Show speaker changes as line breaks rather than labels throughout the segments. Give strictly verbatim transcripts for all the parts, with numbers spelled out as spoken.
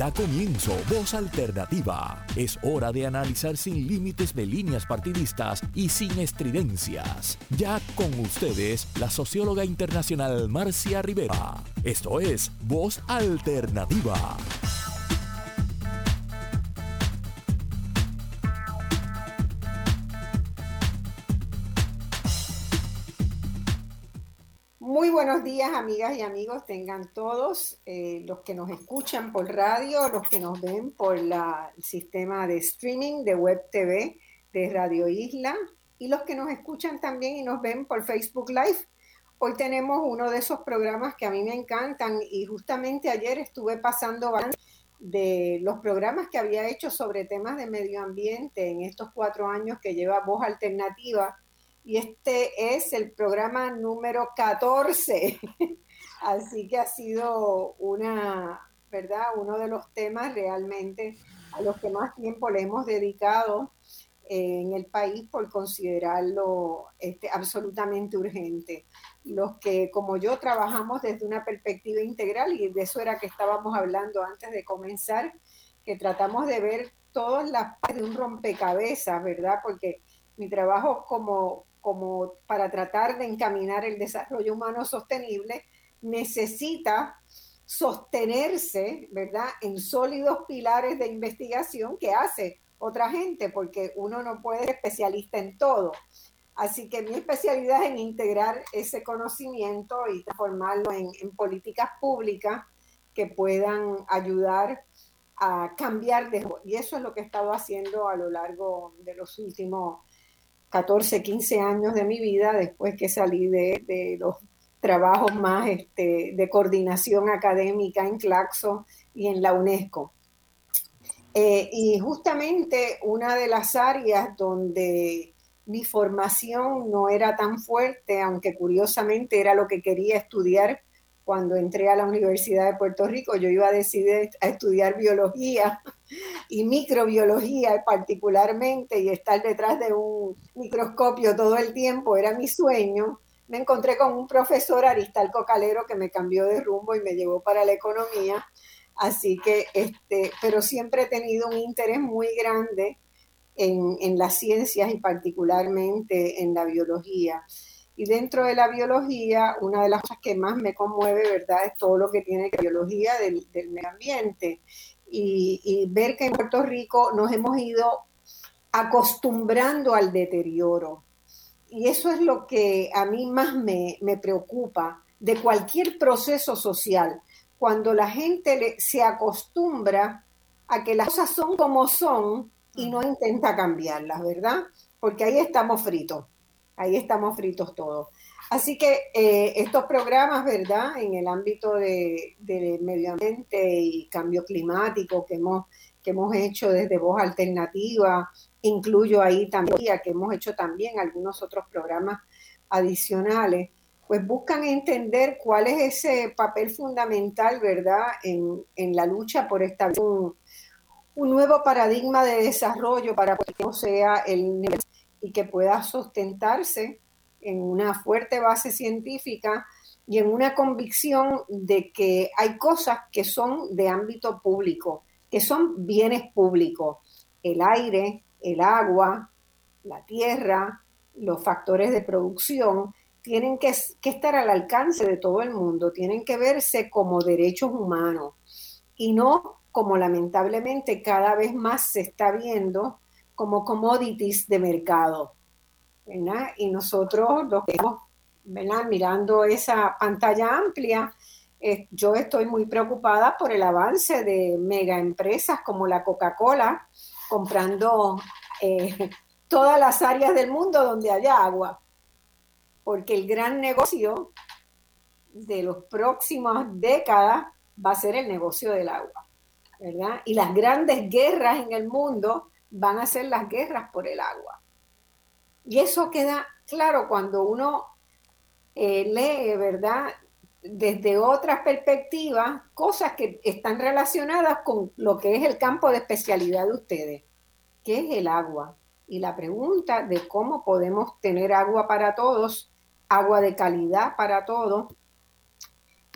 Da comienzo Voz Alternativa. Es hora de analizar sin límites de líneas partidistas y sin estridencias. Ya con ustedes, la socióloga internacional Marcia Rivera. Esto es Voz Alternativa.
Muy buenos días, amigas y amigos, tengan todos, eh, los que nos escuchan por radio, los que nos ven por la, el sistema de streaming de Web T V de Radio Isla y los que nos escuchan también y nos ven por Facebook Live. Hoy tenemos uno de esos programas que a mí me encantan y justamente ayer estuve pasando de los programas que había hecho sobre temas de medio ambiente en estos cuatro años que lleva Voz Alternativa. Y este es el programa número catorce, así que ha sido una, ¿verdad? Uno de los temas realmente a los que más tiempo le hemos dedicado eh, en el país por considerarlo este, absolutamente urgente. Los que, como yo, trabajamos desde una perspectiva integral, y de eso era que estábamos hablando antes de comenzar, que tratamos de ver todas las partes de un rompecabezas, ¿verdad? Porque mi trabajo como... como para tratar de encaminar el desarrollo humano sostenible, necesita sostenerse, ¿verdad?, en sólidos pilares de investigación que hace otra gente, porque uno no puede ser especialista en todo. Así que mi especialidad es en integrar ese conocimiento y transformarlo en, en políticas públicas que puedan ayudar a cambiar de... Y eso es lo que he estado haciendo a lo largo de los últimos catorce, quince años de mi vida, después que salí de, de los trabajos más este, de coordinación académica en Claxo y en la UNESCO. Eh, y justamente una de las áreas donde mi formación no era tan fuerte, aunque curiosamente era lo que quería estudiar cuando entré a la Universidad de Puerto Rico, yo iba a decidir a estudiar biología y microbiología particularmente, y estar detrás de un microscopio todo el tiempo era mi sueño. Me encontré con un profesor, Aristarco Calero, que me cambió de rumbo y me llevó para la economía. Así que, este, pero siempre he tenido un interés muy grande en, en las ciencias y particularmente en la biología. Y dentro de la biología, una de las cosas que más me conmueve, ¿verdad?, es todo lo que tiene que ver con la biología del, del medio ambiente. Y, y ver que en Puerto Rico nos hemos ido acostumbrando al deterioro. Y eso es lo que a mí más me, me preocupa de cualquier proceso social, cuando la gente le, se acostumbra a que las cosas son como son y no intenta cambiarlas, ¿verdad? Porque ahí estamos fritos, ahí estamos fritos todos. Así que eh, estos programas, ¿verdad?, en el ámbito de, de medio ambiente y cambio climático que hemos, que hemos hecho desde Voz Alternativa, incluyo ahí también, que hemos hecho también algunos otros programas adicionales, pues buscan entender cuál es ese papel fundamental, ¿verdad?, en, en la lucha por establecer un, un nuevo paradigma de desarrollo para que no sea el nivel y que pueda sustentarse en una fuerte base científica y en una convicción de que hay cosas que son de ámbito público, que son bienes públicos: el aire, el agua, la tierra, los factores de producción, tienen que, que estar al alcance de todo el mundo, tienen que verse como derechos humanos y no como lamentablemente cada vez más se está viendo como commodities de mercado, ¿verdad? Y nosotros, los que estamos, ¿verdad?, mirando esa pantalla amplia, eh, yo estoy muy preocupada por el avance de mega empresas como la Coca-Cola, comprando eh, todas las áreas del mundo donde haya agua, porque el gran negocio de las próximas décadas va a ser el negocio del agua, ¿verdad? Y las grandes guerras en el mundo van a ser las guerras por el agua. Y eso queda claro cuando uno eh, lee, ¿verdad?, desde otras perspectivas, cosas que están relacionadas con lo que es el campo de especialidad de ustedes, que es el agua. Y la pregunta de cómo podemos tener agua para todos, agua de calidad para todos,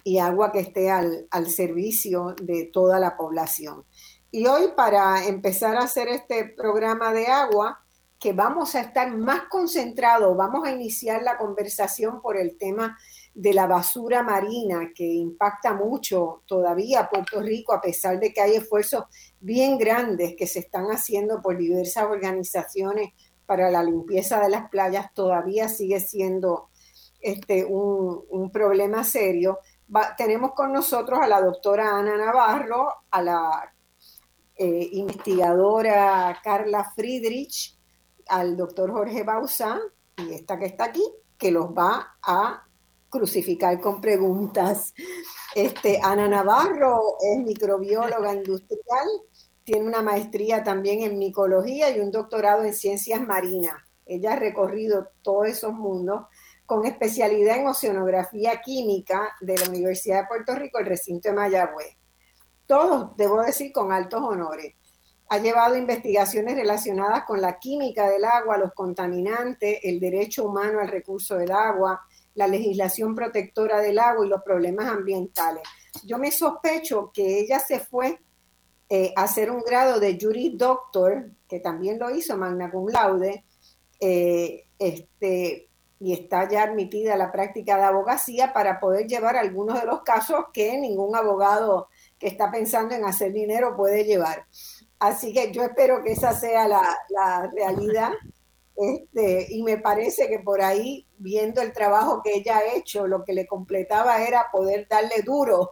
y agua que esté al, al servicio de toda la población. Y hoy, para empezar a hacer este programa de agua, que vamos a estar más concentrados, vamos a iniciar la conversación por el tema de la basura marina, que impacta mucho todavía a Puerto Rico, a pesar de que hay esfuerzos bien grandes que se están haciendo por diversas organizaciones para la limpieza de las playas, todavía sigue siendo este, un, un problema serio. Va, tenemos con nosotros a la doctora Ana Navarro, a la eh, investigadora Carla Friedrich, al doctor Jorge Bauzá y esta que está aquí, que los va a crucificar con preguntas. Este, Ana Navarro es microbióloga industrial, tiene una maestría también en micología y un doctorado en ciencias marinas. Ella ha recorrido todos esos mundos con especialidad en oceanografía química de la Universidad de Puerto Rico, el recinto de Mayagüez. Todos, debo decir, con altos honores. Ha llevado investigaciones relacionadas con la química del agua, los contaminantes, el derecho humano al recurso del agua, la legislación protectora del agua y los problemas ambientales. Yo me sospecho que ella se fue eh, a hacer un grado de Juris Doctor, que también lo hizo magna cum laude, eh, este, y está ya admitida a la práctica de abogacía para poder llevar algunos de los casos que ningún abogado que está pensando en hacer dinero puede llevar. Así que yo espero que esa sea la, la realidad. Este, y me parece que por ahí, viendo el trabajo que ella ha hecho, lo que le completaba era poder darle duro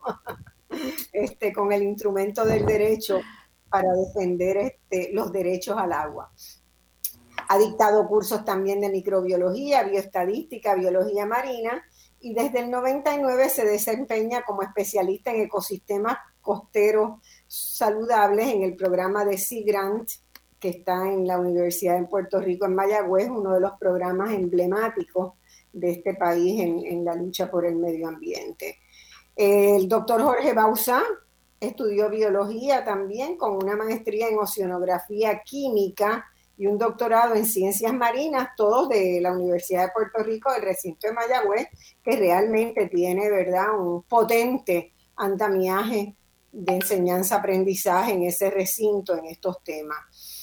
este, con el instrumento del derecho para defender este, los derechos al agua. Ha dictado cursos también de microbiología, bioestadística, biología marina, y desde el noventa y nueve se desempeña como especialista en ecosistemas costeros saludables en el programa de Sea Grant, que está en la Universidad de Puerto Rico en Mayagüez, uno de los programas emblemáticos de este país en, en la lucha por el medio ambiente. El doctor Jorge Bauzá estudió biología también con una maestría en oceanografía química y un doctorado en ciencias marinas, todos de la Universidad de Puerto Rico, del recinto de Mayagüez, que realmente tiene, ¿verdad?, un potente andamiaje de enseñanza-aprendizaje en ese recinto, en estos temas.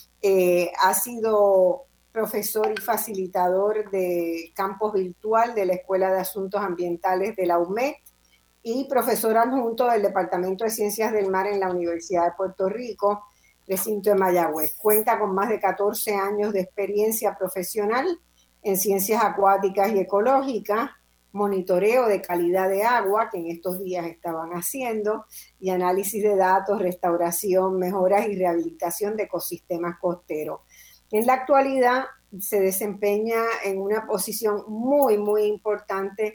Eh, ha sido profesor y facilitador de campus virtual de la Escuela de Asuntos Ambientales de la U M E D y profesor adjunto del Departamento de Ciencias del Mar en la Universidad de Puerto Rico, recinto de Mayagüez. Cuenta con más de catorce años de experiencia profesional en ciencias acuáticas y ecológicas, monitoreo de calidad de agua, que en estos días estaban haciendo, y análisis de datos, restauración, mejoras y rehabilitación de ecosistemas costeros. En la actualidad se desempeña en una posición muy, muy importante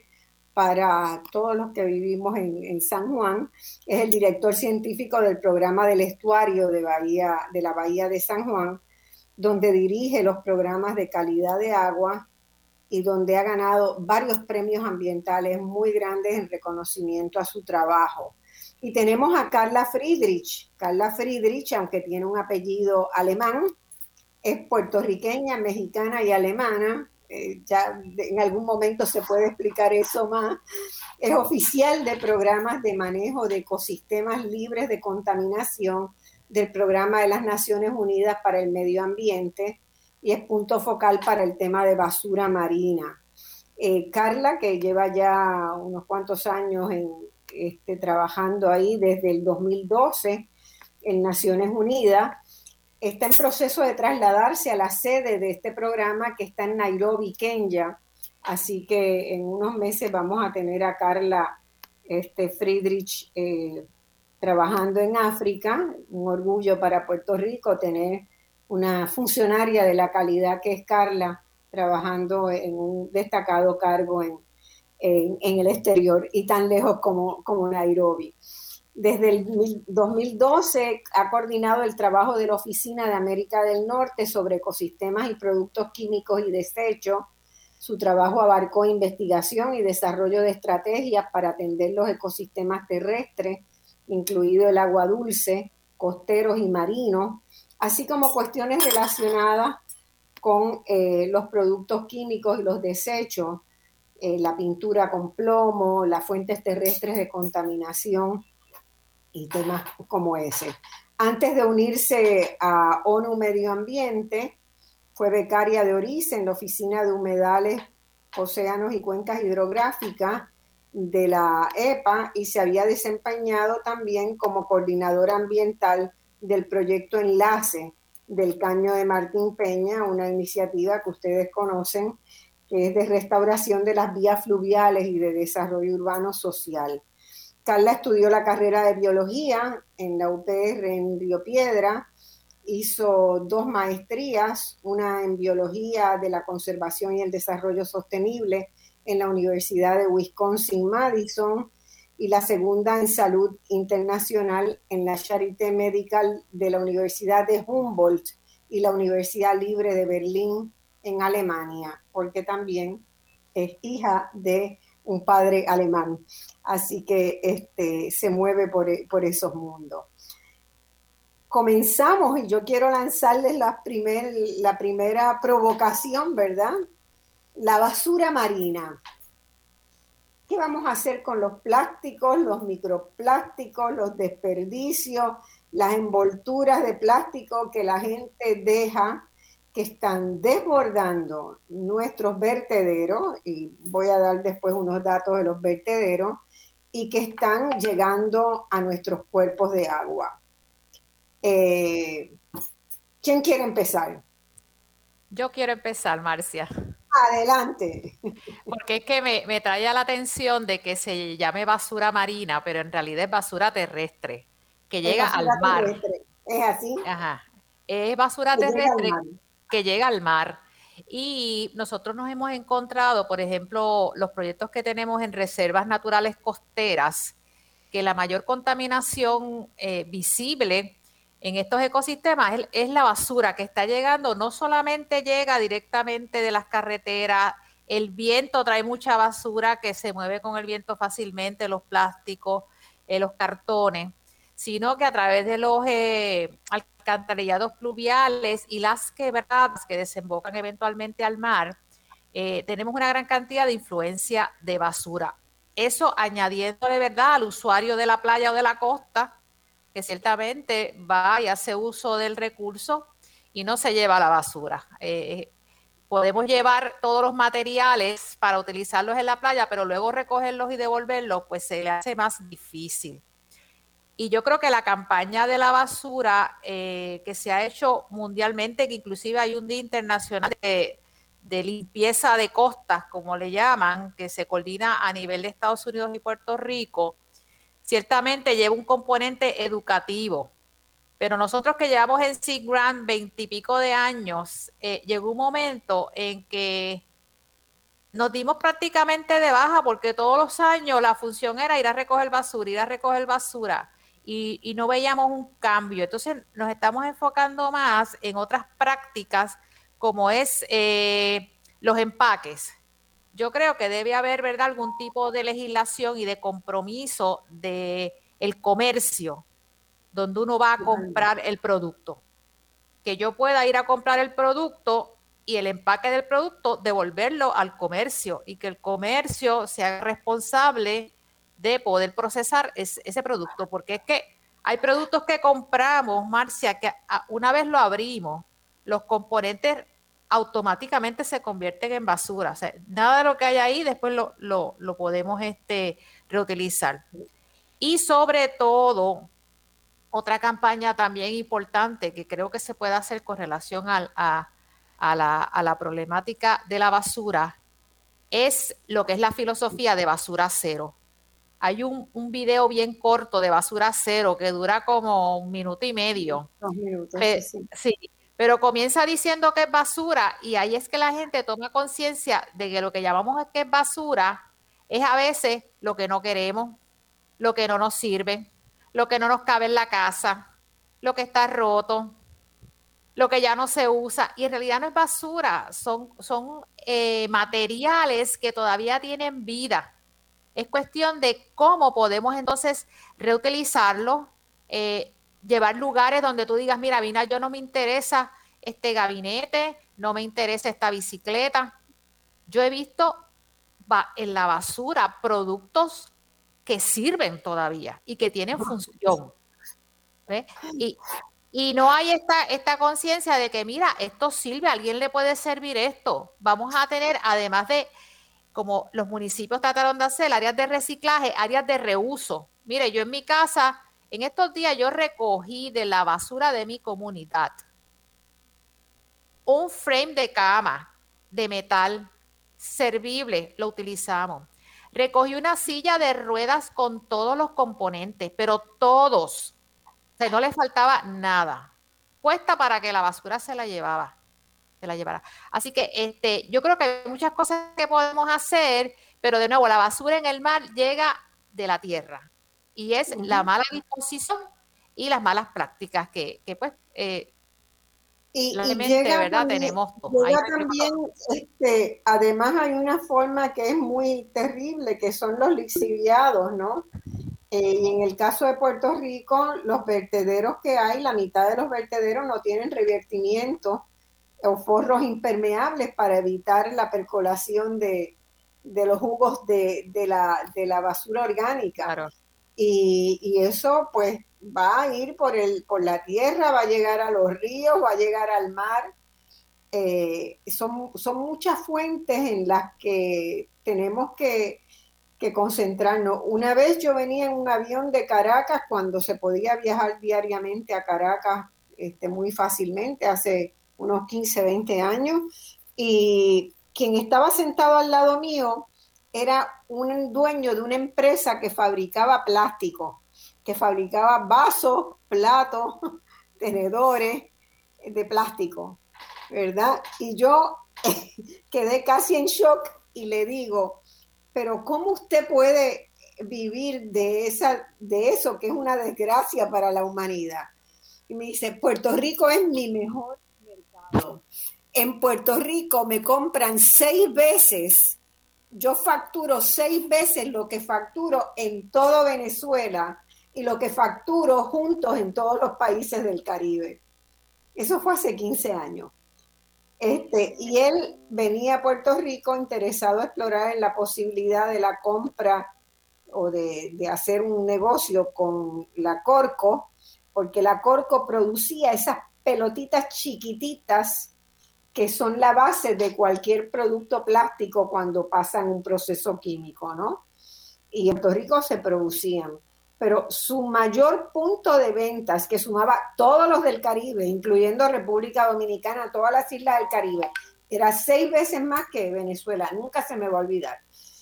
para todos los que vivimos en, en San Juan. Es el director científico del programa del estuario de, Bahía, de la Bahía de San Juan, donde dirige los programas de calidad de agua y donde ha ganado varios premios ambientales muy grandes en reconocimiento a su trabajo. Y tenemos a Carla Friedrich. Carla Friedrich, aunque tiene un apellido alemán, es puertorriqueña, mexicana y alemana. Eh, ya en algún momento se puede explicar eso más. Es oficial de programas de manejo de ecosistemas libres de contaminación del Programa de las Naciones Unidas para el Medio Ambiente y es punto focal para el tema de basura marina. Eh, Carla, que lleva ya unos cuantos años en, este, trabajando ahí desde el dos mil doce en Naciones Unidas, está en proceso de trasladarse a la sede de este programa que está en Nairobi, Kenia. Así que en unos meses vamos a tener a Carla este, Friedrich eh, trabajando en África. Un orgullo para Puerto Rico tener una funcionaria de la calidad que es Carla trabajando en un destacado cargo en, en, en el exterior y tan lejos como, como Nairobi. Desde el dos mil doce ha coordinado el trabajo de la Oficina de América del Norte sobre ecosistemas y productos químicos y desechos. Su trabajo abarcó investigación y desarrollo de estrategias para atender los ecosistemas terrestres, incluido el agua dulce, costeros y marinos, así como cuestiones relacionadas con eh, los productos químicos y los desechos, eh, la pintura con plomo, las fuentes terrestres de contaminación y temas como ese. Antes de unirse a ONU Medio Ambiente, fue becaria de ORISE en la Oficina de Humedales, Océanos y Cuencas Hidrográficas de la E P A y se había desempeñado también como coordinadora ambiental del proyecto Enlace del Caño de Martín Peña, una iniciativa que ustedes conocen, que es de restauración de las vías fluviales y de desarrollo urbano social. Carla estudió la carrera de biología en la U P R en Río Piedra, hizo dos maestrías, una en biología de la conservación y el desarrollo sostenible en la Universidad de Wisconsin-Madison y la segunda en salud internacional en la Charité Medical de la Universidad de Humboldt y la Universidad Libre de Berlín en Alemania, porque también es hija de un padre alemán, así que este, se mueve por, por esos mundos. Comenzamos y yo quiero lanzarles la, primer, la primera provocación, ¿verdad? La basura marina. ¿Qué vamos a hacer con los plásticos, los microplásticos, los desperdicios, las envolturas de plástico que la gente deja, que están desbordando nuestros vertederos, y voy a dar después unos datos de los vertederos, y que están llegando a nuestros cuerpos de agua? Eh, ¿Quién quiere empezar?
Yo quiero empezar, Marcia.
Adelante.
Porque es que me, me trae a la atención de que se llame basura marina, pero en realidad es basura terrestre, que llega al mar.
Terrestre. ¿Es así?
Ajá. Es basura que terrestre llega que llega al mar. Y nosotros nos hemos encontrado, por ejemplo, los proyectos que tenemos en reservas naturales costeras, que la mayor contaminación eh, visible en estos ecosistemas es, es la basura que está llegando. No solamente llega directamente de las carreteras, el viento trae mucha basura que se mueve con el viento fácilmente, los plásticos, eh, los cartones, sino que a través de los eh, alcantarillados pluviales y las quebradas que desembocan eventualmente al mar, eh, tenemos una gran cantidad de influencia de basura. Eso añadiéndole, ¿verdad?, al usuario de la playa o de la costa, que ciertamente va y hace uso del recurso y no se lleva la basura. Eh, podemos llevar todos los materiales para utilizarlos en la playa, pero luego recogerlos y devolverlos, pues se le hace más difícil. Y yo creo que la campaña de la basura eh, que se ha hecho mundialmente, que inclusive hay un día internacional de, de limpieza de costas, como le llaman, que se coordina a nivel de Estados Unidos y Puerto Rico, ciertamente lleva un componente educativo. Pero nosotros que llevamos en Sea Grant veintipico de años, eh, llegó un momento en que nos dimos prácticamente de baja porque todos los años la función era ir a recoger basura, ir a recoger basura y, y no veíamos un cambio. Entonces nos estamos enfocando más en otras prácticas como es eh, los empaques. Yo creo que debe haber, ¿verdad?, algún tipo de legislación y de compromiso de el comercio donde uno va a comprar el producto. Que yo pueda ir a comprar el producto y el empaque del producto devolverlo al comercio y que el comercio sea responsable de poder procesar ese, ese producto. Porque es que hay productos que compramos, Marcia, que una vez lo abrimos, los componentes automáticamente se convierten en basura. O sea, nada de lo que hay ahí después lo, lo, lo podemos este, reutilizar. Y sobre todo, otra campaña también importante que creo que se puede hacer con relación a, a, a, la, a la problemática de la basura es lo que es la filosofía de basura cero. Hay un, un video bien corto de basura cero que dura como un minuto y medio.
Dos minutos,
Pe-
sí.
sí, pero comienza diciendo que es basura y ahí es que la gente toma conciencia de que lo que llamamos que es basura es a veces lo que no queremos, lo que no nos sirve, lo que no nos cabe en la casa, lo que está roto, lo que ya no se usa. Y en realidad no es basura, son, son eh, materiales que todavía tienen vida. Es cuestión de cómo podemos entonces reutilizarlo, eh, llevar lugares donde tú digas, mira, Vina, yo no me interesa este gabinete, no me interesa esta bicicleta. Yo he visto va en la basura productos que sirven todavía y que tienen función. ¿Ves? Y, y no hay esta, esta conciencia de que, mira, esto sirve, a alguien le puede servir esto. Vamos a tener, además de, como los municipios trataron de hacer, áreas de reciclaje, áreas de reuso. Mire, yo en mi casa, en estos días yo recogí de la basura de mi comunidad un frame de cama de metal servible, lo utilizamos. Recogí una silla de ruedas con todos los componentes, pero todos. O sea, no le faltaba nada. Puesta para que la basura se la llevaba, se la llevara. Así que este, yo creo que hay muchas cosas que podemos hacer, pero de nuevo, la basura en el mar llega de la tierra. Y es uh-huh. la mala disposición y las malas prácticas que, que pues, eh,
y, y llega ¿verdad? También, tenemos llega también este, además hay una forma que es muy terrible, que son los lixiviados, ¿no? Eh, y en el caso de Puerto Rico, los vertederos que hay, la mitad de los vertederos no tienen revertimiento o forros impermeables para evitar la percolación de, de los jugos de, de, la, de la basura orgánica. Claro. Y, y eso pues va a ir por, el, por la tierra, va a llegar a los ríos, va a llegar al mar. Eh, son, son muchas fuentes en las que tenemos que, que concentrarnos. Una vez yo venía en un avión de Caracas, cuando se podía viajar diariamente a Caracas este, muy fácilmente, hace unos quince, veinte años, y quien estaba sentado al lado mío era un dueño de una empresa que fabricaba plástico, que fabricaba vasos, platos, tenedores de plástico, ¿verdad? Y yo quedé casi en shock y le digo, pero ¿cómo usted puede vivir de, esa, de eso que es una desgracia para la humanidad? Y me dice, Puerto Rico es mi mejor mercado. En Puerto Rico me compran seis veces, yo facturo seis veces lo que facturo en todo Venezuela y lo que facturo juntos en todos los países del Caribe. Eso fue hace quince años. Este, y él venía a Puerto Rico interesado a explorar en la posibilidad de la compra o de, de hacer un negocio con la Corco, porque la Corco producía esas pelotitas chiquititas que son la base de cualquier producto plástico cuando pasan un proceso químico, ¿no? Y en Puerto Rico se producían. Pero su mayor punto de ventas, que sumaba todos los del Caribe, incluyendo República Dominicana, todas las islas del Caribe, era seis veces más que Venezuela. Nunca se me va a olvidar.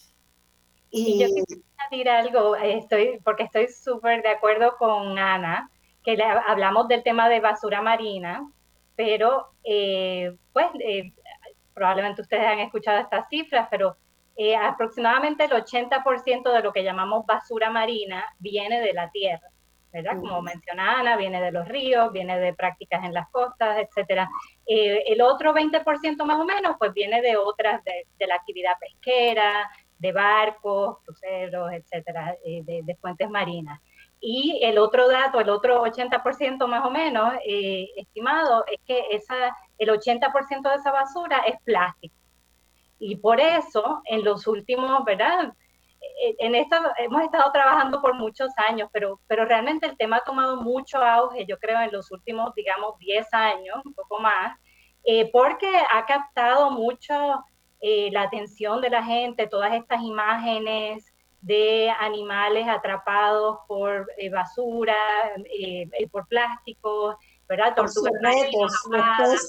Y, y yo quisiera decir algo, estoy, porque estoy súper de acuerdo con Ana, que le, hablamos del tema de basura marina, pero eh, pues eh, probablemente ustedes han escuchado estas cifras, pero eh, aproximadamente el ochenta por ciento de lo que llamamos basura marina viene de la tierra, ¿verdad? Como menciona Ana, viene de los ríos, viene de prácticas en las costas, etcétera. Eh, el otro veinte por ciento más o menos, pues viene de otras, de, de la actividad pesquera, de barcos, cruceros, etcétera, eh, de, de fuentes marinas. Y el otro dato, el otro ochenta por ciento más o menos, eh, estimado, es que esa, el ochenta por ciento de esa basura es plástico. Y por eso, en los últimos, ¿verdad? En esto hemos estado trabajando por muchos años, pero, pero realmente el tema ha tomado mucho auge, yo creo, en los últimos, digamos, diez años, un poco más, eh, porque ha captado mucho eh, la atención de la gente, todas estas imágenes de animales atrapados por eh, basura, eh, eh, por plásticos, ¿verdad? Tortugas marinas,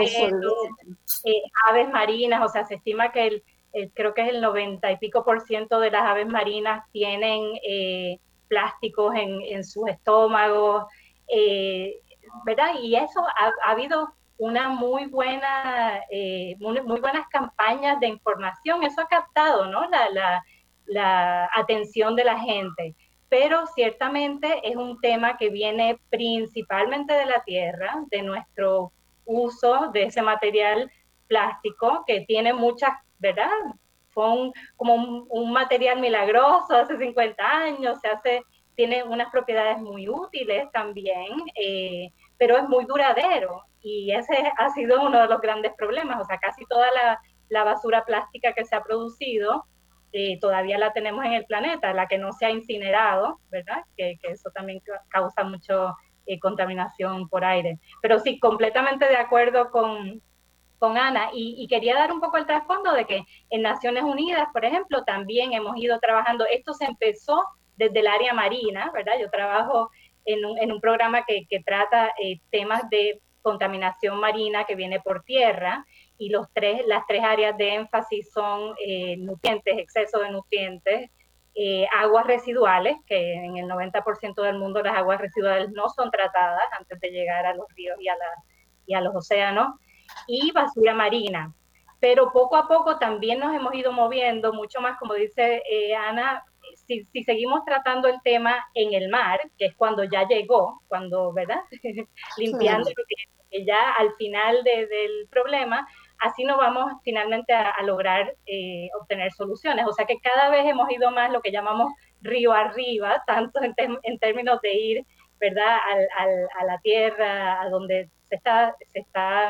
eh, aves marinas, o sea, se estima que el, el, creo que es el noventa y pico por ciento de las aves marinas tienen eh, plásticos en, en sus estómagos, eh, ¿verdad? Y eso ha, ha habido una muy buena, eh, muy, muy buenas campañas de información, eso ha captado, ¿no? La, la, la atención de la gente. Pero ciertamente es un tema que viene principalmente de la tierra, de nuestro uso de ese material plástico que tiene muchas, ¿verdad? Fue un, como un, un material milagroso hace cincuenta años, se hace, tiene unas propiedades muy útiles también, eh, pero es muy duradero y ese ha sido uno de los grandes problemas. O sea, casi toda la, la basura plástica que se ha producido eh, todavía la tenemos en el planeta, la que no se ha incinerado, ¿verdad? Que, que eso también causa mucho eh, contaminación por aire. Pero sí, completamente de acuerdo con, con Ana, y, y quería dar un poco el trasfondo de que en Naciones Unidas, por ejemplo, también hemos ido trabajando, esto se empezó desde el área marina, ¿verdad? Yo trabajo en un, en un programa que, que trata eh, temas de contaminación marina que viene por tierra, y los tres, las tres áreas de énfasis son eh, nutrientes, exceso de nutrientes, eh, aguas residuales, que en el noventa por ciento del mundo las aguas residuales no son tratadas antes de llegar a los ríos y a, la, y a los océanos, y basura marina. Pero poco a poco también nos hemos ido moviendo mucho más, como dice eh, Ana, si, si seguimos tratando el tema en el mar, que es cuando ya llegó, cuando, ¿verdad? Limpiando lo que, que ya al final de, del problema, así no vamos finalmente a, a lograr eh, obtener soluciones. O sea que cada vez hemos ido más lo que llamamos río arriba, tanto en, te, en términos de ir, ¿verdad?, al, al, a la tierra, a donde se está, se está,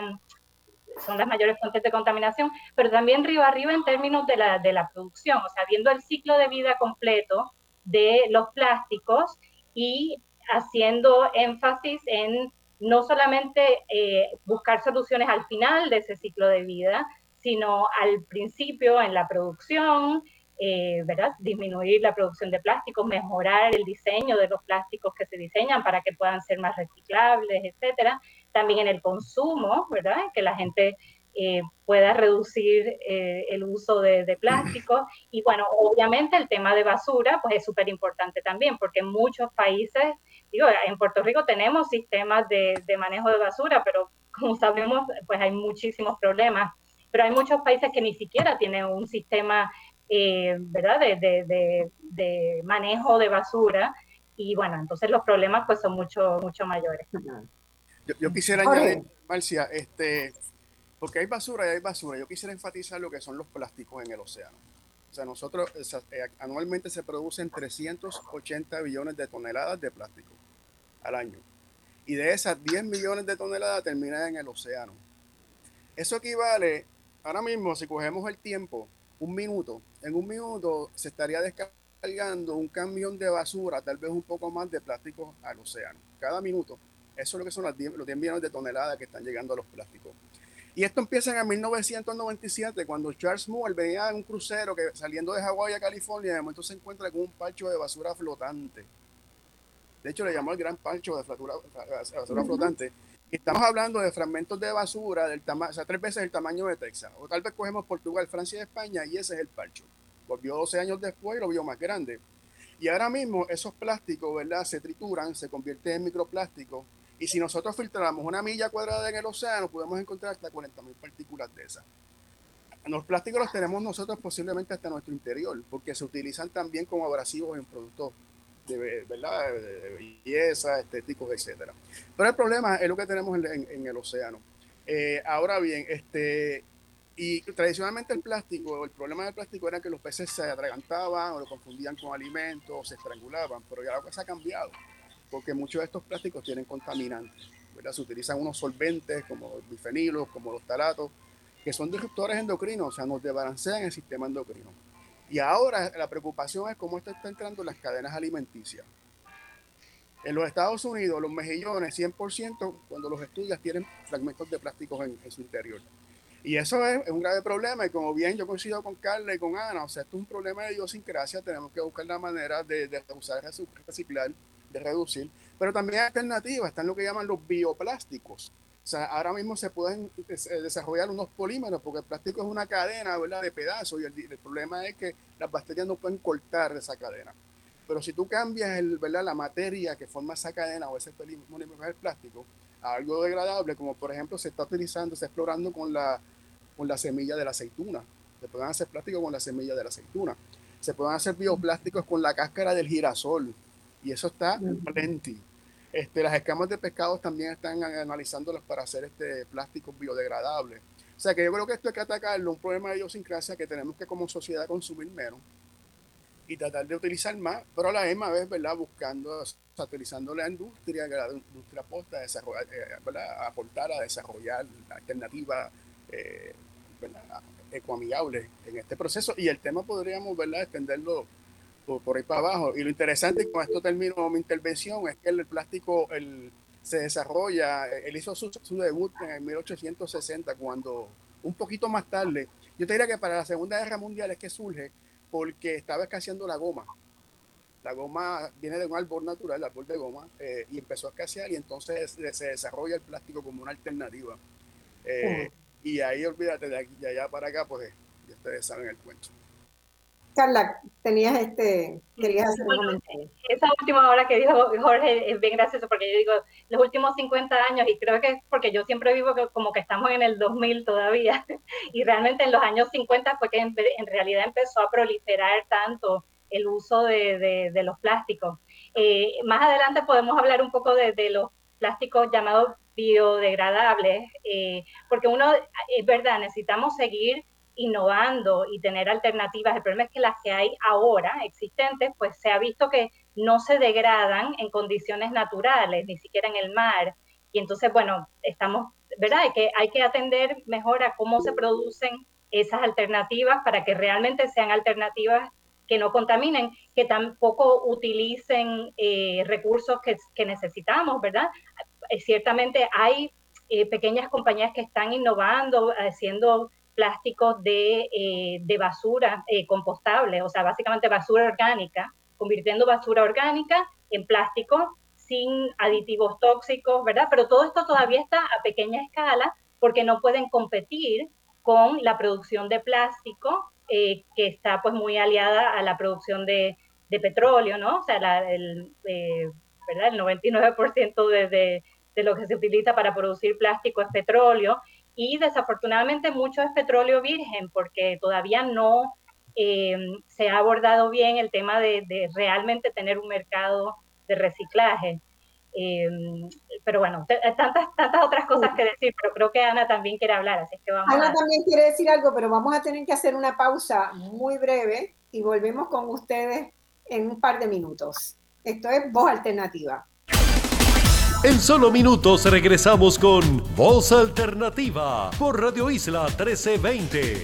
son las mayores fuentes de contaminación, pero también río arriba en términos de la, de la producción, o sea, viendo el ciclo de vida completo de los plásticos y haciendo énfasis en no solamente eh, buscar soluciones al final de ese ciclo de vida, sino al principio en la producción, eh, ¿verdad? Disminuir la producción de plásticos, mejorar el diseño de los plásticos que se diseñan para que puedan ser más reciclables, etcétera. También en el consumo, ¿verdad? Que la gente eh, pueda reducir eh, el uso de, de plásticos. Y bueno, obviamente el tema de basura, pues es súper importante también, porque en muchos países, digo, en Puerto Rico tenemos sistemas de, de manejo de basura, pero como sabemos, pues hay muchísimos problemas. Pero hay muchos países que ni siquiera tienen un sistema, eh, ¿verdad?, de, de, de, de manejo de basura. Y bueno, entonces los problemas pues son mucho, mucho mayores.
Yo, yo quisiera añadir, Marcia, este, porque hay basura y hay basura. Yo quisiera enfatizar lo que son los plásticos en el océano. O sea, nosotros eh, anualmente se producen trescientos ochenta billones de toneladas de plástico al año. Y de esas, diez millones de toneladas terminan en el océano. Eso equivale, ahora mismo, si cogemos el tiempo, un minuto, en un minuto se estaría descargando un camión de basura, tal vez un poco más de plástico al océano. Cada minuto. Eso es lo que son las diez, los diez millones de toneladas que están llegando a los plásticos. Y esto empieza en mil novecientos noventa y siete, cuando Charles Moore venía en un crucero que saliendo de Hawái a California, de momento se encuentra con un parcho de basura flotante. De hecho, le llamó el gran parcho de basura, basura uh-huh. flotante. Y estamos hablando de fragmentos de basura del tamaño, o sea, tres veces el tamaño de Texas. O tal vez cogemos Portugal, Francia y España, y ese es el parcho. Volvió doce años después y lo vio más grande. Y ahora mismo esos plásticos, ¿verdad?, se trituran, se convierten en microplásticos. Y si nosotros filtramos una milla cuadrada en el océano, podemos encontrar hasta cuarenta mil partículas de esas. Los plásticos los tenemos nosotros posiblemente hasta nuestro interior, porque se utilizan también como abrasivos en productos de, ¿verdad?, de belleza, estéticos, etcétera. Pero el problema es lo que tenemos en, en, en el océano. Eh, ahora bien, este, y tradicionalmente el plástico, el problema del plástico era que los peces se atragantaban o lo confundían con alimentos, o se estrangulaban, pero ya la cosa ha cambiado, porque muchos de estos plásticos tienen contaminantes, ¿verdad? Se utilizan unos solventes como los bifenilos, como los talatos, que son disruptores endocrinos, o sea, nos desbalancean el sistema endocrino. Y ahora la preocupación es cómo esto está entrando en las cadenas alimenticias. En los Estados Unidos, los mejillones, cien por ciento, cuando los estudias, tienen fragmentos de plásticos en, en su interior. Y eso es, es un grave problema, y como bien yo coincido con Carla y con Ana, o sea, esto es un problema de idiosincrasia, tenemos que buscar la manera de, de usar, reciclar, de reducir, pero también hay alternativas, están lo que llaman los bioplásticos. O sea, ahora mismo se pueden desarrollar unos polímeros, porque el plástico es una cadena, ¿verdad?, de pedazos, y el, el problema es que las bacterias no pueden cortar esa cadena. Pero si tú cambias el, ¿verdad?, la materia que forma esa cadena o ese polímero del plástico a algo degradable, como por ejemplo se está utilizando, se está explorando con la, con la semilla de la aceituna. Se pueden hacer plásticos con la semilla de la aceituna. Se pueden hacer bioplásticos con la cáscara del girasol. Y eso está plenty. Este, las escamas de pescados también están analizándolas para hacer este plásticos biodegradables. O sea que yo creo que esto hay que atacarlo, un problema de idiosincrasia que tenemos que como sociedad consumir menos y tratar de utilizar más, pero a la misma vez, ¿verdad?, buscando, o sea, utilizando la industria, que la industria aporta a, desarrollar, eh, ¿verdad?, aportar a desarrollar alternativas, eh, ¿verdad?, ecoamigables en este proceso, y el tema podríamos, ¿verdad?, extenderlo por, por ahí para abajo. Y lo interesante, y con esto termino mi intervención, es que el, el plástico el, se desarrolla, él hizo su, su debut en el mil ochocientos sesenta, cuando un poquito más tarde, yo te diría que para la Segunda Guerra Mundial es que surge, porque estaba escaseando la goma. La goma viene de un árbol natural, el árbol de goma, eh, y empezó a escasear, y entonces se, se desarrolla el plástico como una alternativa. Eh, uh-huh. Y ahí, olvídate, de, aquí, de allá para acá, pues ya ustedes saben el cuento.
Carla, tenías este, querías hacer un comentario.
Esa última hora que dijo Jorge es bien gracioso, porque yo digo, los últimos cincuenta años, y creo que es porque yo siempre vivo que, como que estamos en el dos mil todavía, y realmente en los años cincuenta fue que en, en realidad empezó a proliferar tanto el uso de, de, de los plásticos. Eh, más adelante podemos hablar un poco de, de los plásticos llamados biodegradables, eh, porque uno, es verdad, necesitamos seguir innovando y tener alternativas. El problema es que las que hay ahora existentes, pues se ha visto que no se degradan en condiciones naturales, ni siquiera en el mar. Y entonces, bueno, estamos, ¿verdad? Hay que, hay que atender mejor a cómo se producen esas alternativas para que realmente sean alternativas que no contaminen, que tampoco utilicen eh, recursos que, que necesitamos, ¿verdad? Eh, ciertamente hay eh, pequeñas compañías que están innovando, haciendo plásticos de, eh, de basura eh, compostable, o sea, básicamente basura orgánica, convirtiendo basura orgánica en plástico sin aditivos tóxicos, ¿verdad? Pero todo esto todavía está a pequeña escala porque no pueden competir con la producción de plástico eh, que está pues muy aliada a la producción de, de petróleo, ¿no? O sea, la, el, eh, ¿verdad? El noventa y nueve por ciento de, de, de lo que se utiliza para producir plástico es petróleo, y desafortunadamente mucho es petróleo virgen, porque todavía no eh, se ha abordado bien el tema de, de realmente tener un mercado de reciclaje. Eh, pero bueno, tantas, tantas otras cosas que decir, pero creo que Ana también quiere hablar, así que vamos
Ana
a...
también quiere decir algo, pero vamos a tener que hacer una pausa muy breve y volvemos con ustedes en un par de minutos. Esto es Voz Alternativa.
En solo minutos regresamos con Voz Alternativa por Radio Isla trece veinte.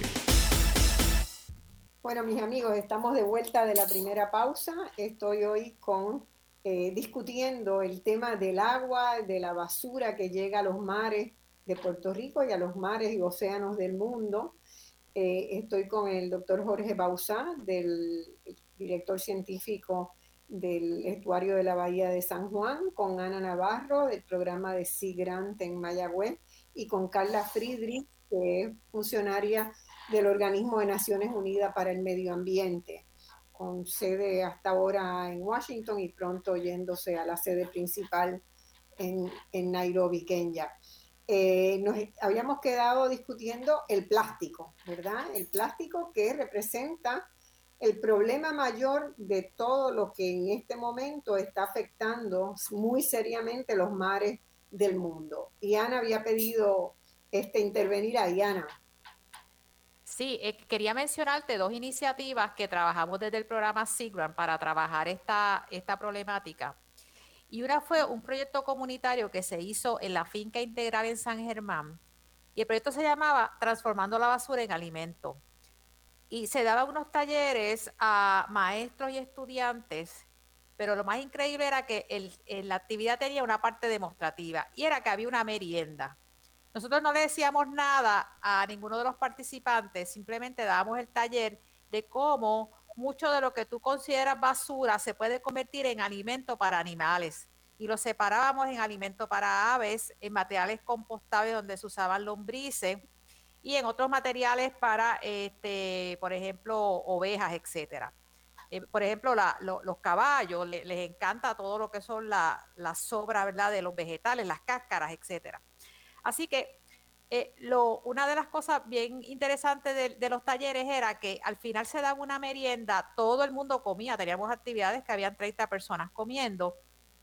Bueno, mis amigos, estamos de vuelta de la primera pausa. Estoy hoy con eh, discutiendo el tema del agua, de la basura que llega a los mares de Puerto Rico y a los mares y océanos del mundo. Eh, estoy con el doctor Jorge Bauzá, del director científico del estuario de la Bahía de San Juan, con Ana Navarro del programa de Sea Grant en Mayagüez, y con Carla Friedrich, que es funcionaria del Organismo de Naciones Unidas para el Medio Ambiente, con sede hasta ahora en Washington y pronto yéndose a la sede principal en, en Nairobi, Kenia. Eh, nos habíamos quedado discutiendo el plástico, ¿verdad? El plástico que representa el problema mayor de todo lo que en este momento está afectando muy seriamente los mares del mundo. Y Ana había pedido este, intervenir ahí, Ana.
Sí, eh, quería mencionarte dos iniciativas que trabajamos desde el programa Sea Grant para trabajar esta, esta problemática. Y una fue un proyecto comunitario que se hizo en la finca integral en San Germán. Y el proyecto se llamaba Transformando la basura en alimento. Y se daban unos talleres a maestros y estudiantes, pero lo más increíble era que el, el, la actividad tenía una parte demostrativa, y era que había una merienda. Nosotros no le decíamos nada a ninguno de los participantes, simplemente dábamos el taller de cómo mucho de lo que tú consideras basura se puede convertir en alimento para animales. Y lo separábamos en alimento para aves, en materiales compostables donde se usaban lombrices, y en otros materiales para, este, por ejemplo, ovejas, etcétera. Eh, por ejemplo, la, lo, los caballos, le, les encanta todo lo que son las la sobras, ¿verdad?, de los vegetales, las cáscaras, etcétera. Así que eh, lo, una de las cosas bien interesantes de, de los talleres era que al final se daba una merienda, todo el mundo comía, teníamos actividades que habían treinta personas comiendo,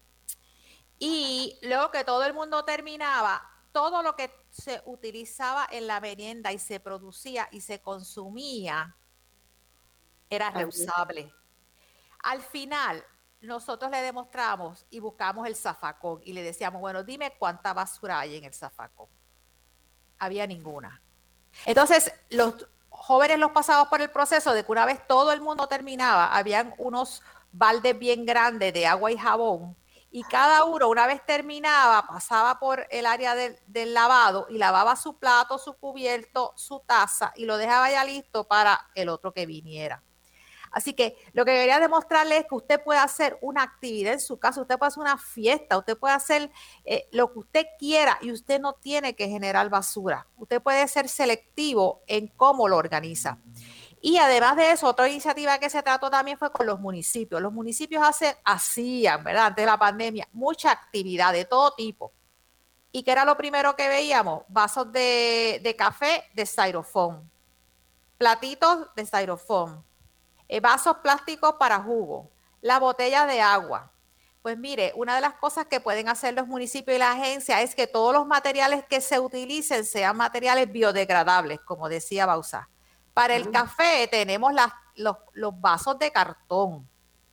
y luego que todo el mundo terminaba, todo lo que se utilizaba en la merienda y se producía y se consumía era reusable. Al final, nosotros le demostramos y buscamos el zafacón y le decíamos, bueno, dime cuánta basura hay en el zafacón. Había ninguna. Entonces, los jóvenes los pasados por el proceso de que una vez todo el mundo terminaba, habían unos baldes bien grandes de agua y jabón, y cada uno una vez terminaba, pasaba por el área del, del lavado y lavaba su plato, su cubierto, su taza y lo dejaba ya listo para el otro que viniera. Así que lo que quería demostrarles es que usted puede hacer una actividad en su casa, usted puede hacer una fiesta, usted puede hacer eh, lo que usted quiera y usted no tiene que generar basura. Usted puede ser selectivo en cómo lo organiza. Y además de eso, otra iniciativa que se trató también fue con los municipios. Los municipios hacen, hacían, ¿verdad? Antes de la pandemia, mucha actividad de todo tipo. ¿Y qué era lo primero que veíamos? Vasos de, de café de styrofoam, platitos de styrofoam, eh, vasos plásticos para jugo, la botella de agua. Pues mire, una de las cosas que pueden hacer los municipios y la agencia es que todos los materiales que se utilicen sean materiales biodegradables, como decía Bauzá. Para el café tenemos las, los, los vasos de cartón.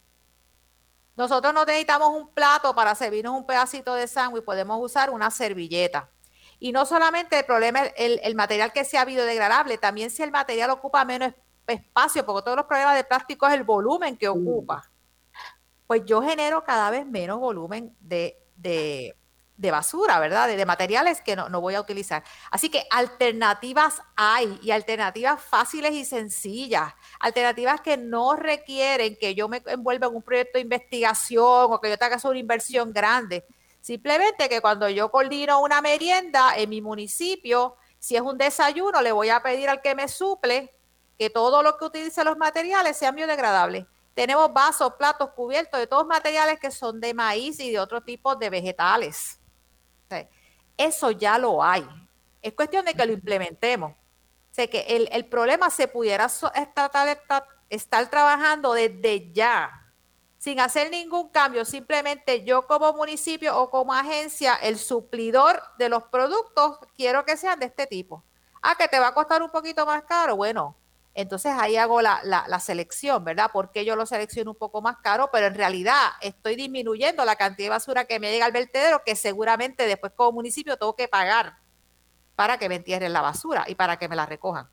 Nosotros no necesitamos un plato para servirnos un pedacito de sándwich, podemos usar una servilleta. Y no solamente el problema es el, el material que sea biodegradable, también si el material ocupa menos espacio, porque todos los problemas de plástico es el volumen que ocupa. Pues yo genero cada vez menos volumen de, de, de basura, ¿verdad? De, de materiales que no, no voy a utilizar. Así que alternativas hay, y alternativas fáciles y sencillas, alternativas que no requieren que yo me envuelva en un proyecto de investigación o que yo tenga que hacer una inversión grande. Simplemente que cuando yo coordino una merienda en mi municipio, si es un desayuno, le voy a pedir al que me suple que todo lo que utilice los materiales sean biodegradables. Tenemos vasos, platos, cubiertos, de todos materiales que son de maíz y de otro tipo de vegetales. O sea, eso ya lo hay. Es cuestión de que lo implementemos. O sea, que el, el problema se pudiera so, estar, estar, estar trabajando desde ya, sin hacer ningún cambio. Simplemente yo como municipio o como agencia, el suplidor de los productos, quiero que sean de este tipo. Ah, que te va a costar un poquito más caro. Bueno, entonces ahí hago la, la, la selección, ¿verdad? Porque yo lo selecciono un poco más caro, pero en realidad estoy disminuyendo la cantidad de basura que me llega al vertedero, que seguramente después como municipio tengo que pagar para que me entierren la basura y para que me la recojan.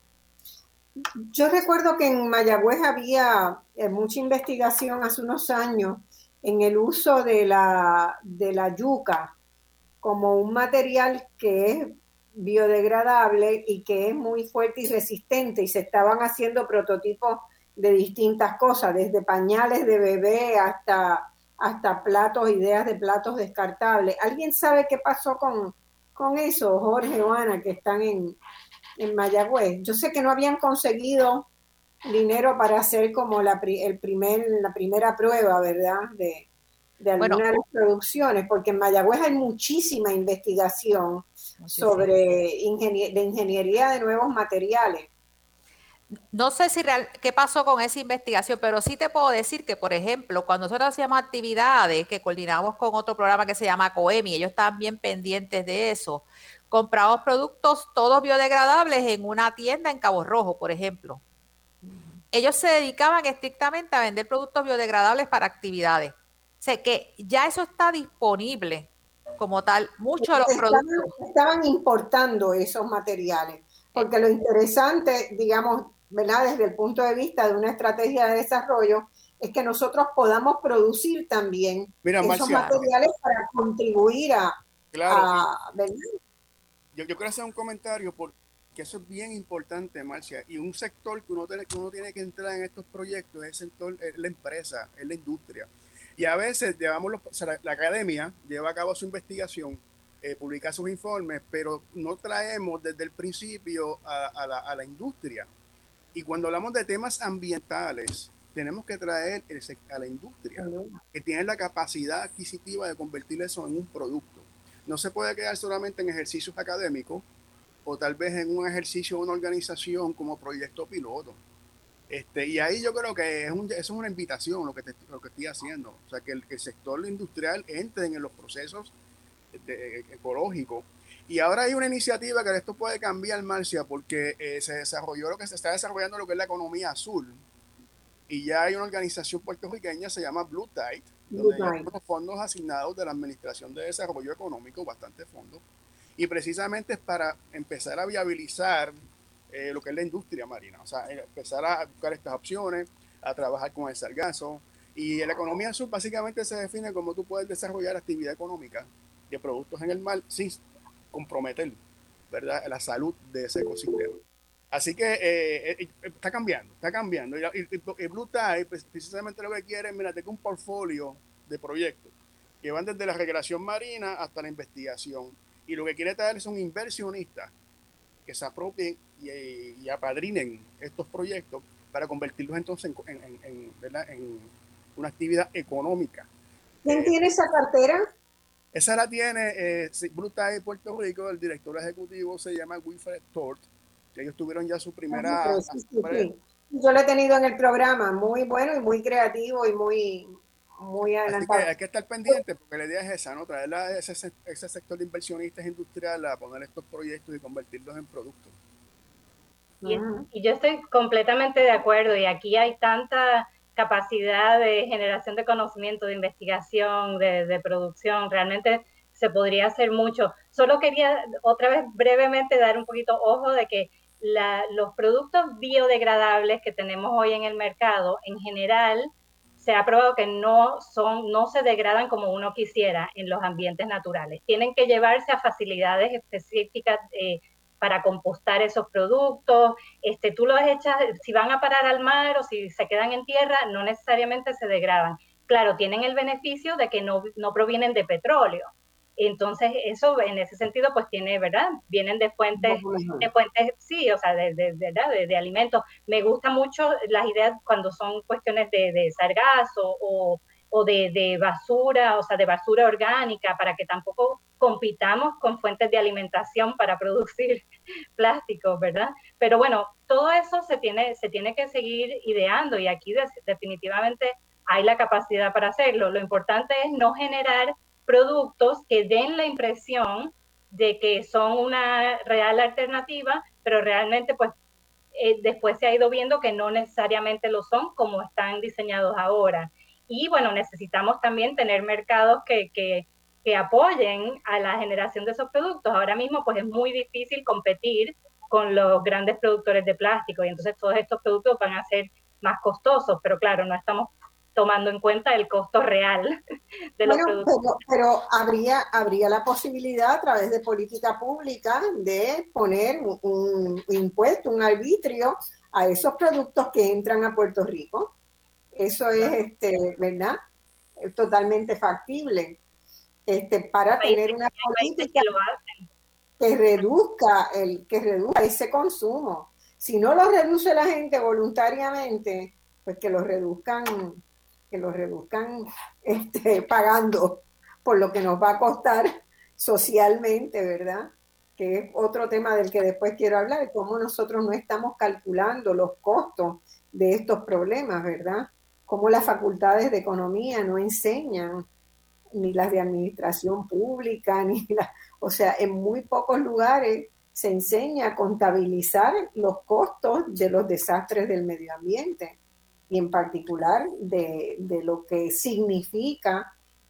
Yo recuerdo que en Mayagüez había eh, mucha investigación hace unos años en el uso de la, de la yuca como un material que es biodegradable y que es muy fuerte y resistente, y se estaban haciendo prototipos de distintas cosas, desde pañales de bebé hasta, hasta platos, ideas de platos descartables. ¿Alguien sabe qué pasó con, con eso, Jorge o Ana, que están en, en Mayagüez? Yo sé que no habían conseguido dinero para hacer como la, el primer, la primera prueba, ¿verdad?, de, de alguna bueno, de las producciones, porque en Mayagüez hay muchísima investigación muchísimo. sobre ingenier de ingeniería de nuevos materiales.
No sé si real, qué pasó con esa investigación, pero sí te puedo decir que, por ejemplo, cuando nosotros hacíamos actividades que coordinamos con otro programa que se llama COEMI, ellos estaban bien pendientes de eso, compramos productos todos biodegradables en una tienda en Cabo Rojo, por ejemplo. Ellos se dedicaban estrictamente a vender productos biodegradables para actividades. O sea, que ya eso está disponible como tal. Muchos de los
estaban,
productos.
Estaban importando esos materiales, porque lo interesante, digamos, ¿verdad?, desde el punto de vista de una estrategia de desarrollo, es que nosotros podamos producir también
Mira,
esos
Marcia,
materiales para contribuir a...
Claro.
a
yo, yo quiero hacer un comentario porque eso es bien importante, Marcia, y un sector que uno tiene que, uno tiene que entrar en estos proyectos es el sector, es la empresa, es la industria. Y a veces llevamos los, o sea, la, la academia lleva a cabo su investigación, eh, publica sus informes, pero no traemos desde el principio a, a, la, a la industria. Y cuando hablamos de temas ambientales, tenemos que traer el, a la industria, que tiene la capacidad adquisitiva de convertir eso en un producto. No se puede quedar solamente en ejercicios académicos o tal vez en un ejercicio de una organización como proyecto piloto. Este, y ahí yo creo que es un, eso es una invitación lo que, te, lo que estoy haciendo. O sea, que el, que el sector industrial entre en los procesos de, ecológicos. Y ahora hay una iniciativa que esto puede cambiar, Marcia, porque eh, se desarrolló lo que se está desarrollando lo que es la economía azul. Y ya hay una organización puertorriqueña, se llama Blue Tide, Blue donde hay unos fondos asignados de la Administración de Desarrollo Económico, bastante fondos. Y precisamente es para empezar a viabilizar eh, lo que es la industria marina, o sea, empezar a buscar estas opciones, a trabajar con el sargazo. Y la economía sur básicamente se define como tú puedes desarrollar actividad económica de productos en el mar sin comprometer, ¿verdad?, la salud de ese ecosistema. Así que eh, eh, está cambiando, está cambiando. Y, y, y Blue Tide, pues, precisamente lo que quiere es, mira, tener un portfolio de proyectos que van desde la recreación marina hasta la investigación. Y lo que quiere traer son inversionistas que se apropien y, y apadrinen estos proyectos para convertirlos entonces en, en, en, ¿verdad?, en una actividad económica.
¿Quién
eh,
tiene esa cartera?
Esa la tiene eh, Blue Tide Puerto Rico, el director ejecutivo se llama Wilfred Tort. Ellos tuvieron ya su primera...
Sí, sí, sí. Yo lo he tenido en el programa, muy bueno y muy creativo y muy, muy adelantado.
Así que hay que estar pendiente porque la idea es esa, ¿no? Traer a ese, ese sector de inversionistas industriales a poner estos proyectos y convertirlos en productos.
Y, y yo estoy completamente de acuerdo, y aquí hay tanta capacidad de generación de conocimiento, de investigación, de, de producción, realmente se podría hacer mucho. Solo quería otra vez brevemente dar un poquito ojo de que la, los productos biodegradables que tenemos hoy en el mercado, en general, se ha probado que no, son, no se degradan como uno quisiera en los ambientes naturales. Tienen que llevarse a facilidades específicas eh, para compostar esos productos. Este, tú los echas, si van a parar al mar o si se quedan en tierra, no necesariamente se degradan. Claro, tienen el beneficio de que no, no provienen de petróleo. Entonces, eso en ese sentido, pues tiene, ¿verdad? Vienen de fuentes, de fuentes, sí, o sea, de, de, de, de, de alimentos. Me gustan mucho las ideas cuando son cuestiones de, de sargazo o, o de, de basura, o sea, de basura orgánica, para que tampoco compitamos con fuentes de alimentación para producir plásticos, ¿verdad? Pero bueno, todo eso se tiene, se tiene que seguir ideando, y aquí de, definitivamente hay la capacidad para hacerlo. Lo importante es no generar productos que den la impresión de que son una real alternativa, pero realmente pues eh, después se ha ido viendo que no necesariamente lo son como están diseñados ahora. Y bueno, necesitamos también tener mercados que, que, que apoyen a la generación de esos productos. Ahora mismo pues es muy difícil competir con los grandes productores de plástico, y entonces todos estos productos van a ser más costosos, pero claro, no estamos tomando en cuenta el costo real de los
bueno,
productos.
Pero, pero habría, habría la posibilidad a través de política pública de poner un, un impuesto, un arbitrio a esos productos que entran a Puerto Rico. Eso es, este, ¿verdad? Es totalmente factible. Este, para tener una política que reduzca, el, que reduzca ese consumo. Si no lo reduce la gente voluntariamente, pues que lo reduzcan que lo reduzcan este, pagando por lo que nos va a costar socialmente, ¿verdad? Que es otro tema del que después quiero hablar, cómo nosotros no estamos calculando los costos de estos problemas, ¿verdad? Cómo las facultades de economía no enseñan, ni las de administración pública, ni la, o sea, en muy pocos lugares se enseña a contabilizar los costos de los desastres del medio ambiente, y en particular de, de lo que significa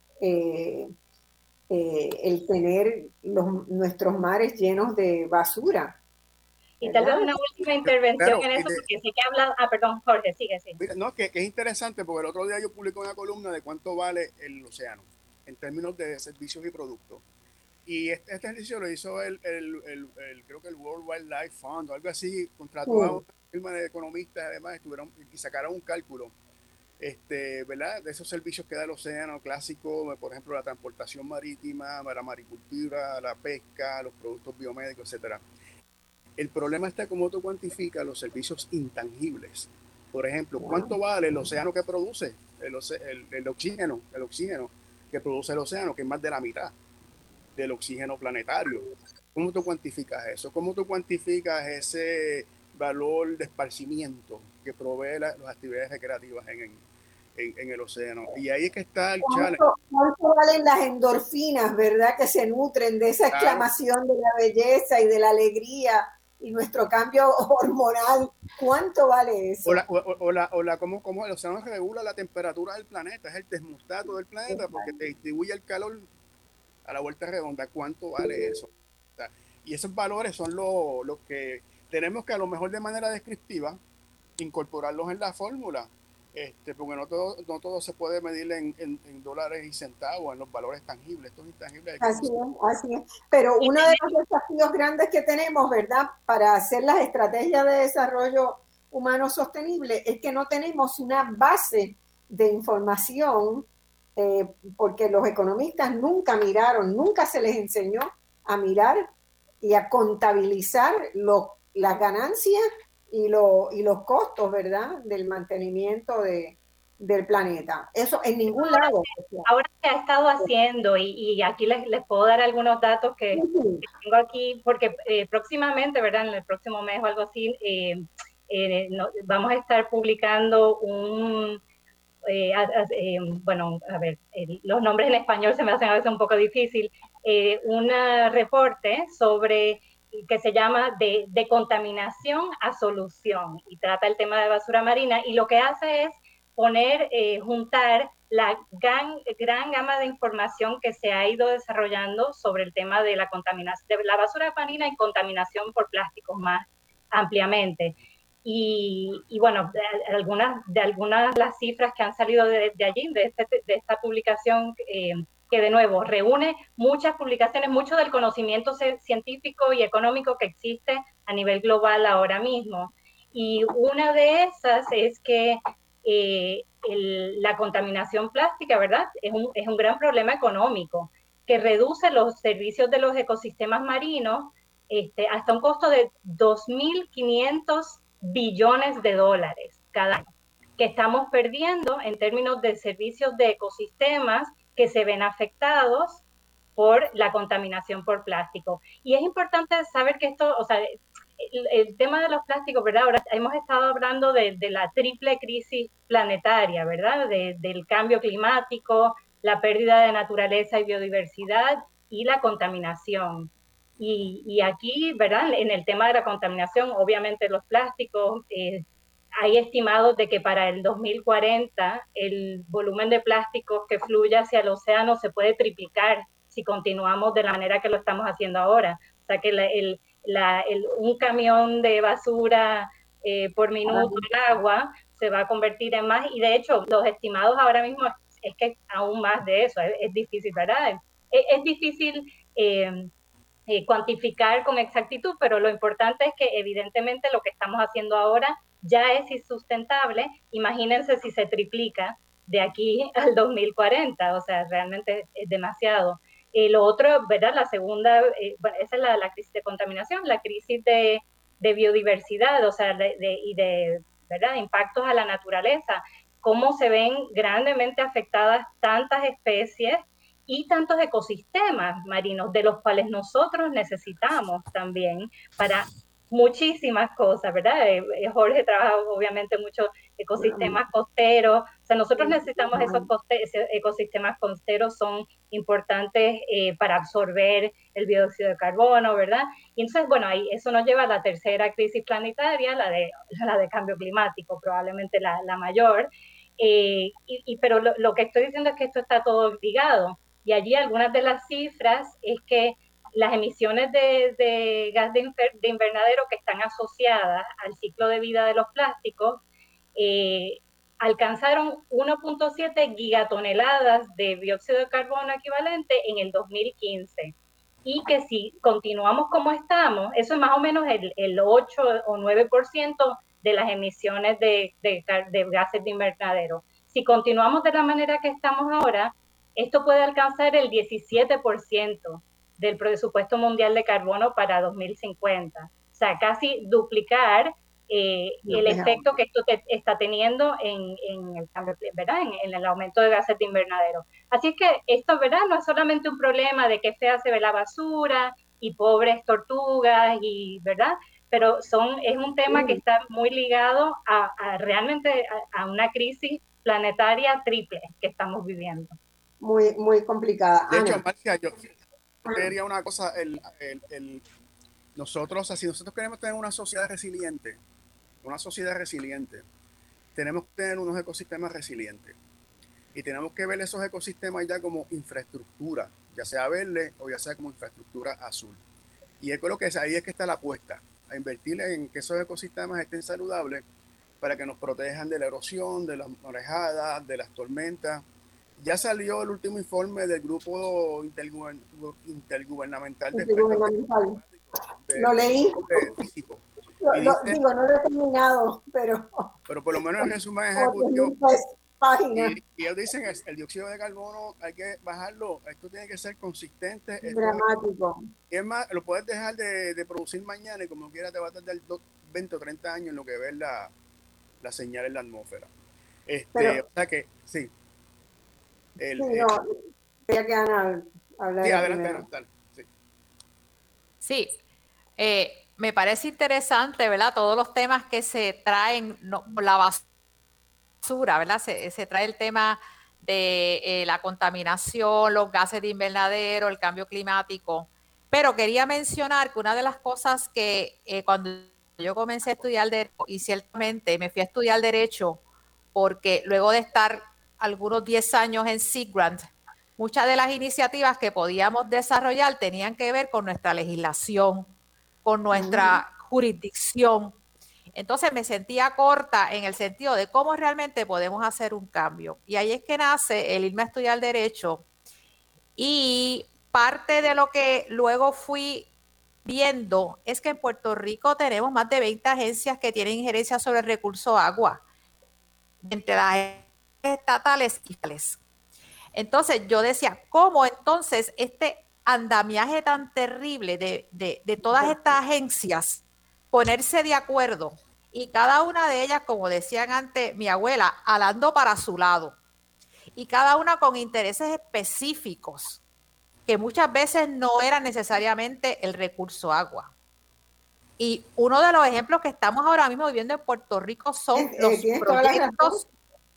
eh, eh, el tener los, nuestros mares llenos de basura.
Y tal vez una última intervención claro, en eso, de, porque sí que he hablado... Ah, perdón, Jorge, sigue, sigue.
Mira, no, que, que es interesante, porque el otro día yo publiqué una columna de cuánto vale el océano en términos de servicios y productos. Y este, este ejercicio lo hizo el, el, el, el, creo que el World Wildlife Fund o algo así, contrató uh. a una firma de economistas, además, estuvieron y sacaron un cálculo, este, ¿verdad?, de esos servicios que da el océano clásico, por ejemplo, la transportación marítima, la maricultura, la pesca, los productos biomédicos, etcétera. El problema está cómo tú cuantificas los servicios intangibles. Por ejemplo, ¿cuánto vale el océano que produce? El, el, el oxígeno, el oxígeno que produce el océano, que es más de la mitad del oxígeno planetario. ¿Cómo tú cuantificas eso? ¿Cómo tú cuantificas ese valor de esparcimiento que provee la, las actividades recreativas en, en, en el océano? Y ahí es que está el challenge.
¿Cuánto valen las endorfinas, verdad? Que se nutren de esa exclamación claro. de la belleza y de la alegría y nuestro cambio hormonal. ¿Cuánto vale eso?
O la, o, o la, o la cómo, cómo el océano regula la temperatura del planeta, es el termostato del planeta, porque te distribuye el calor a la vuelta redonda. ¿Cuánto vale eso? O sea, y esos valores son los, los que tenemos que a lo mejor de manera descriptiva incorporarlos en la fórmula, este, porque no todo, no todo se puede medir en, en, en dólares y centavos, en los valores tangibles, estos intangibles.
Así es, así es. Pero uno de los desafíos grandes que tenemos, ¿verdad?, para hacer las estrategias de desarrollo humano sostenible es que no tenemos una base de información, eh, porque los economistas nunca miraron, nunca se les enseñó a mirar y a contabilizar lo, las ganancias y, lo, y los costos, ¿verdad?, del mantenimiento de, del planeta. Eso en ningún
ahora,
lado.
Ahora se ha estado haciendo, y, y aquí les, les puedo dar algunos datos que,
Uh-huh.
que tengo aquí, porque eh, próximamente, ¿verdad?, en el próximo mes o algo así, eh, eh, no, vamos a estar publicando un... Eh, eh, bueno, a ver, eh, los nombres en español se me hacen a veces un poco difícil, eh, un reporte sobre que se llama de, de contaminación a solución, y trata el tema de basura marina, y lo que hace es poner, eh, juntar la gran, gran gama de información que se ha ido desarrollando sobre el tema de la contaminación, de la basura marina y contaminación por plásticos más ampliamente. Y, y bueno, de algunas, de algunas de las cifras que han salido de, de allí, de, este, de esta publicación, eh, que de nuevo reúne muchas publicaciones, mucho del conocimiento científico y económico que existe a nivel global ahora mismo. Y una de esas es que eh, el, la contaminación plástica, ¿verdad?, es un, es un gran problema económico que reduce los servicios de los ecosistemas marinos este, hasta un costo de dos mil quinientos billones de dólares cada año, que estamos perdiendo en términos de servicios de ecosistemas que se ven afectados por la contaminación por plástico. Y es importante saber que esto, o sea, el, el tema de los plásticos, ¿verdad? Ahora hemos estado hablando de, de la triple crisis planetaria, ¿verdad? De, del cambio climático, la pérdida de naturaleza y biodiversidad y la contaminación. Y, y aquí, ¿verdad?, en el tema de la contaminación, obviamente los plásticos, eh, hay estimados de que para el dos mil cuarenta el volumen de plásticos que fluye hacia el océano se puede triplicar si continuamos de la manera que lo estamos haciendo ahora. O sea que la, el, la, el, un camión de basura eh, por minuto en agua se va a convertir en más, y de hecho los estimados ahora mismo es que aún más de eso, es, es difícil, ¿verdad? Es, es difícil eh, Eh, cuantificar con exactitud, pero lo importante es que evidentemente lo que estamos haciendo ahora ya es insustentable. Imagínense si se triplica de aquí al dos mil cuarenta, o sea, realmente es demasiado. Eh, lo otro, ¿verdad? La segunda, eh, bueno, esa es la, la crisis de contaminación, la crisis de, de biodiversidad, o sea, de, de, y de, ¿verdad?, impactos a la naturaleza, cómo se ven grandemente afectadas tantas especies y tantos ecosistemas marinos, de los cuales nosotros necesitamos también para muchísimas cosas, ¿verdad? Jorge trabaja obviamente muchos ecosistemas costeros, o sea, nosotros necesitamos esos, coste esos ecosistemas costeros, son importantes eh, para absorber el dióxido de carbono, ¿verdad? Y entonces, bueno, ahí eso nos lleva a la tercera crisis planetaria, la de, la de cambio climático, probablemente la, la mayor, eh, y, y, pero lo, lo que estoy diciendo es que esto está todo ligado. Y allí algunas de las cifras es que las emisiones de, de gas de, de invernadero que están asociadas al ciclo de vida de los plásticos eh, alcanzaron uno punto siete gigatoneladas de dióxido de carbono equivalente en el dos mil quince. Y que si continuamos como estamos, eso es más o menos el, el ocho o nueve por ciento de las emisiones de, de, de gases de invernadero. Si continuamos de la manera que estamos ahora, esto puede alcanzar el diecisiete por ciento del presupuesto mundial de carbono para dos mil cincuenta. O sea, casi duplicar eh, el efecto que esto te, está teniendo en, en el cambio, ¿verdad? En, en el aumento de gases de invernadero. Así es que esto, ¿verdad?, no es solamente un problema de que fea se ve la basura y pobres tortugas, y, ¿verdad?, pero son, es un tema que está muy ligado a, a realmente a, a una crisis planetaria triple que estamos viviendo.
Muy, muy complicada.
De
Ana.
hecho, Marcia, yo quería una cosa, el, el, el, nosotros, así nosotros queremos tener una sociedad resiliente, una sociedad resiliente, tenemos que tener unos ecosistemas resilientes, y tenemos que ver esos ecosistemas ya como infraestructura, ya sea verde o ya sea como infraestructura azul. Y yo creo que ahí es que está la apuesta. a invertir en que esos ecosistemas estén saludables para que nos protejan de la erosión, de las marejadas, de las tormentas. Ya salió el último informe del grupo intergubernamental de
intergubernamental. De, lo leí. De físico. Lo, lo, dice, digo, no lo he terminado, pero...
Pero por lo menos el resumen ejecutivo. Y, y ellos dicen que el dióxido de carbono hay que bajarlo, esto tiene que ser consistente.
Dramático.
Y es más, lo puedes dejar de, de producir mañana y como quiera te va a tardar veinte o treinta años en lo que ves la, la señal en la atmósfera. Este, Pero, o sea que, sí.
El, sí, no, quería que Ana hablara.
Sí, adelante, adelante. Sí,
sí eh, me parece interesante, ¿verdad? Todos los temas que se traen, no, la basura, ¿verdad? Se, se trae el tema de eh, la contaminación, los gases de invernadero, el cambio climático. Pero quería mencionar que una de las cosas que eh, cuando yo comencé a estudiar Derecho, y ciertamente me fui a estudiar Derecho porque luego de estar algunos diez años en Sea Grant, muchas de las iniciativas que podíamos desarrollar tenían que ver con nuestra legislación, con nuestra uh-huh. jurisdicción. Entonces me sentía corta en el sentido de cómo realmente podemos hacer un cambio. Y ahí es que nace el irme a estudiar Derecho. Y parte de lo que luego fui viendo es que en Puerto Rico tenemos más de veinte agencias que tienen injerencia sobre el recurso agua, entre las estatales y tales. Entonces yo decía, ¿cómo entonces este andamiaje tan terrible de, de, de todas estas agencias ponerse de acuerdo y cada una de ellas, como decían antes mi abuela, alando para su lado y cada una con intereses específicos que muchas veces no eran necesariamente el recurso agua? Y uno de los ejemplos que estamos ahora mismo viviendo en Puerto Rico son eh, los eh, proyectos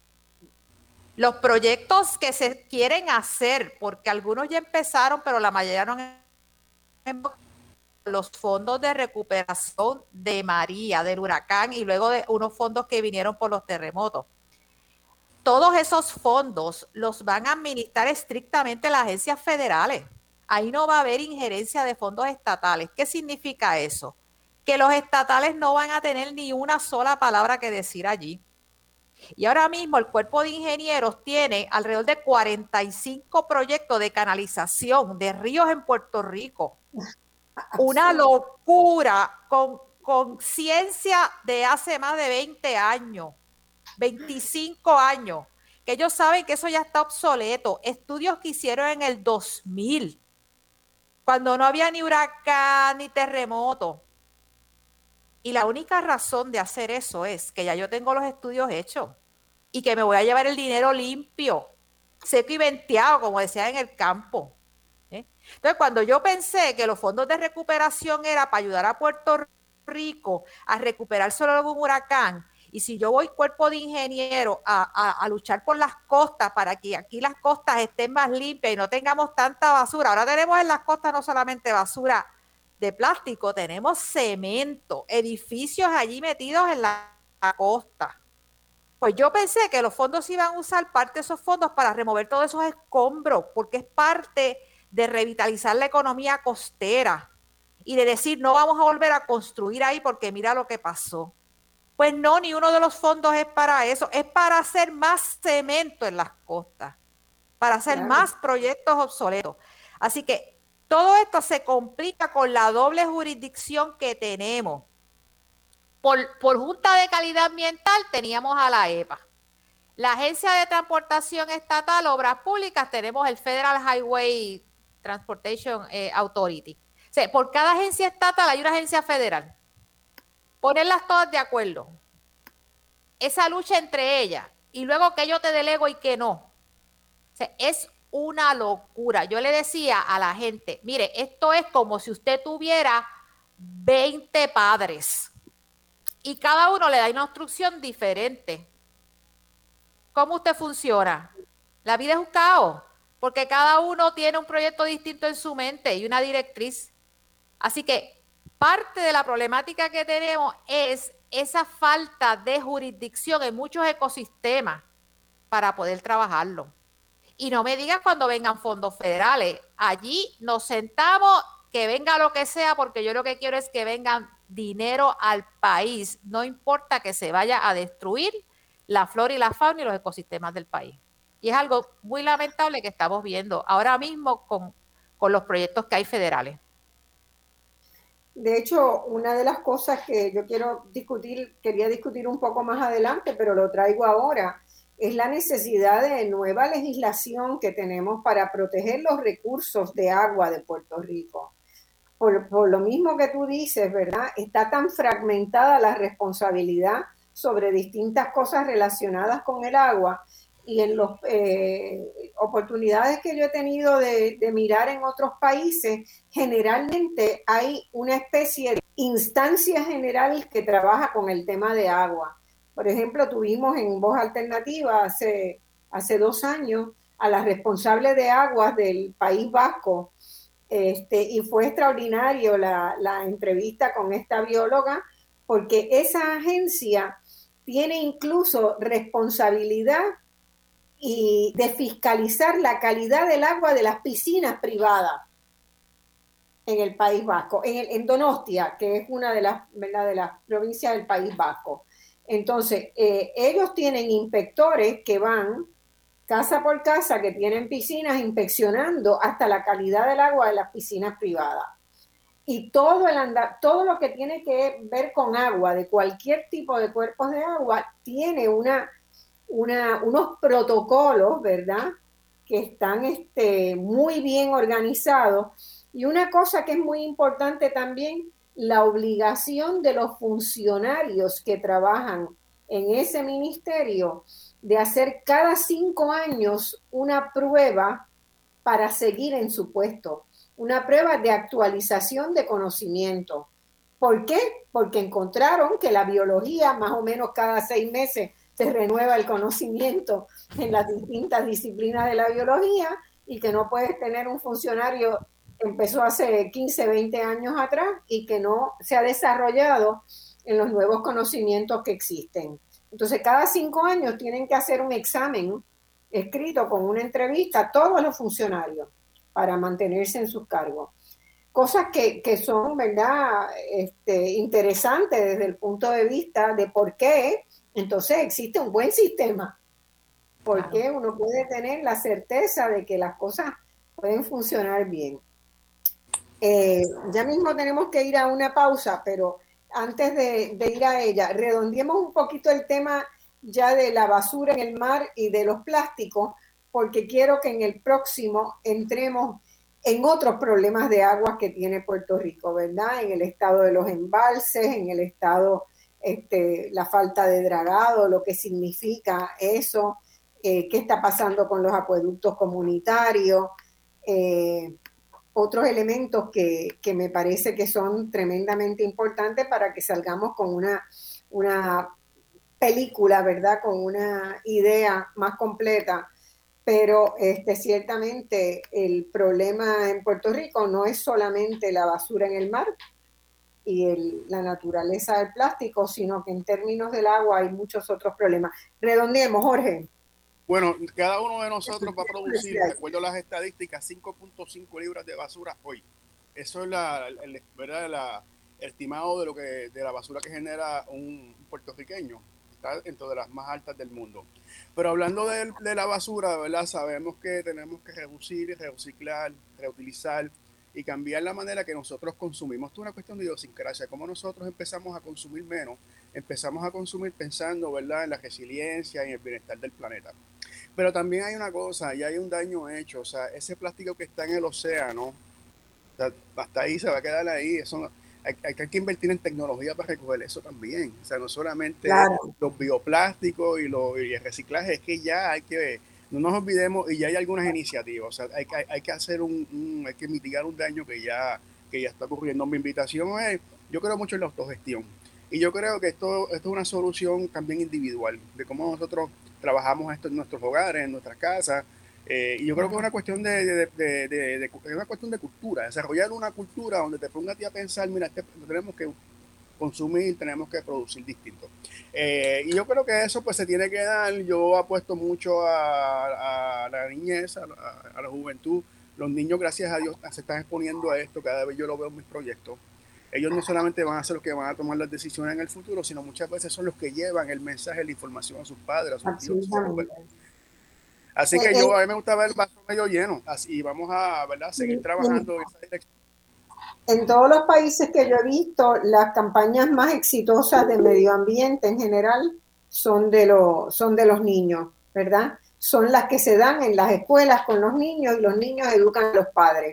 los proyectos que se quieren hacer, porque algunos ya empezaron, pero la mayoría no han los fondos de recuperación de María, del huracán, y luego de unos fondos que vinieron por los terremotos. Todos esos fondos los van a administrar estrictamente las agencias federales. Ahí no va a haber injerencia de fondos estatales. ¿Qué significa eso? Que los estatales no van a tener ni una sola palabra que decir allí. Y ahora mismo el cuerpo de ingenieros tiene alrededor de cuarenta y cinco proyectos de canalización de ríos en Puerto Rico. Una locura con, con ciencia de hace más de veinte años, veinticinco años, que ellos saben que eso ya está obsoleto. Estudios que hicieron en el dos mil, cuando no había ni huracán ni terremoto. Y la única razón de hacer eso es que ya yo tengo los estudios hechos y que me voy a llevar el dinero limpio, seco y venteado, como decía en el campo. ¿Eh? Entonces, cuando yo pensé que los fondos de recuperación era para ayudar a Puerto Rico a recuperar solo algún huracán, y si yo voy cuerpo de ingenieros a, a, a luchar por las costas para que aquí las costas estén más limpias y no tengamos tanta basura. Ahora tenemos en las costas no solamente basura de plástico, tenemos cemento, edificios allí metidos en la, la costa. Pues yo pensé que los fondos iban a usar parte de esos fondos para remover todos esos escombros, porque es parte de revitalizar la economía costera y de decir no vamos a volver a construir ahí porque mira lo que pasó. Pues no, ni uno de los fondos es para eso, es para hacer más cemento en las costas, para hacer claro. más proyectos obsoletos. Así que todo esto se complica con la doble jurisdicción que tenemos. Por, por Junta de Calidad Ambiental teníamos a la E P A. La Agencia de Transportación Estatal, Obras Públicas, tenemos el Federal Highway Transportation eh, Authority. O sea, por cada agencia estatal hay una agencia federal. Ponerlas todas de acuerdo. Esa lucha entre ellas. Y luego que yo te delego y que no. O sea, es una locura. Yo le decía a la gente, mire, esto es como si usted tuviera veinte padres y cada uno le da una instrucción diferente. ¿Cómo usted funciona? La vida es un caos, porque cada uno tiene un proyecto distinto en su mente y una directriz. Así que parte de la problemática que tenemos es esa falta de jurisdicción en muchos ecosistemas para poder trabajarlo. Y no me digas cuando vengan fondos federales. Allí nos sentamos, que venga lo que sea, porque yo lo que quiero es que vengan dinero al país, no importa que se vaya a destruir la flora y la fauna y los ecosistemas del país. Y es algo muy lamentable que estamos viendo ahora mismo con, con los proyectos que hay federales.
De hecho, una de las cosas que yo quiero discutir, quería discutir un poco más adelante, pero lo traigo ahora, es la necesidad de nueva legislación que tenemos para proteger los recursos de agua de Puerto Rico. Por, por lo mismo que tú dices, ¿verdad? Está tan fragmentada la responsabilidad sobre distintas cosas relacionadas con el agua, y en las eh, oportunidades que yo he tenido de, de mirar en otros países, generalmente hay una especie de instancia general que trabaja con el tema de agua. Por ejemplo, tuvimos en Voz Alternativa hace, hace dos años a la responsable de aguas del País Vasco, este, y fue extraordinario la, la entrevista con esta bióloga, porque esa agencia tiene incluso responsabilidad y de fiscalizar la calidad del agua de las piscinas privadas en el País Vasco, en, el, en Donostia, que es una de las, ¿verdad?, de las provincias del País Vasco. Entonces, eh, ellos tienen inspectores que van casa por casa, que tienen piscinas, inspeccionando hasta la calidad del agua de las piscinas privadas. Y todo, el anda, todo lo que tiene que ver con agua, de cualquier tipo de cuerpos de agua, tiene una, una, unos protocolos, ¿verdad?, que están este, muy bien organizados. Y una cosa que es muy importante también, la obligación de los funcionarios que trabajan en ese ministerio de hacer cada cinco años una prueba para seguir en su puesto, una prueba de actualización de conocimiento. ¿Por qué? Porque encontraron que la biología, más o menos cada seis meses, se renueva el conocimiento en las distintas disciplinas de la biología, y que no puedes tener un funcionario que empezó hace quince, veinte años atrás y que no se ha desarrollado en los nuevos conocimientos que existen. Entonces, cada cinco años tienen que hacer un examen escrito con una entrevista a todos los funcionarios para mantenerse en sus cargos. Cosas que, que son, ¿verdad?, este, interesantes desde el punto de vista de por qué entonces existe un buen sistema. ¿Por qué uno puede tener la certeza de que las cosas pueden funcionar bien? Eh, ya mismo tenemos que ir a una pausa, pero antes de, de ir a ella, redondeemos un poquito el tema ya de la basura en el mar y de los plásticos, porque quiero que en el próximo entremos en otros problemas de aguas que tiene Puerto Rico, ¿verdad? En el estado de los embalses, en el estado, este, la falta de dragado, lo que significa eso, eh, qué está pasando con los acueductos comunitarios, eh, otros elementos que, que me parece que son tremendamente importantes para que salgamos con una, una película, ¿verdad?, con una idea más completa. Pero este, ciertamente el problema en Puerto Rico no es solamente la basura en el mar y el, la naturaleza del plástico, sino que en términos del agua hay muchos otros problemas. Redondeemos, Jorge.
Bueno, cada uno de nosotros va a producir, de acuerdo a las estadísticas, cinco punto cinco libras de basura hoy. Eso es la, el, ¿verdad? La, el estimado de lo que de la basura que genera un puertorriqueño. Está dentro de las más altas del mundo. Pero hablando de, de la basura, ¿verdad?, sabemos que tenemos que reducir, reciclar, reutilizar y cambiar la manera que nosotros consumimos. Esto es una cuestión de idiosincrasia. Como nosotros empezamos a consumir menos, empezamos a consumir pensando, ¿verdad?, en la resiliencia y en el bienestar del planeta. Pero también hay una cosa, y hay un daño hecho. O sea, ese plástico que está en el océano, o sea, hasta ahí se va a quedar ahí. Eso, hay, hay que invertir en tecnología para recoger eso también. O sea, no solamente claro. los bioplásticos y, lo, y el reciclaje, es que ya hay que, no nos olvidemos, y ya hay algunas iniciativas. O sea, hay, hay, hay que hacer un, un, hay que mitigar un daño que ya, que ya está ocurriendo. Mi invitación es, yo creo mucho en la autogestión. Y yo creo que esto, esto es una solución también individual, de cómo nosotros trabajamos esto en nuestros hogares, en nuestras casas. Eh, y yo creo que es una cuestión de, de, de, de, de, de una cuestión de cultura, desarrollar una cultura donde te pongas a ti a pensar, mira, este, tenemos que consumir, tenemos que producir distinto. Eh, y yo creo que eso pues se tiene que dar. Yo apuesto mucho a, a la niñez, a, a, a la juventud. Los niños, gracias a Dios, se están exponiendo a esto, cada vez yo lo veo en mis proyectos. ellos no solamente van a ser los que van a tomar las decisiones en el futuro, sino muchas veces son los que llevan el mensaje, la información a sus padres, a sus tíos. Así que yo, a mí me gusta ver el vaso medio lleno, así, y vamos a, ¿verdad?, seguir trabajando en esa dirección.
En todos los países que yo he visto, las campañas más exitosas de medio ambiente en general son de, lo, son de los niños, ¿verdad? Son las que se dan en las escuelas con los niños y los niños educan a los padres.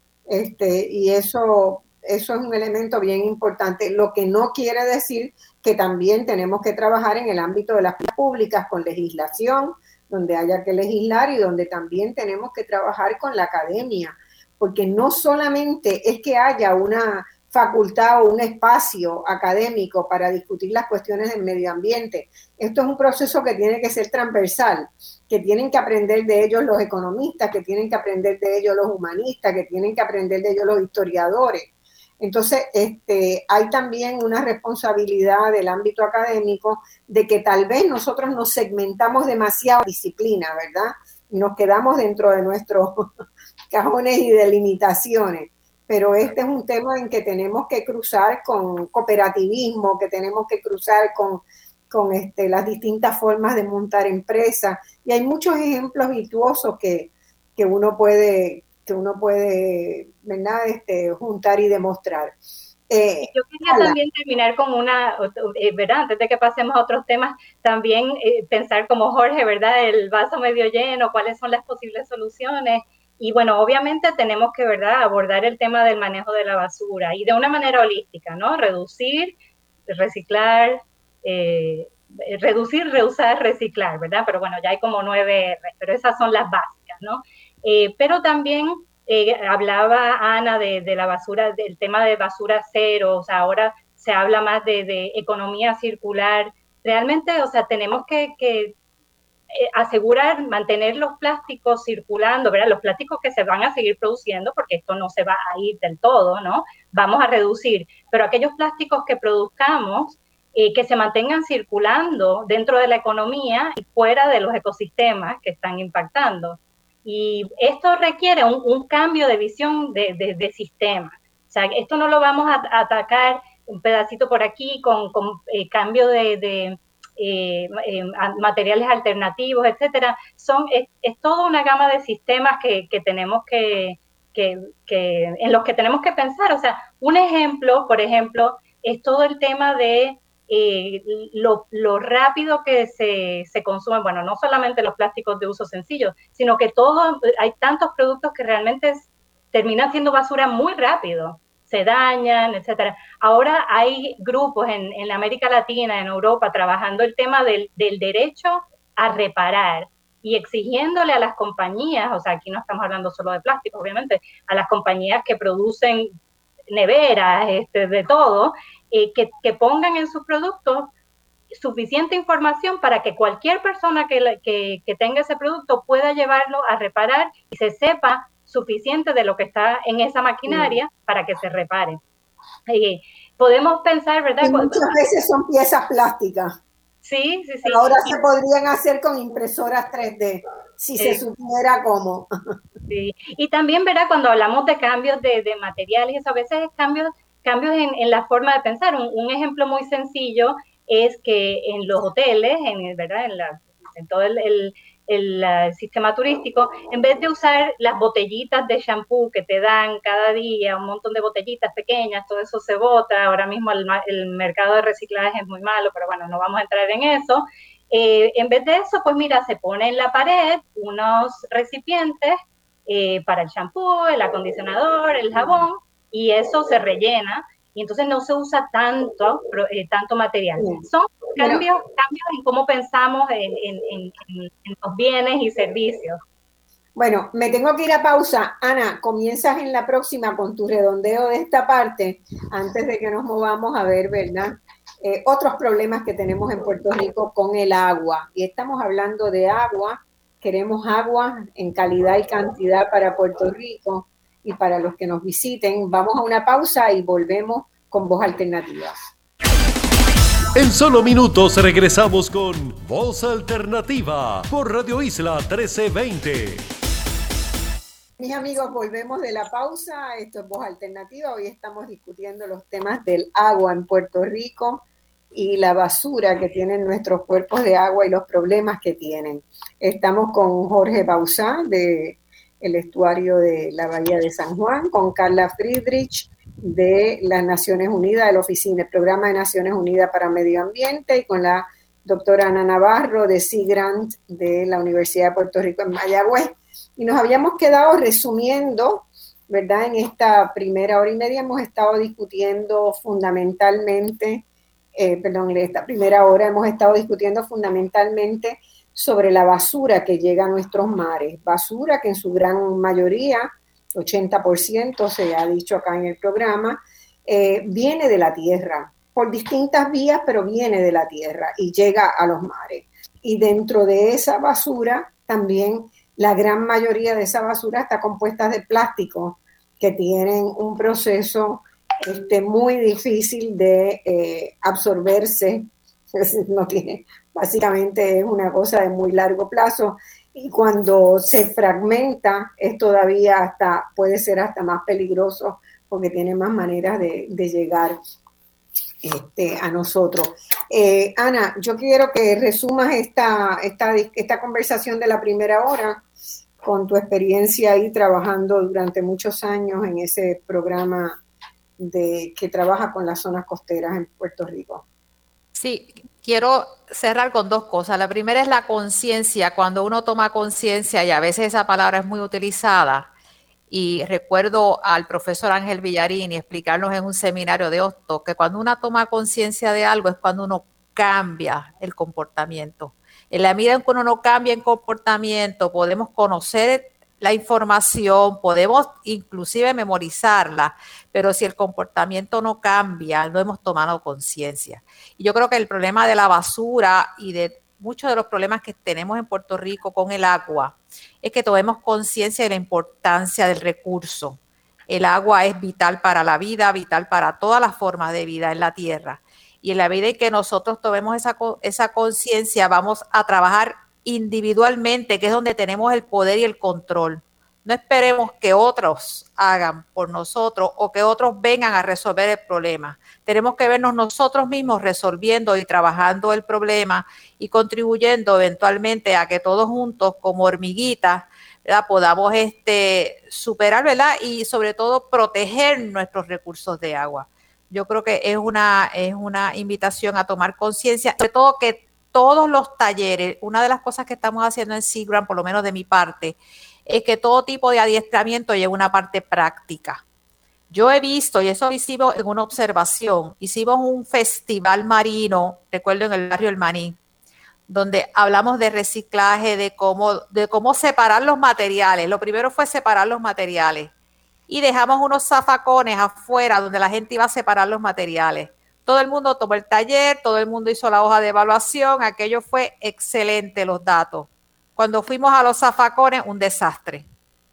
Este, y eso, eso es un elemento bien importante, lo que no quiere decir que también tenemos que trabajar en el ámbito de las públicas con legislación, donde haya que legislar y donde también tenemos que trabajar con la academia, porque no solamente es que haya una facultad o un espacio académico para discutir las cuestiones del medio ambiente. Esto es un proceso que tiene que ser transversal, que tienen que aprender de ellos los economistas, que tienen que aprender de ellos los humanistas, que tienen que aprender de ellos los historiadores. Entonces, este, hay también una responsabilidad del ámbito académico de que tal vez nosotros nos segmentamos demasiado disciplina, ¿verdad? Y nos quedamos dentro de nuestros cajones y delimitaciones. Pero este es un tema en que tenemos que cruzar con cooperativismo, que tenemos que cruzar con, con este, las distintas formas de montar empresas. Y hay muchos ejemplos virtuosos que, que uno puede... que uno puede, ¿verdad?, este, juntar y demostrar.
Eh, Yo quería ala. también terminar con una, eh, ¿verdad?, antes de que pasemos a otros temas, también eh, pensar como Jorge, ¿verdad?, el vaso medio lleno, cuáles son las posibles soluciones. Y bueno, obviamente tenemos que, ¿verdad?, abordar el tema del manejo de la basura y de una manera holística, ¿no? Reducir, reciclar, eh, reducir, reusar, reciclar, ¿verdad? Pero bueno, ya hay como nueve R, pero esas son las básicas, ¿no? Eh, pero también eh, hablaba Ana de, de la basura, del tema de basura cero, o sea, ahora se habla más de, de economía circular. Realmente, o sea, tenemos que, que eh, asegurar, mantener los plásticos circulando, ¿verdad? Los plásticos que se van a seguir produciendo, porque esto no se va a ir del todo, ¿no? Vamos a reducir, pero aquellos plásticos que produzcamos, eh, que se mantengan circulando dentro de la economía y fuera de los ecosistemas que están impactando. Y esto requiere un, un cambio de visión de, de, de sistema. O sea, esto no lo vamos a, a atacar un pedacito por aquí con, con eh, cambio de, de eh, eh, materiales alternativos, etcétera. Son, es, es toda una gama de sistemas que, que tenemos que, que, que, en los que tenemos que pensar. O sea, un ejemplo, por ejemplo, es todo el tema de Eh, lo, lo rápido que se, se consume, bueno, no solamente los plásticos de uso sencillo, sino que todo, hay tantos productos que realmente terminan siendo basura muy rápido, se dañan, etcétera. Ahora hay grupos en, en América Latina, en Europa, trabajando el tema del, del derecho a reparar y exigiéndole a las compañías, o sea, aquí no estamos hablando solo de plástico, obviamente, a las compañías que producen neveras, este, de todo, eh, que, que pongan en sus productos suficiente información para que cualquier persona que, que, que tenga ese producto pueda llevarlo a reparar y se sepa suficiente de lo que está en esa maquinaria sí. para que se repare. Eh, podemos pensar, ¿verdad?
Y muchas veces son piezas plásticas.
Sí, sí, sí.
Pero ahora se podrían hacer con impresoras tres D, si sí. se supiera cómo.
Sí. Y también, ¿verdad? Cuando hablamos de cambios de, de materiales, a veces cambios, cambios en, en la forma de pensar. Un, un ejemplo muy sencillo es que en los hoteles, en, ¿verdad? En, la, en todo el, el, el, el sistema turístico, en vez de usar las botellitas de shampoo que te dan cada día, un montón de botellitas pequeñas, todo eso se bota. Ahora mismo el, el mercado de reciclaje es muy malo, pero bueno, no vamos a entrar en eso. Eh, en vez de eso, pues mira, se pone en la pared unos recipientes eh, para el shampoo, el acondicionador, el jabón, y eso se rellena, y entonces no se usa tanto, eh, tanto material. Son cambios, cambios en cómo pensamos en, en, en, en los bienes y servicios.
Bueno, me tengo que ir a pausa. Ana, comienzas en la próxima con tu redondeo de esta parte, antes de que nos movamos a ver, ¿verdad? Eh, otros problemas que tenemos en Puerto Rico con el agua. Y estamos hablando de agua, queremos agua en calidad y cantidad para Puerto Rico y para los que nos visiten. Vamos a una pausa y volvemos con Voz Alternativa.
En solo minutos regresamos con Voz Alternativa por Radio Isla trece veinte.
Mis amigos, volvemos de la pausa. Esto es Voz Alternativa. Hoy estamos discutiendo los temas del agua en Puerto Rico y la basura que tienen nuestros cuerpos de agua y los problemas que tienen. Estamos con Jorge Bauzá, de el estuario de la Bahía de San Juan, con Carla Friedrich, de las Naciones Unidas, de la Oficina, el Programa de Naciones Unidas para Medio Ambiente, y con la doctora Ana Navarro, de Sea Grant, de la Universidad de Puerto Rico en Mayagüez. Y nos habíamos quedado resumiendo, ¿verdad? En esta primera hora y media hemos estado discutiendo fundamentalmente, eh, perdón, en esta primera hora hemos estado discutiendo fundamentalmente sobre la basura que llega a nuestros mares. Basura que en su gran mayoría, ochenta por ciento se ha dicho acá en el programa, eh, viene de la tierra, por distintas vías, pero viene de la tierra y llega a los mares. Y dentro de esa basura también la gran mayoría de esa basura está compuesta de plástico que tienen un proceso este, muy difícil de eh, absorberse. No tiene, básicamente es una cosa de muy largo plazo, y cuando se fragmenta es todavía hasta, puede ser hasta más peligroso porque tiene más maneras de, de llegar este, a nosotros. Eh, Ana, yo quiero que resumas esta, esta, esta conversación de la primera hora con tu experiencia ahí trabajando durante muchos años en ese programa de, que trabaja con las zonas costeras en Puerto Rico.
Sí, quiero cerrar con dos cosas. La primera es la conciencia. Cuando uno toma conciencia, y a veces esa palabra es muy utilizada, y recuerdo al profesor Ángel Villarini explicarnos en un seminario de Hostos que cuando uno toma conciencia de algo es cuando uno cambia el comportamiento. En la medida en que uno no cambia el comportamiento, podemos conocer la información, podemos inclusive memorizarla, pero si el comportamiento no cambia, no hemos tomado conciencia. Y yo creo que el problema de la basura y de muchos de los problemas que tenemos en Puerto Rico con el agua es que tomemos conciencia de la importancia del recurso. El agua es vital para la vida, vital para todas las formas de vida en la tierra. Y en la medida en que nosotros tomemos esa, esa conciencia, vamos a trabajar individualmente, que es donde tenemos el poder y el control. No esperemos que otros hagan por nosotros o que otros vengan a resolver el problema. Tenemos que vernos nosotros mismos resolviendo y trabajando el problema y contribuyendo eventualmente a que todos juntos, como hormiguitas, ¿verdad?, podamos este, superar, ¿verdad?, y sobre todo proteger nuestros recursos de agua. Yo creo que es una, es una invitación a tomar conciencia, sobre todo que todos los talleres, una de las cosas que estamos haciendo en Sea Grant, por lo menos de mi parte, es que todo tipo de adiestramiento lleve una parte práctica. Yo he visto, y eso lo hicimos en una observación, hicimos un festival marino, recuerdo en el barrio El Maní, donde hablamos de reciclaje, de cómo, de cómo separar los materiales. Lo primero fue separar los materiales y dejamos unos zafacones afuera donde la gente iba a separar los materiales. Todo el mundo tomó el taller, todo el mundo hizo la hoja de evaluación, aquello fue excelente, los datos. Cuando fuimos a los zafacones, un desastre.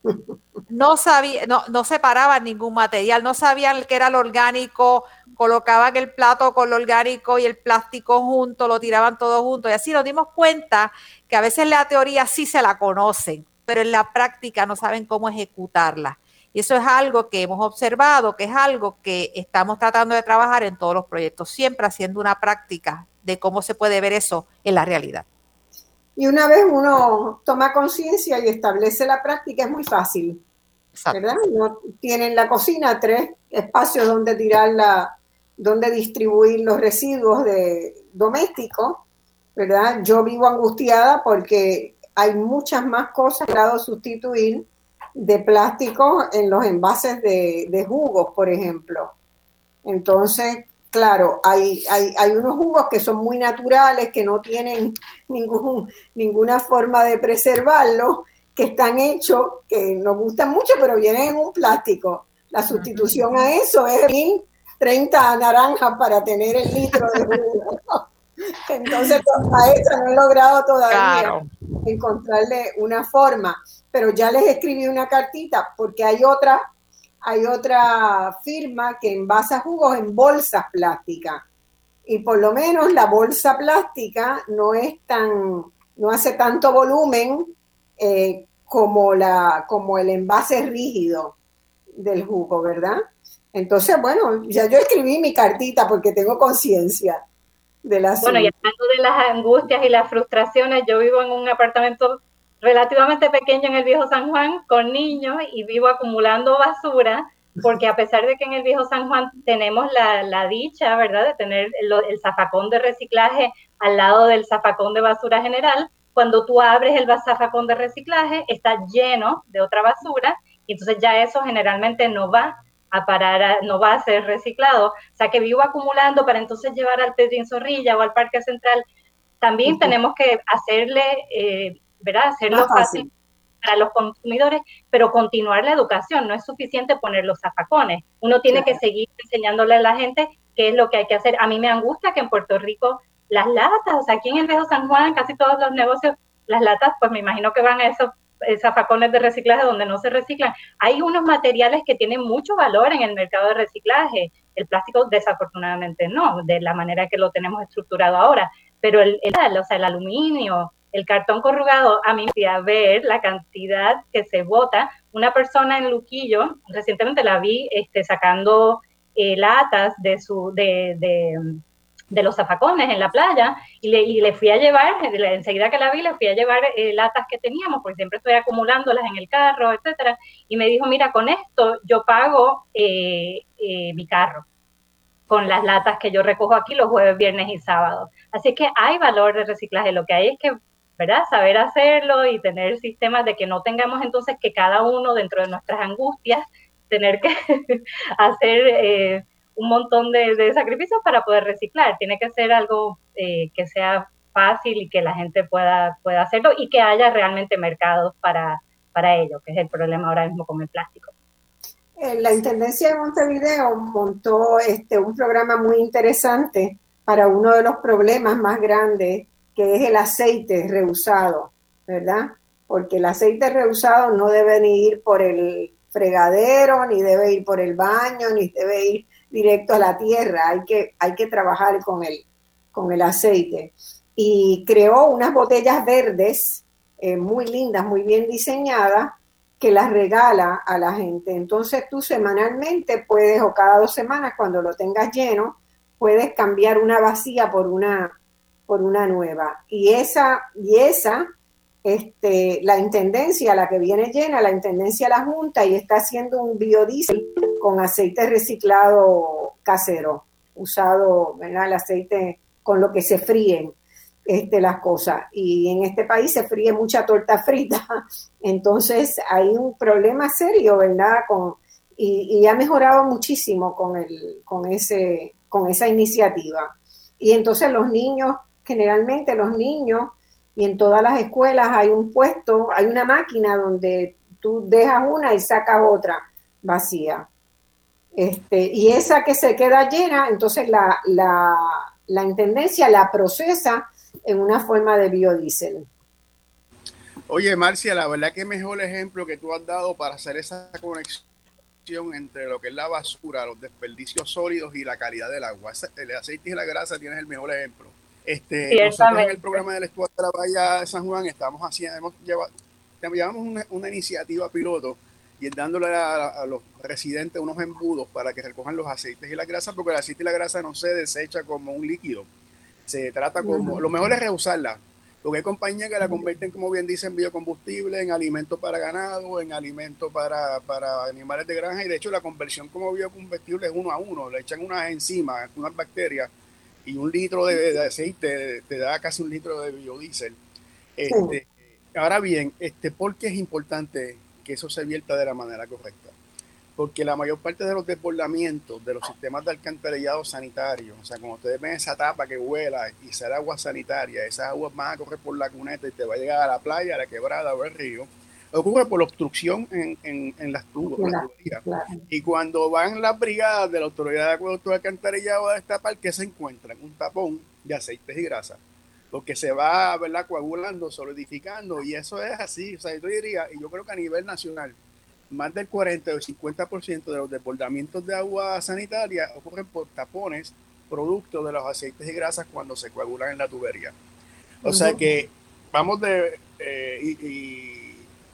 No sabía, no, no separaban ningún material, no sabían qué era lo orgánico, colocaban el plato con lo orgánico y el plástico junto, lo tiraban todo junto, y así nos dimos cuenta que a veces la teoría sí se la conocen, pero en la práctica no saben cómo ejecutarla. Y eso es algo que hemos observado, que es algo que estamos tratando de trabajar en todos los proyectos, siempre haciendo una práctica de cómo se puede ver eso en la realidad.
Y una vez uno toma conciencia y establece la práctica, es muy fácil. Exacto. ¿Verdad? Uno tiene en la cocina tres espacios donde tirar la, donde distribuir los residuos de domésticos, ¿verdad? Yo vivo angustiada porque hay muchas más cosas que he logrado sustituir de plástico en los envases de, de jugos, por ejemplo. Entonces, claro, hay, hay, hay unos jugos que son muy naturales, que no tienen ningún, ninguna forma de preservarlos, que están hechos, que nos gustan mucho, pero vienen en un plástico. La sustitución a eso es treinta naranjas para tener el litro de jugo. Entonces, a eso no he logrado todavía claro. encontrarle una forma. Pero ya les escribí una cartita, porque hay otra, hay otra firma que envasa jugos en bolsas plásticas. Y por lo menos la bolsa plástica no es tan, no hace tanto volumen, eh, como, la, como el envase rígido del jugo, ¿verdad? Entonces, bueno, ya yo escribí mi cartita porque tengo conciencia del asunto.
Bueno, y hablando de las angustias y las frustraciones, yo vivo en un apartamento relativamente pequeño en el Viejo San Juan con niños y vivo acumulando basura porque a pesar de que en el Viejo San Juan tenemos la, la dicha, ¿verdad?, de tener el, el zafacón de reciclaje al lado del zafacón de basura general, cuando tú abres el zafacón de reciclaje está lleno de otra basura y entonces ya eso generalmente no va a parar, a, no va a ser reciclado. O sea que vivo acumulando para entonces llevar al Pedrín Zorrilla o al Parque Central. También uh-huh. tenemos que hacerle, eh, ¿verdad?, hacerlo fácil. fácil para los consumidores, pero continuar la educación. No es suficiente poner los zafacones. Uno tiene claro. que seguir enseñándole a la gente qué es lo que hay que hacer. A mí me angustia que en Puerto Rico las latas, o sea, aquí en el Viejo San Juan, casi todos los negocios, las latas, pues me imagino que van a esos zafacones de reciclaje donde no se reciclan. Hay unos materiales que tienen mucho valor en el mercado de reciclaje. El plástico, desafortunadamente, no, de la manera que lo tenemos estructurado ahora. Pero el, el, o sea, el aluminio, el cartón corrugado, a mí me gusta ver la cantidad que se bota. Una persona en Luquillo, recientemente la vi este, sacando eh, latas de su de, de, de los zafacones en la playa y le, y le fui a llevar, enseguida que la vi, le fui a llevar eh, latas que teníamos, porque siempre estoy acumulándolas en el carro, etcétera. Y me dijo, mira, con esto yo pago eh, eh, mi carro, con las latas que yo recojo aquí los jueves, viernes y sábados. Así que hay valor de reciclaje. Lo que hay es que, ¿verdad?, saber hacerlo y tener sistemas de que no tengamos entonces que cada uno dentro de nuestras angustias tener que hacer eh, un montón de, de sacrificios para poder reciclar. Tiene que ser algo eh, que sea fácil y que la gente pueda, pueda hacerlo y que haya realmente mercados para, para ello, que es el problema ahora mismo con el plástico.
La Intendencia de Montevideo montó este, un programa muy interesante para uno de los problemas más grandes, que es el aceite reusado, ¿verdad? Porque el aceite reusado no debe ni ir por el fregadero, ni debe ir por el baño, ni debe ir directo a la tierra. Hay que, hay que trabajar con el, con el aceite. Y creó unas botellas verdes eh, muy lindas, muy bien diseñadas, que las regala a la gente. Entonces tú semanalmente puedes, o cada dos semanas, cuando lo tengas lleno, puedes cambiar una vacía por una, por una nueva. Y esa, y esa este, la intendencia, la que viene llena, la intendencia la junta y está haciendo un biodiesel con aceite reciclado casero, usado, ¿verdad?, el aceite con lo que se fríen Este, las cosas, y en este país se fríe mucha torta frita, entonces hay un problema serio, ¿verdad? Con, y, y ha mejorado muchísimo con, el, con, ese, con esa iniciativa. Y entonces los niños, generalmente los niños, y en todas las escuelas hay un puesto, hay una máquina donde tú dejas una y sacas otra vacía. Este, y esa que se queda llena, entonces la, la, la intendencia la procesa en una forma de biodiesel.
Oye, Marcia, la verdad que mejor ejemplo que tú has dado para hacer esa conexión entre lo que es la basura, los desperdicios sólidos y la calidad del agua. El aceite y la grasa tienes el mejor ejemplo. Este, nosotros en el programa del Estuario de la Bahía de San Juan estamos haciendo, hemos llevado, llevamos una, una iniciativa piloto y dándole a, a los residentes unos embudos para que recojan los aceites y la grasa, porque el aceite y la grasa no se desecha como un líquido. Se trata como, uh-huh. lo mejor es reusarla, porque hay compañías que la convierten, como bien dicen, en biocombustible, en alimentos para ganado, en alimentos para, para animales de granja, y de hecho la conversión como biocombustible es uno a uno, le echan unas enzimas, unas bacterias, y un litro de, de aceite te da casi un litro de biodiesel. Este, uh-huh. Ahora bien, este, ¿por qué es importante que eso se vierta de la manera correcta? Porque la mayor parte de los desbordamientos de los sistemas de alcantarillado sanitario, o sea, cuando ustedes ven esa tapa que vuela y será agua sanitaria, esas aguas van a correr por la cuneta y te va a llegar a la playa, a la quebrada o al río, ocurre por la obstrucción en, en, en las tubos, en la tubería. Claro. Y cuando van las brigadas de la Autoridad de Acueducto de Alcantarillado a destapar, ¿qué se encuentran? Un tapón de aceites y grasas, lo que se va, ¿verdad?, coagulando, solidificando, y eso es así. O sea, yo diría, y yo creo que a nivel nacional, más del cuarenta o cincuenta por ciento de los desbordamientos de agua sanitaria ocurren por tapones producto de los aceites y grasas cuando se coagulan en la tubería. O uh-huh. sea que vamos de... Eh, y, y,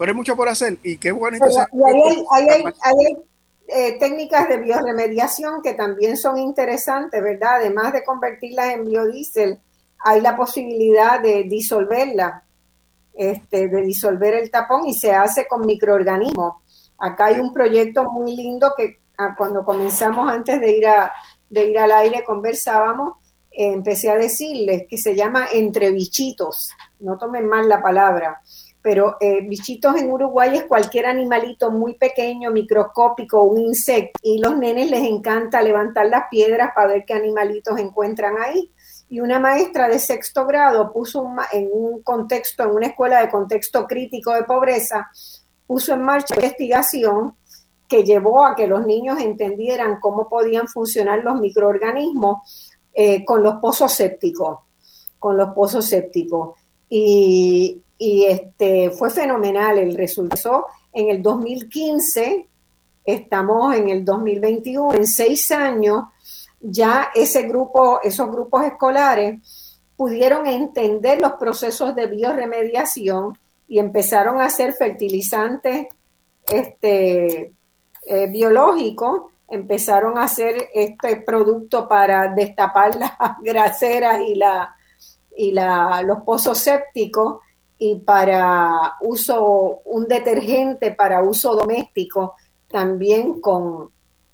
pero hay mucho por hacer y qué bueno.
Entonces, y ahí hay, ahí hay, ahí hay eh, técnicas de bioremediación que también son interesantes, ¿verdad? Además de convertirlas en biodiesel, hay la posibilidad de disolverla, este, de disolver el tapón, y se hace con microorganismos. Acá hay un proyecto muy lindo que ah, cuando comenzamos, antes de ir, a, de ir al aire, conversábamos, eh, empecé a decirles que se llama Entre Bichitos, no tomen mal la palabra, pero eh, bichitos en Uruguay es cualquier animalito muy pequeño, microscópico, un insecto, y los nenes les encanta levantar las piedras para ver qué animalitos encuentran ahí. Y una maestra de sexto grado puso un, en un contexto, en una escuela de contexto crítico de pobreza, puso en marcha una investigación que llevó a que los niños entendieran cómo podían funcionar los microorganismos eh, con los pozos sépticos, con los pozos sépticos. Y, y este, fue fenomenal el resultado. En el dos mil quince, estamos en el dos mil veintiuno, en seis años, ya ese grupo, esos grupos escolares pudieron entender los procesos de bioremediación y empezaron a hacer fertilizantes este, eh, biológicos, empezaron a hacer este producto para destapar las graseras y, la, y la, los pozos sépticos, y para uso, un detergente para uso doméstico, también con,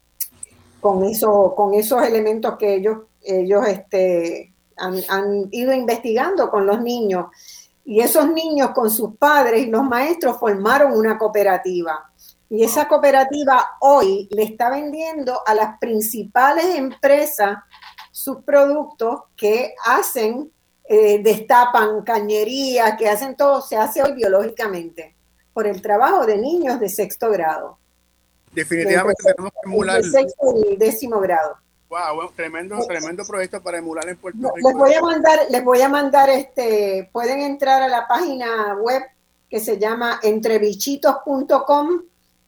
con, eso, con esos elementos que ellos, ellos este, han, han ido investigando con los niños. Y esos niños con sus padres y los maestros formaron una cooperativa. Y esa cooperativa hoy le está vendiendo a las principales empresas sus productos que hacen, eh, destapan cañerías, que hacen todo, se hace hoy biológicamente, por el trabajo de niños de sexto grado.
Definitivamente de, tenemos que emular.
De sexto y décimo grado.
Wow, bueno, tremendo, tremendo proyecto para emular en Puerto Rico.
Les voy a mandar, les voy a mandar este, pueden entrar a la página web que se llama entre bichitos punto com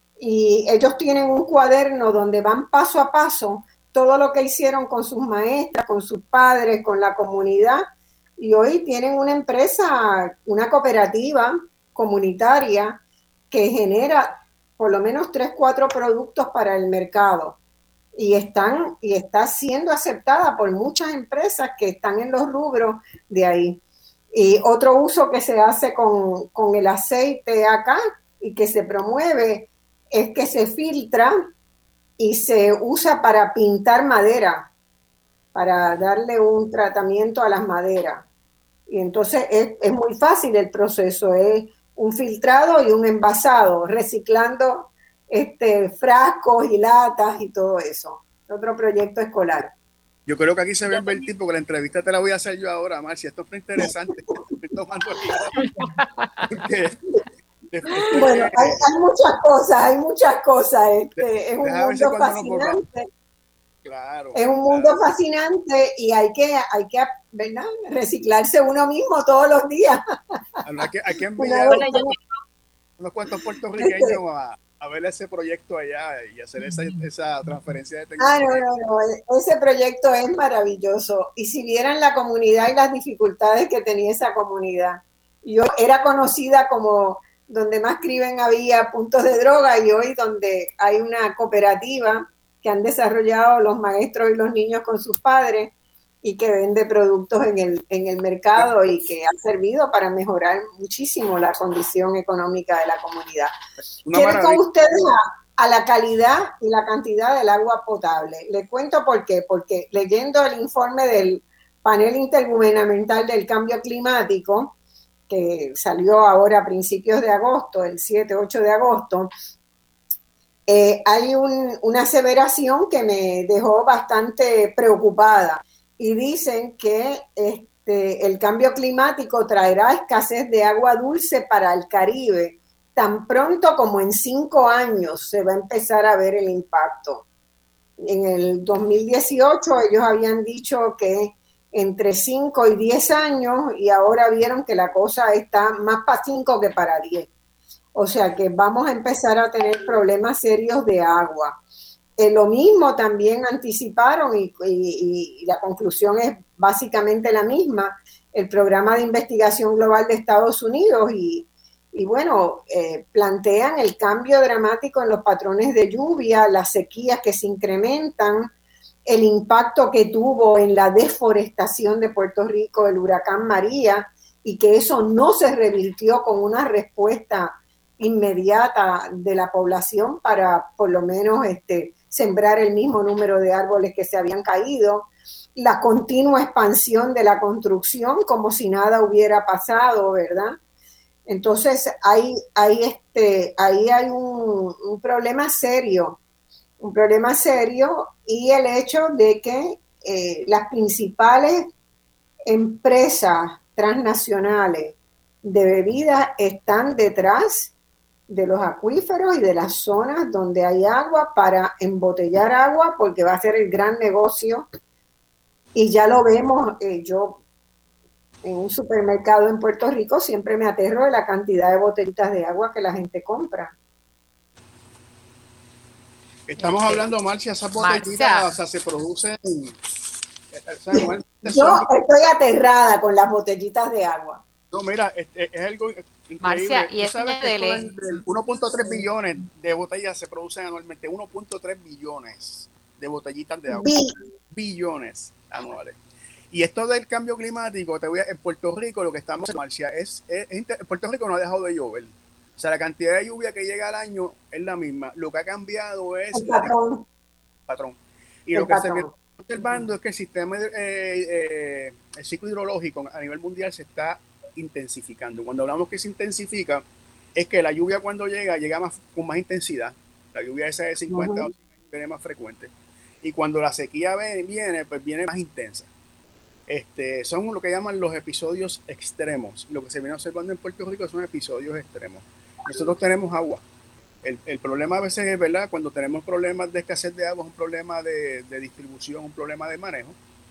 y ellos tienen un cuaderno donde van paso a paso todo lo que hicieron con sus maestras, con sus padres, con la comunidad, y hoy tienen una empresa, una cooperativa comunitaria que genera por lo menos tres, cuatro productos para el mercado. Y están y está siendo aceptada por muchas empresas que están en los rubros de ahí. Y otro uso que se hace con, con el aceite acá y que se promueve es que se filtra y se usa para pintar madera, para darle un tratamiento a las maderas. Y entonces es, es muy fácil el proceso, es un filtrado y un envasado, reciclando Este, frascos y latas y todo eso. Otro proyecto escolar.
Yo creo que aquí se ve el vertir, porque la entrevista te la voy a hacer yo ahora, Marcia. Esto fue interesante. Estoy tomando porque,
bueno, hay, hay muchas cosas, hay muchas cosas. Este, es un mundo fascinante.
Claro.
Es un mundo claro. fascinante y hay que, hay que ¿verdad? reciclarse uno mismo todos los días.
Hay que, hay que enviar bueno, unos, unos cuantos puertorriqueños a a ver ese proyecto allá y hacer esa, esa transferencia de tecnología.
Ah, no, no, no, ese proyecto es maravilloso. Y si vieran la comunidad y las dificultades que tenía esa comunidad. Yo era conocida como donde más crimen había puntos de droga, y hoy donde hay una cooperativa que han desarrollado los maestros y los niños con sus padres y que vende productos en el, en el mercado y que ha servido para mejorar muchísimo la condición económica de la comunidad. Quiero ir con ustedes a, a la calidad y la cantidad del agua potable. Les cuento por qué. Porque leyendo el informe del Panel Intergubernamental del Cambio Climático, que salió ahora a principios de agosto, el siete, ocho de agosto, eh, hay un, una aseveración que me dejó bastante preocupada. Y dicen que este, el cambio climático traerá escasez de agua dulce para el Caribe. Tan pronto como en cinco años se va a empezar a ver el impacto. En el dos mil dieciocho ellos habían dicho que entre cinco y diez años, y ahora vieron que la cosa está más para cinco que para diez. O sea que vamos a empezar a tener problemas serios de agua. Eh, lo mismo también anticiparon y, y, y la conclusión es básicamente la misma, el Programa de Investigación Global de Estados Unidos y, y bueno, eh, plantean el cambio dramático en los patrones de lluvia, las sequías que se incrementan, el impacto que tuvo en la deforestación de Puerto Rico el huracán María, y que eso no se revirtió con una respuesta inmediata de la población para por lo menos este, sembrar el mismo número de árboles que se habían caído, la continua expansión de la construcción como si nada hubiera pasado, ¿verdad? Entonces ahí, ahí, este, ahí hay un, un problema serio, un problema serio, y el hecho de que eh, las principales empresas transnacionales de bebidas están detrás de los acuíferos y de las zonas donde hay agua para embotellar agua, porque va a ser el gran negocio. Y ya lo vemos, eh, yo en un supermercado en Puerto Rico siempre me aterro de la cantidad de botellitas de agua que la gente compra.
Estamos hablando, Marcia, esas botellitas, o sea, se producen...
Yo estoy aterrada con las botellitas de agua.
No, mira, es, es algo increíble.
Marcia, y
es uno punto tres billones de botellas se producen anualmente, uno punto tres billones de botellitas de agua.
Bi
billones anuales. Y esto del cambio climático, te voy a, en Puerto Rico lo que estamos en Marcia es, es, es, en Puerto Rico no ha dejado de llover. O sea, la cantidad de lluvia que llega al año es la misma. Lo que ha cambiado es
el patrón.
La, patrón. Y
el
lo que
patrón.
se viene observando es que el sistema, eh, eh, el ciclo hidrológico a nivel mundial se está intensificando. Cuando hablamos que se intensifica, es que la lluvia cuando llega, llega más, con más intensidad. La lluvia esa de cincuenta uh-huh. viene más frecuente. Y cuando la sequía viene, pues viene más intensa. Este, son lo que llaman los episodios extremos. Lo que se viene observando en Puerto Rico son episodios extremos. Nosotros tenemos agua. El, el problema a veces es, ¿verdad? Cuando tenemos problemas de escasez de agua, es un problema de, de distribución, un problema de manejo.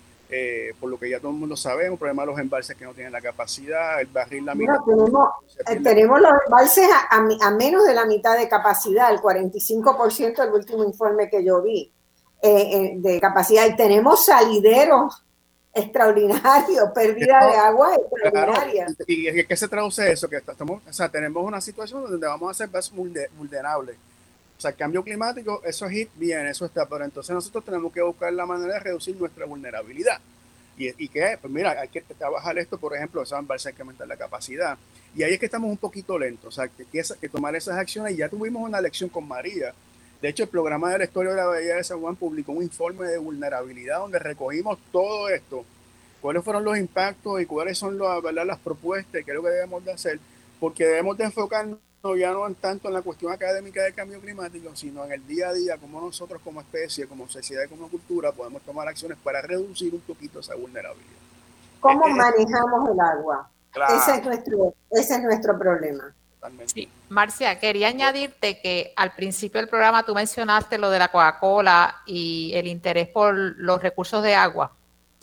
Eh, por lo que ya todo el mundo sabe, un problema de los embalses que no tienen la capacidad, el barril la mitad.
No, tenemos, eh, tenemos los embalses a, a, a menos de la mitad de capacidad, el cuarenta y cinco por ciento del último informe que yo vi eh, eh, de capacidad, y tenemos salideros extraordinarios, pérdida no, de agua extraordinaria.
Claro. ¿Y en qué se traduce eso? Que estamos, o sea, tenemos una situación donde vamos a ser más vulnerables. O sea, el cambio climático, eso es bien, eso está, pero entonces nosotros tenemos que buscar la manera de reducir nuestra vulnerabilidad. ¿Y, y qué? Pues mira, hay que trabajar esto, por ejemplo, esa embalse hay que aumentar la capacidad. Y ahí es que estamos un poquito lentos, o sea, que, que, que tomar esas acciones. Ya tuvimos una lección con María. De hecho, el programa de la historia de la Bahía de San Juan publicó un informe de vulnerabilidad donde recogimos todo esto, cuáles fueron los impactos y cuáles son los, ¿verdad? las propuestas, qué es lo que debemos de hacer, porque debemos de enfocarnos ya no tanto en la cuestión académica del cambio climático, sino en el día a día, como nosotros como especie, como sociedad y como cultura podemos tomar acciones para reducir un poquito esa vulnerabilidad.
¿Cómo eh, manejamos el agua?
Claro.
Ese es nuestro, ese es nuestro problema.
Sí. Marcia, quería añadirte que al principio del programa tú mencionaste lo de la Coca-Cola y el interés por los recursos de agua.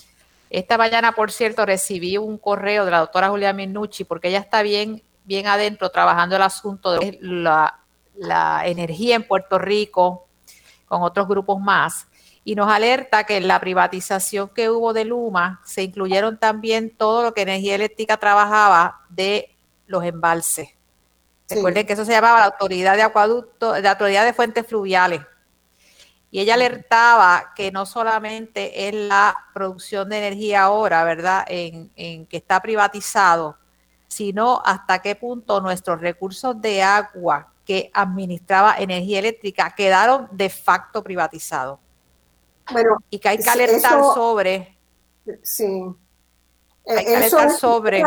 Esta mañana, por cierto, recibí un correo de la doctora Julia Minucci, porque ella está bien, bien adentro trabajando el asunto de la, la energía en Puerto Rico con otros grupos más, y nos alerta que en la privatización que hubo de Luma se incluyeron también todo lo que Energía Eléctrica trabajaba de los embalses. Sí. Recuerden que eso se llamaba la Autoridad de Acueducto, la Autoridad de Fuentes Fluviales. Y ella alertaba que no solamente es la producción de energía ahora, ¿verdad?, en, en que está privatizado, sino hasta qué punto nuestros recursos de agua que administraba Energía Eléctrica quedaron de facto privatizados. Bueno, y que hay que alertar eso, sobre...
Sí.
Hay que alertar eso, sobre...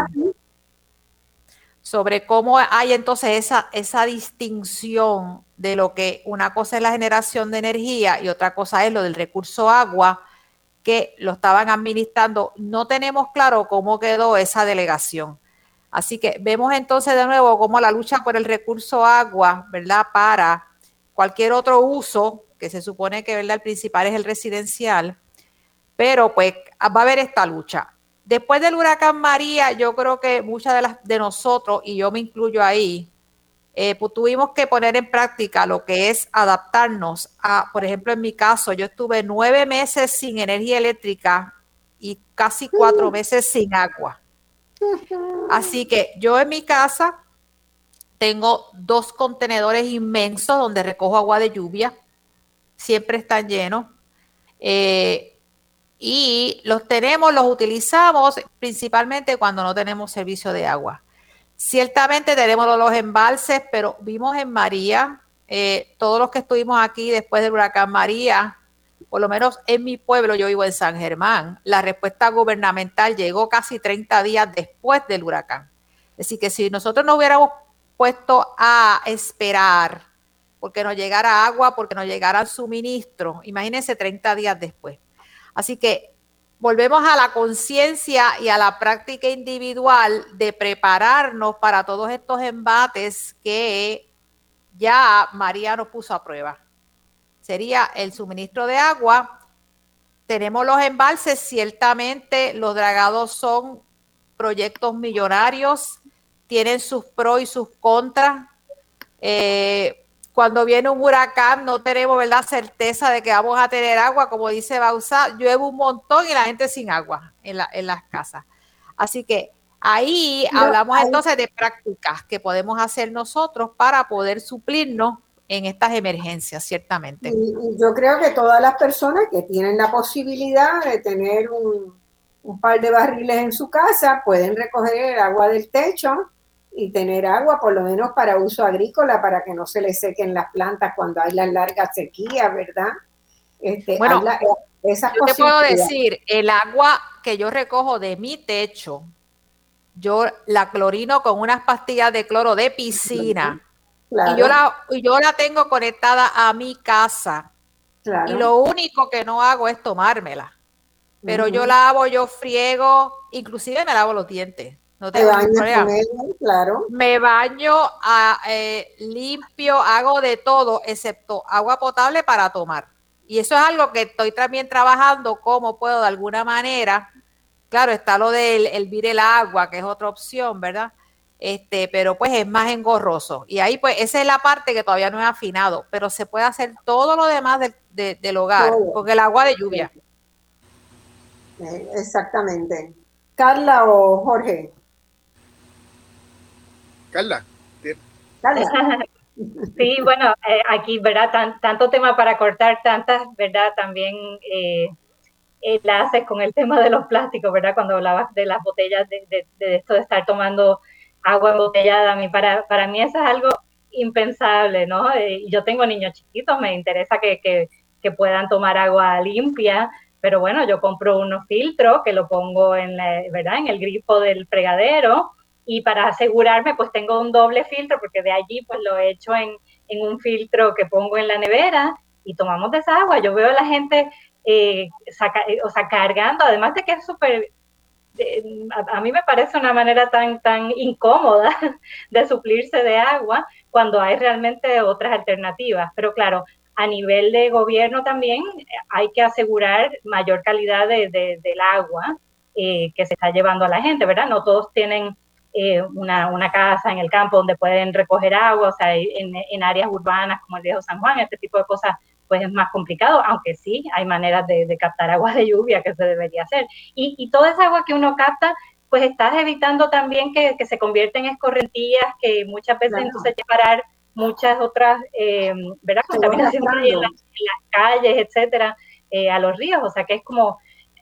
sobre cómo hay entonces esa, esa distinción de lo que una cosa es la generación de energía y otra cosa es lo del recurso agua, que lo estaban administrando. No tenemos claro cómo quedó esa delegación. Así que vemos entonces de nuevo cómo la lucha por el recurso agua, ¿verdad?, para cualquier otro uso, que se supone que, ¿verdad?, el principal es el residencial, pero pues va a haber esta lucha. Después del huracán María, yo creo que muchas de las de nosotros, y yo me incluyo ahí, eh, pues tuvimos que poner en práctica lo que es adaptarnos a, por ejemplo, en mi caso, yo estuve nueve meses sin energía eléctrica y casi cuatro meses sin agua. Así que yo en mi casa tengo dos contenedores inmensos donde recojo agua de lluvia, siempre están llenos, eh, y los tenemos, los utilizamos principalmente cuando no tenemos servicio de agua. Ciertamente tenemos los embalses, pero vimos en María, eh, todos los que estuvimos aquí después del huracán María, por lo menos en mi pueblo, yo vivo en San Germán, la respuesta gubernamental llegó casi treinta días después del huracán. Es decir, que si nosotros no hubiéramos puesto a esperar porque nos llegara agua, porque nos llegara suministro, imagínense treinta días después. Así que volvemos a la conciencia y a la práctica individual de prepararnos para todos estos embates que ya María nos puso a prueba. Sería el suministro de agua. Tenemos los embalses, ciertamente los dragados son proyectos millonarios, tienen sus pros y sus contras. Eh, cuando viene un huracán no tenemos, ¿verdad?, certeza de que vamos a tener agua, como dice Bausa, llueve un montón y la gente sin agua en, la, en las casas. Así que ahí no, hablamos ahí. entonces de prácticas que podemos hacer nosotros para poder suplirnos en estas emergencias, ciertamente.
Y, y yo creo que todas las personas que tienen la posibilidad de tener un, un par de barriles en su casa pueden recoger el agua del techo y tener agua por lo menos para uso agrícola, para que no se le sequen las plantas cuando hay las largas sequías, ¿verdad? Este,
bueno,
la, esas
yo te puedo decir, el agua que yo recojo de mi techo, yo la clorino con unas pastillas de cloro de piscina. Claro. Y, yo la, y yo la tengo conectada a mi casa. Claro. Y lo único que no hago es tomármela. Pero uh-huh. yo lavo, yo friego, inclusive me lavo los dientes. No tengo ningún problema.
Claro.
Me baño, a, eh, limpio, hago de todo, excepto agua potable para tomar. Y eso es algo que estoy también trabajando, cómo puedo de alguna manera. Claro, está lo del hervir el agua, que es otra opción, ¿verdad? Este, pero pues es más engorroso. Y ahí pues esa es la parte que todavía no he afinado, pero se puede hacer todo lo demás de, de, del hogar, todo. Con el agua de lluvia.
Exactamente. Carla o Jorge.
Carla.
Carla.
Sí, bueno, eh, aquí, ¿verdad? Tan, tanto tema para cortar, tantas, ¿verdad? También eh, enlaces con el tema de los plásticos, ¿verdad? Cuando hablabas de las botellas, de, de, de esto de estar tomando agua embotellada, a mí, para, para mí eso es algo impensable, ¿no? Eh, yo tengo niños chiquitos, me interesa que, que, que puedan tomar agua limpia, pero bueno, yo compro unos filtros que lo pongo en, la, ¿verdad? En el grifo del fregadero, y para asegurarme pues tengo un doble filtro, porque de allí pues lo echo en, en un filtro que pongo en la nevera y tomamos de esa agua. Yo veo a la gente eh, saca, o sea, cargando, además de que es súper, eh, a, a mí me parece una manera tan, tan incómoda de suplirse de agua cuando hay realmente otras alternativas. Pero claro, a nivel de gobierno también hay que asegurar mayor calidad de, de, del agua eh, que se está llevando a la gente, ¿verdad? No todos tienen Eh, una, una casa en el campo donde pueden recoger agua, o sea, en, en áreas urbanas como el Viejo San Juan, este tipo de cosas, pues es más complicado, aunque sí hay maneras de, de captar agua de lluvia que se debería hacer. Y, y toda esa agua que uno capta, pues estás evitando también que, que se convierten en escorrentías, que muchas veces claro. entonces hay que parar muchas otras, eh, ¿verdad? Contaminación en, en, las, en las calles, etcétera, eh, a los ríos, o sea, que es como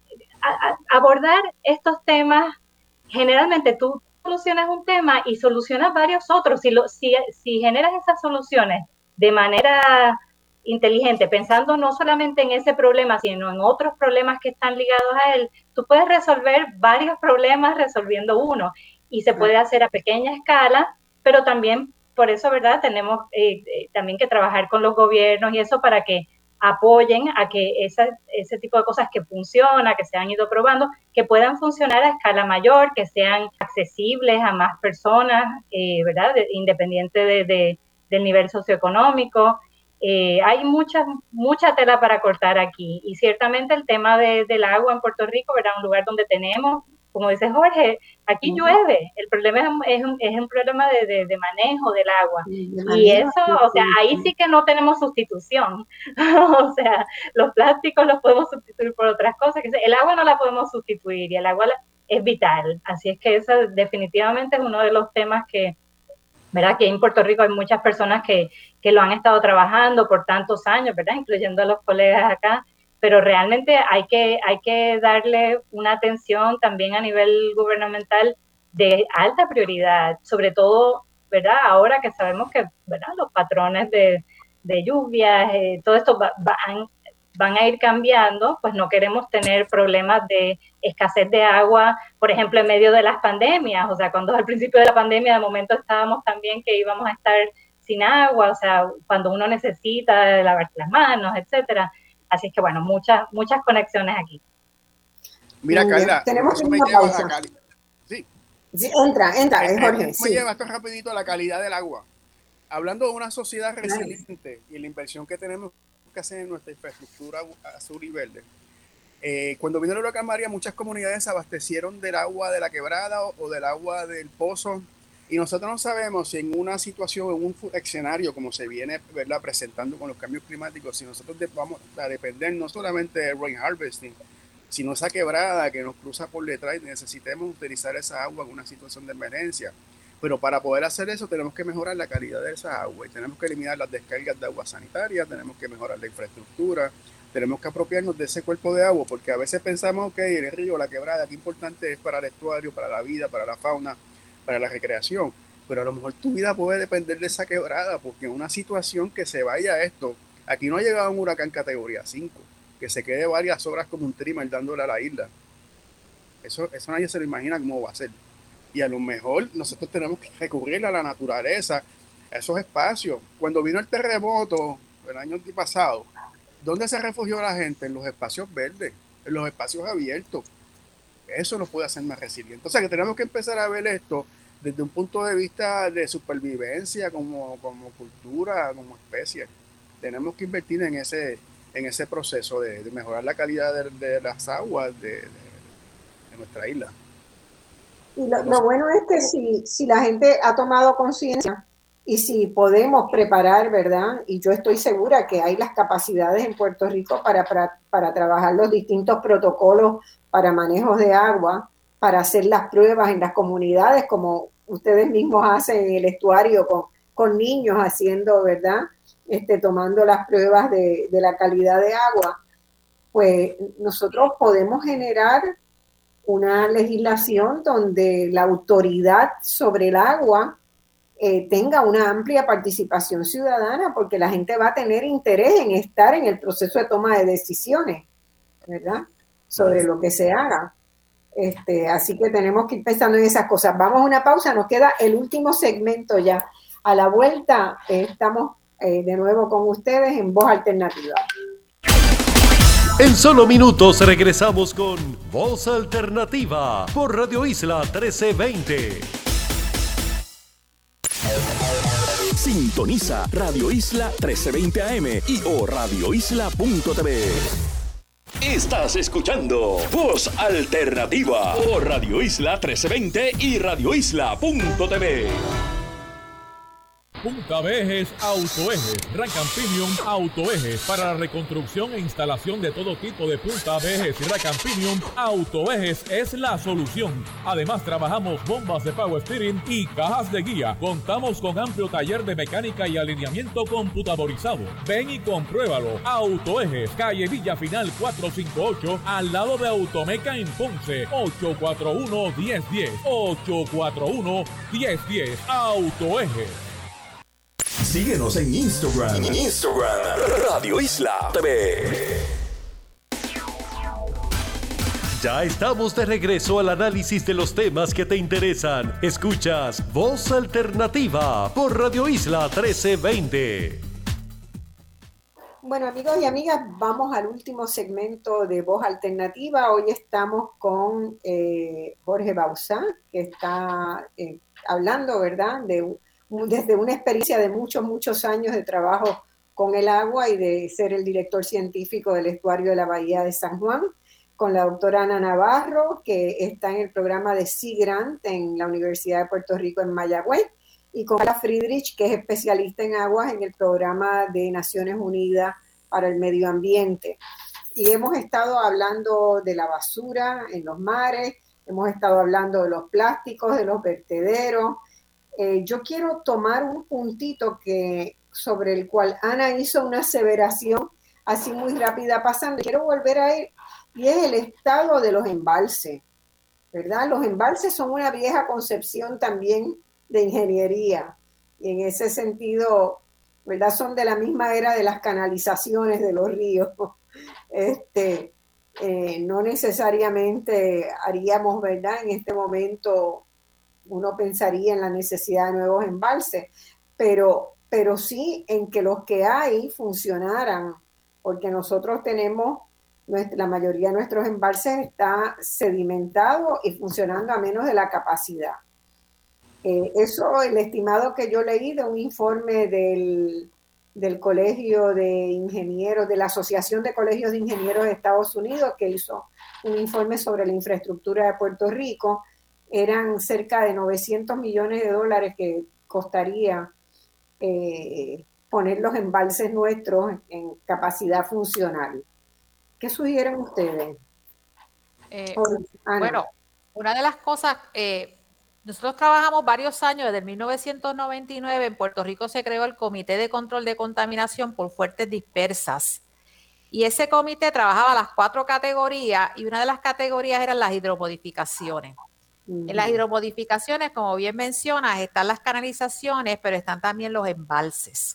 a, a abordar estos temas. Generalmente tú solucionas un tema y solucionas varios otros. Si, lo, si, si generas esas soluciones de manera inteligente, pensando no solamente en ese problema, sino en otros problemas que están ligados a él, tú puedes resolver varios problemas resolviendo uno. Y se puede hacer a pequeña escala, pero también, por eso, ¿verdad? Tenemos eh, eh, también que trabajar con los gobiernos y eso para que apoyen a que esa, ese tipo de cosas que funcionan, que se han ido probando, que puedan funcionar a escala mayor, que sean accesibles a más personas, eh, ¿verdad? De, independiente de, de, del nivel socioeconómico. Eh, hay mucha, mucha tela para cortar aquí. Y ciertamente el tema de, del agua en Puerto Rico, ¿verdad? Un lugar donde tenemos, como dice Jorge, aquí uh-huh. llueve. El problema es, es, un, es un problema de, de, de manejo del agua. Sí, y eso, sí, o sea, ahí sí que no tenemos sustitución. O sea, los plásticos los podemos sustituir por otras cosas. El agua no la podemos sustituir y el agua es vital. Así es que eso definitivamente es uno de los temas que, ¿verdad? Que en Puerto Rico hay muchas personas que, que lo han estado trabajando por tantos años, ¿verdad? Incluyendo a los colegas acá, pero realmente hay que, hay que darle una atención también a nivel gubernamental de alta prioridad, sobre todo, ¿verdad? Ahora que sabemos que, ¿verdad? Los patrones de, de lluvias, eh, todo esto va, van, van a ir cambiando, pues no queremos tener problemas de escasez de agua, por ejemplo, en medio de las pandemias, o sea, cuando al principio de la pandemia de momento estábamos también que íbamos a estar sin agua, o sea, cuando uno necesita lavarse las manos, etcétera. Así es que, bueno, muchas, muchas conexiones aquí.
Mira, Carla,
tenemos
eso
que
me
una
lleva
pausa.
a Cali. Sí.
Sí, entra, entra, es Jorge.
Me
Sí.
lleva esto rapidito a la calidad del agua. Hablando de una sociedad resiliente y la inversión que tenemos que hacer en nuestra infraestructura azul y verde. Eh, cuando vino el huracán María, muchas comunidades se abastecieron del agua de la quebrada o, o del agua del pozo. Y nosotros no sabemos si en una situación, en un escenario como se viene, ¿verdad?, presentando con los cambios climáticos, si nosotros de, vamos a depender no solamente de rain harvesting, sino esa quebrada que nos cruza por detrás y necesitemos utilizar esa agua en una situación de emergencia. Pero para poder hacer eso tenemos que mejorar la calidad de esa agua y tenemos que eliminar las descargas de agua sanitaria, tenemos que mejorar la infraestructura, tenemos que apropiarnos de ese cuerpo de agua, porque a veces pensamos, ok, el río, la quebrada, qué importante es para el estuario, para la vida, para la fauna, para la recreación, pero a lo mejor tu vida puede depender de esa quebrada, porque en una situación que se vaya a esto, aquí no ha llegado un huracán categoría cinco, que se quede varias horas como un trimmer dándole a la isla. Eso, eso nadie se lo imagina cómo va a ser. Y a lo mejor nosotros tenemos que recurrir a la naturaleza, a esos espacios. Cuando vino el terremoto el año pasado, ¿dónde se refugió la gente? En los espacios verdes, en los espacios abiertos. Eso nos puede hacer más resilientes. O sea que tenemos que empezar a ver esto desde un punto de vista de supervivencia como, como cultura, como especie. Tenemos que invertir en ese, en ese proceso de, de mejorar la calidad de, de las aguas de, de, de nuestra isla.
Y lo, lo bueno es que si, si la gente ha tomado conciencia y si podemos preparar, ¿verdad? Y yo estoy segura que hay las capacidades en Puerto Rico para, para, para trabajar los distintos protocolos para manejos de agua, para hacer las pruebas en las comunidades, como ustedes mismos hacen en el estuario con, con niños haciendo, ¿verdad? Este, tomando las pruebas de, de la calidad de agua, pues nosotros podemos generar una legislación donde la autoridad sobre el agua eh, tenga una amplia participación ciudadana, porque la gente va a tener interés en estar en el proceso de toma de decisiones, ¿verdad?, sobre lo que se haga. Este, así que tenemos que ir pensando en esas cosas. Vamos a una pausa, nos queda el último segmento ya. A la vuelta eh, estamos eh, de nuevo con ustedes en Voz Alternativa.
En solo minutos regresamos con Voz Alternativa por Radio Isla trece veinte.
Sintoniza Radio Isla trece veinte A M y o radio isla punto t v.
Estás escuchando Voz Alternativa por Radio Isla trece veinte y radio isla punto t v.
Punta Vejes Autoejes, Rack and Pinion Autoejes, para la reconstrucción e instalación de todo tipo de punta vejes y Rack and Pinion Autoejes es la solución. Además trabajamos bombas de power steering y cajas de guía. Contamos con amplio taller de mecánica y alineamiento computadorizado. Ven y compruébalo. Autoejes, calle Villa Final cuatrocientos cincuenta y ocho, al lado de Automeca en Ponce. Ocho cuatro uno, uno cero uno cero, ocho cuatro uno, uno cero uno cero. Autoejes.
Síguenos en Instagram. Instagram, Radio Isla T V.
Ya estamos de regreso al análisis de los temas que te interesan. Escuchas Voz Alternativa por Radio Isla trece veinte.
Bueno, amigos y amigas, vamos al último segmento de Voz Alternativa. Hoy estamos con eh, Jorge Bauzá, que está eh, hablando, ¿verdad?, de desde una experiencia de muchos, muchos años de trabajo con el agua y de ser el director científico del estuario de la Bahía de San Juan, con la doctora Ana Navarro, que está en el programa de Sea Grant en la Universidad de Puerto Rico en Mayagüez, y con Carla Friedrich, que es especialista en aguas en el programa de Naciones Unidas para el Medio Ambiente. Y hemos estado hablando de la basura en los mares, hemos estado hablando de los plásticos, de los vertederos, eh, yo quiero tomar un puntito que, sobre el cual Ana hizo una aseveración así muy rápida pasando. Quiero volver a él, y es el estado de los embalses, ¿verdad? Los embalses son una vieja concepción también de ingeniería, y en ese sentido, ¿verdad? Son de la misma era de las canalizaciones de los ríos. Este, eh, no necesariamente haríamos, ¿verdad? En este momento uno pensaría en la necesidad de nuevos embalses, pero, pero sí en que los que hay funcionaran, porque nosotros tenemos, la mayoría de nuestros embalses está sedimentado y funcionando a menos de la capacidad. Eh, eso, el estimado que yo leí de un informe del, del Colegio de Ingenieros, de la Asociación de Colegios de Ingenieros de Estados Unidos, que hizo un informe sobre la infraestructura de Puerto Rico, eran cerca de novecientos millones de dólares que costaría eh, poner los embalses nuestros en capacidad funcional. ¿Qué sugieren ustedes?
Eh, bueno, una de las cosas, eh, nosotros trabajamos varios años, desde mil novecientos noventa y nueve en Puerto Rico se creó el Comité de Control de Contaminación por Fuentes Dispersas. Y ese comité trabajaba las cuatro categorías y una de las categorías eran las hidromodificaciones. En las hidromodificaciones, como bien mencionas, están las canalizaciones, pero están también los embalses.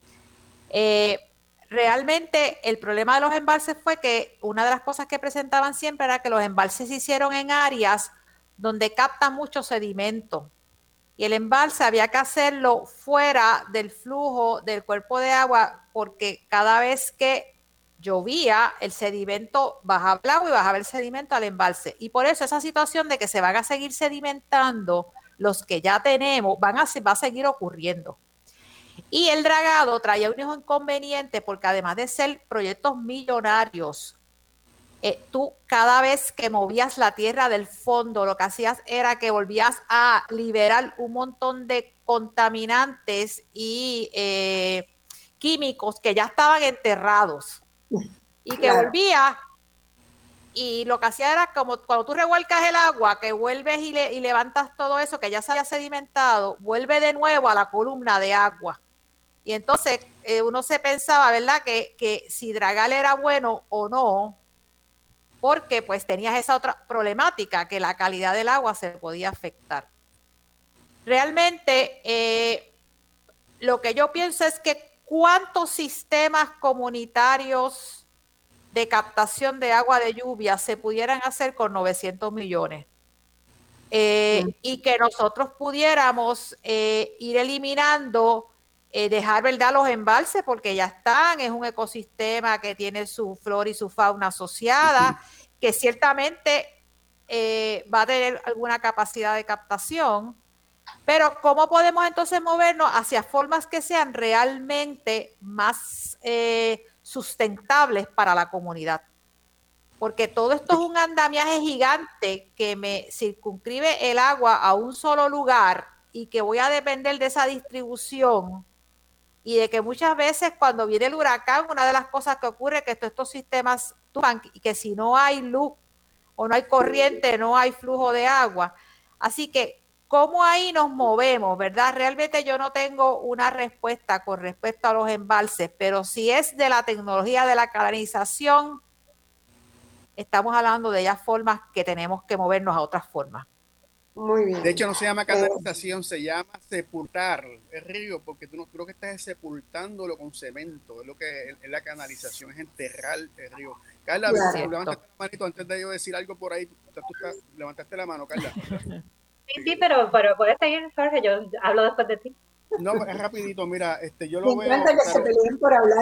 Eh, realmente el problema de los embalses fue que una de las cosas que presentaban siempre era que los embalses se hicieron en áreas donde captan mucho sedimento. Y el embalse había que hacerlo fuera del flujo del cuerpo de agua porque cada vez que llovía, el sedimento bajaba el agua y bajaba el sedimento al embalse. Y por eso esa situación de que se van a seguir sedimentando los que ya tenemos, van a, va a seguir ocurriendo. Y el dragado traía unos inconvenientes porque además de ser proyectos millonarios, eh, tú cada vez que movías la tierra del fondo, lo que hacías era que volvías a liberar un montón de contaminantes y eh, químicos que ya estaban enterrados. Y que claro. volvía y lo que hacía era como cuando tú revuelcas el agua, que vuelves y, le, y levantas todo eso que ya se había sedimentado, vuelve de nuevo a la columna de agua. Y entonces eh, uno se pensaba, ¿verdad? Que, que si dragar era bueno o no, porque pues tenías esa otra problemática, que la calidad del agua se podía afectar. Realmente eh, lo que yo pienso es que ¿cuántos sistemas comunitarios de captación de agua de lluvia se pudieran hacer con novecientos millones? Eh, sí. Y que nosotros pudiéramos eh, ir eliminando, eh, dejar, ¿verdad?, los embalses, porque ya están, es un ecosistema que tiene su flora y su fauna asociada, sí. que ciertamente eh, va a tener alguna capacidad de captación. Pero ¿cómo podemos entonces movernos hacia formas que sean realmente más eh, sustentables para la comunidad? Porque todo esto es un andamiaje gigante que me circunscribe el agua a un solo lugar y que voy a depender de esa distribución y de que muchas veces cuando viene el huracán, una de las cosas que ocurre es que todos estos sistemas tumban y que si no hay luz o no hay corriente, no hay flujo de agua. Así que ¿cómo ahí nos movemos, verdad? Realmente yo no tengo una respuesta con respecto a los embalses, pero si es de la tecnología de la canalización, estamos hablando de ya formas que tenemos que movernos a otras formas.
Muy bien.
De hecho, no se llama canalización, se llama sepultar el río, porque tú no creo que estás sepultándolo con cemento, es lo que es la canalización, es enterrar el río. Carla, claro. Levantaste la manito antes de yo decir algo por ahí, tú estás, levantaste la mano, Carla.
Sí, sí, pero, pero puedes seguir, Jorge, yo hablo después de ti.
No, es rapidito, mira, este, yo lo
Me
veo...
Me encanta que
claro,
se peleen por hablar.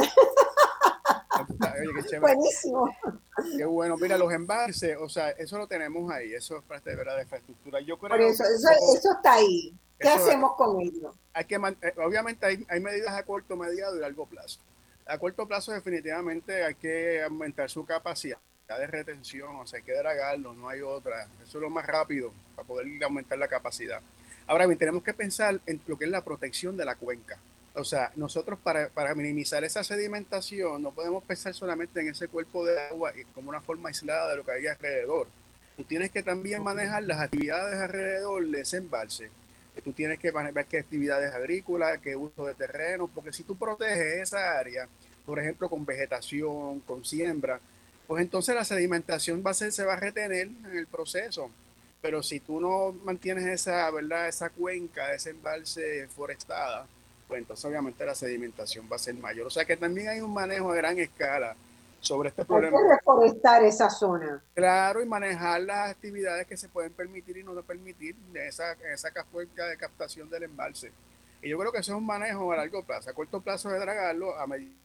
Oye, qué chévere.
Buenísimo.
Qué bueno, mira, los embalses, o sea, eso lo tenemos ahí, eso es parte de verdad de infraestructura. Yo creo
por eso, eso,
que,
eso está ahí. ¿Qué
eso,
hacemos con ello?
Hay que, obviamente hay, hay medidas a corto, mediano y largo plazo. A corto plazo definitivamente hay que aumentar su capacidad de retención, o sea, hay que dragarlo, no hay otra. Eso es lo más rápido para poder aumentar la capacidad. Ahora bien, tenemos que pensar en lo que es la protección de la cuenca. O sea, nosotros para, para minimizar esa sedimentación no podemos pensar solamente en ese cuerpo de agua como una forma aislada de lo que hay alrededor. Tú tienes que también manejar las actividades alrededor de ese embalse. tú tienes que ver qué actividades agrícolas, qué uso de terreno, porque si tú proteges esa área, por ejemplo, con vegetación, con siembra, pues entonces la sedimentación va a ser, se va a retener en el proceso. Pero si tú no mantienes esa, ¿verdad? Esa cuenca, ese embalse forestada, pues entonces obviamente la sedimentación va a ser mayor. O sea que también hay un manejo a gran escala sobre este problema.
Hay que reforestar esa zona.
Claro, y manejar las actividades que se pueden permitir y no permitir de esa, esa cuenca de captación del embalse. Y yo creo que eso es un manejo a largo plazo. A corto plazo de dragarlo, a medida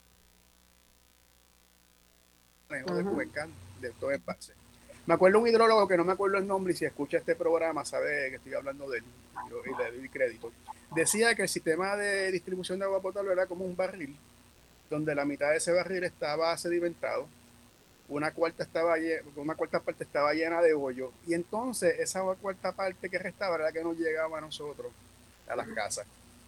manejo uh-huh. de cuencas de estos embalses. Me acuerdo un hidrólogo que no me acuerdo el nombre y si escucha este programa sabe que estoy hablando de él y le doy crédito. Decía que el sistema de distribución de agua potable era como un barril, donde la mitad de ese barril estaba sedimentado, una cuarta, estaba llena, una cuarta parte estaba llena de hoyo y entonces esa cuarta parte que restaba era la que nos llegaba a nosotros, a las casas.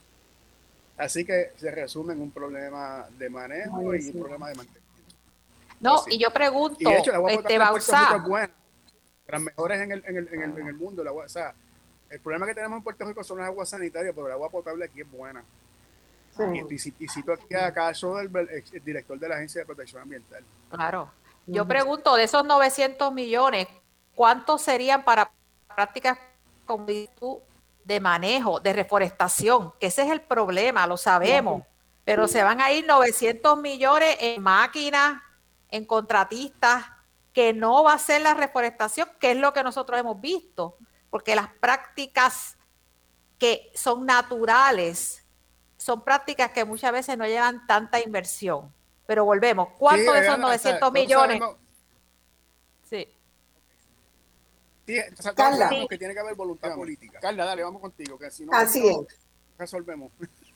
Así que se resume en un problema de manejo Ay, y sí. un problema de mantenimiento.
No, Así. y yo pregunto,
y de hecho, el agua
este, Bauzá,
es buena, las mejores en el, en el, en el, en el mundo. El, agua, o sea, el problema que tenemos en Puerto Rico son las aguas sanitarias, pero el agua potable aquí es buena. Sí. Y, y, y cito aquí a caso del el director de la Agencia de Protección Ambiental.
Claro. Yo pregunto, de esos novecientos millones, ¿cuántos serían para prácticas como tú de manejo, de reforestación? Que ese es el problema, lo sabemos. Pero se van a ir novecientos millones en máquinas, en contratistas, que no va a ser la reforestación, que es lo que nosotros hemos visto, porque las prácticas que son naturales son prácticas que muchas veces no llevan tanta inversión. Pero volvemos, ¿cuánto sí, de esos novecientos o sea, millones? Sabemos.
Sí. Sí, o sea, todos sabemos que tiene que haber voluntad sí. política. Carla, dale, vamos contigo, que si no,
Así es.
resolvemos.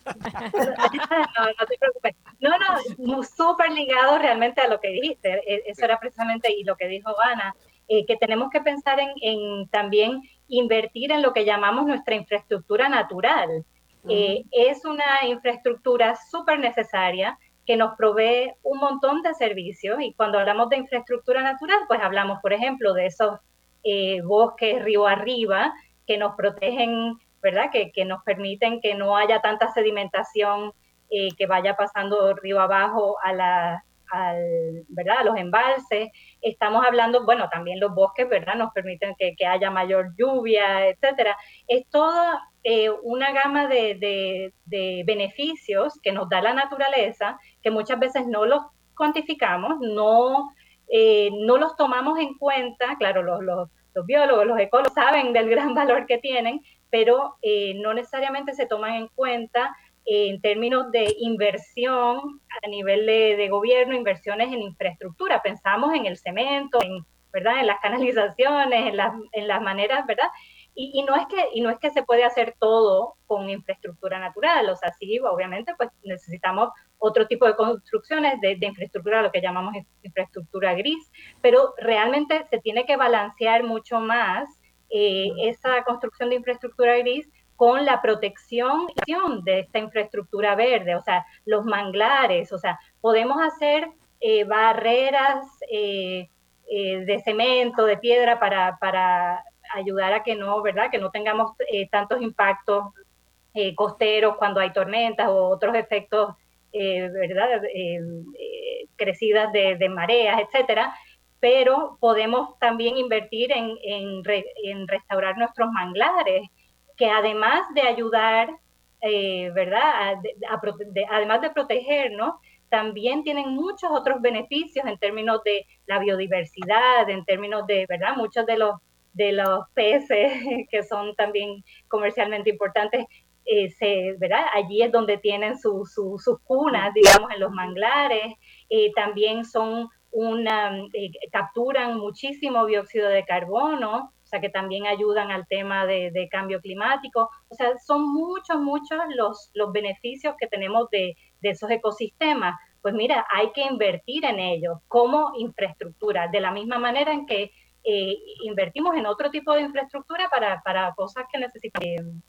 no, no te preocupes. No, no, súper ligado realmente a lo que dijiste. Eso era precisamente y lo que dijo Ana, eh, que tenemos que pensar en, en también invertir en lo que llamamos nuestra infraestructura natural. Uh-huh. Eh, es una infraestructura súper necesaria que nos provee un montón de servicios y cuando hablamos de infraestructura natural, pues hablamos, por ejemplo, de esos eh, bosques río arriba que nos protegen, ¿verdad? Que, que nos permiten que no haya tanta sedimentación eh, que vaya pasando río abajo a, la, al, ¿verdad? a los embalses. Estamos hablando, bueno, también los bosques, ¿verdad? Nos permiten que, que haya mayor lluvia, etcétera. Es toda eh, una gama de, de, de beneficios que nos da la naturaleza, que muchas veces no los cuantificamos, no, eh, no los tomamos en cuenta. Claro, los, los, los biólogos, los ecólogos saben del gran valor que tienen, pero eh, no necesariamente se toman en cuenta eh, en términos de inversión a nivel de, de gobierno, inversiones en infraestructura. Pensamos en el cemento, en, ¿verdad? en las canalizaciones, en las, en las maneras, ¿verdad? Y, y, no es que, y no es que se puede hacer todo con infraestructura natural, o sea, sí, obviamente, pues necesitamos otro tipo de construcciones de, de infraestructura, lo que llamamos infraestructura gris, pero realmente se tiene que balancear mucho más eh, esa construcción de infraestructura gris con la protección de esta infraestructura verde, o sea, los manglares, o sea, podemos hacer eh, barreras eh, eh, de cemento, de piedra para... para ayudar a que no, ¿verdad? Que no tengamos eh, tantos impactos eh, costeros cuando hay tormentas o otros efectos, eh, ¿verdad? Eh, eh, crecidas de, de mareas, etcétera. Pero podemos también invertir en, en, re, en restaurar nuestros manglares, que además de ayudar, eh, ¿verdad? A, a, de, además de protegernos, también tienen muchos otros beneficios en términos de la biodiversidad, en términos de, ¿verdad? Muchos de los de los peces que son también comercialmente importantes, eh, se, ¿verdad? Allí es donde tienen su, su, sus cunas, digamos, en los manglares, eh, también son una, eh, capturan muchísimo dióxido de carbono, o sea que también ayudan al tema de, de cambio climático, o sea, son muchos, muchos los, los beneficios que tenemos de, de esos ecosistemas. Pues mira, hay que invertir en ellos como infraestructura, de la misma manera en que Eh, invertimos en otro tipo de infraestructura para, para cosas que necesitan,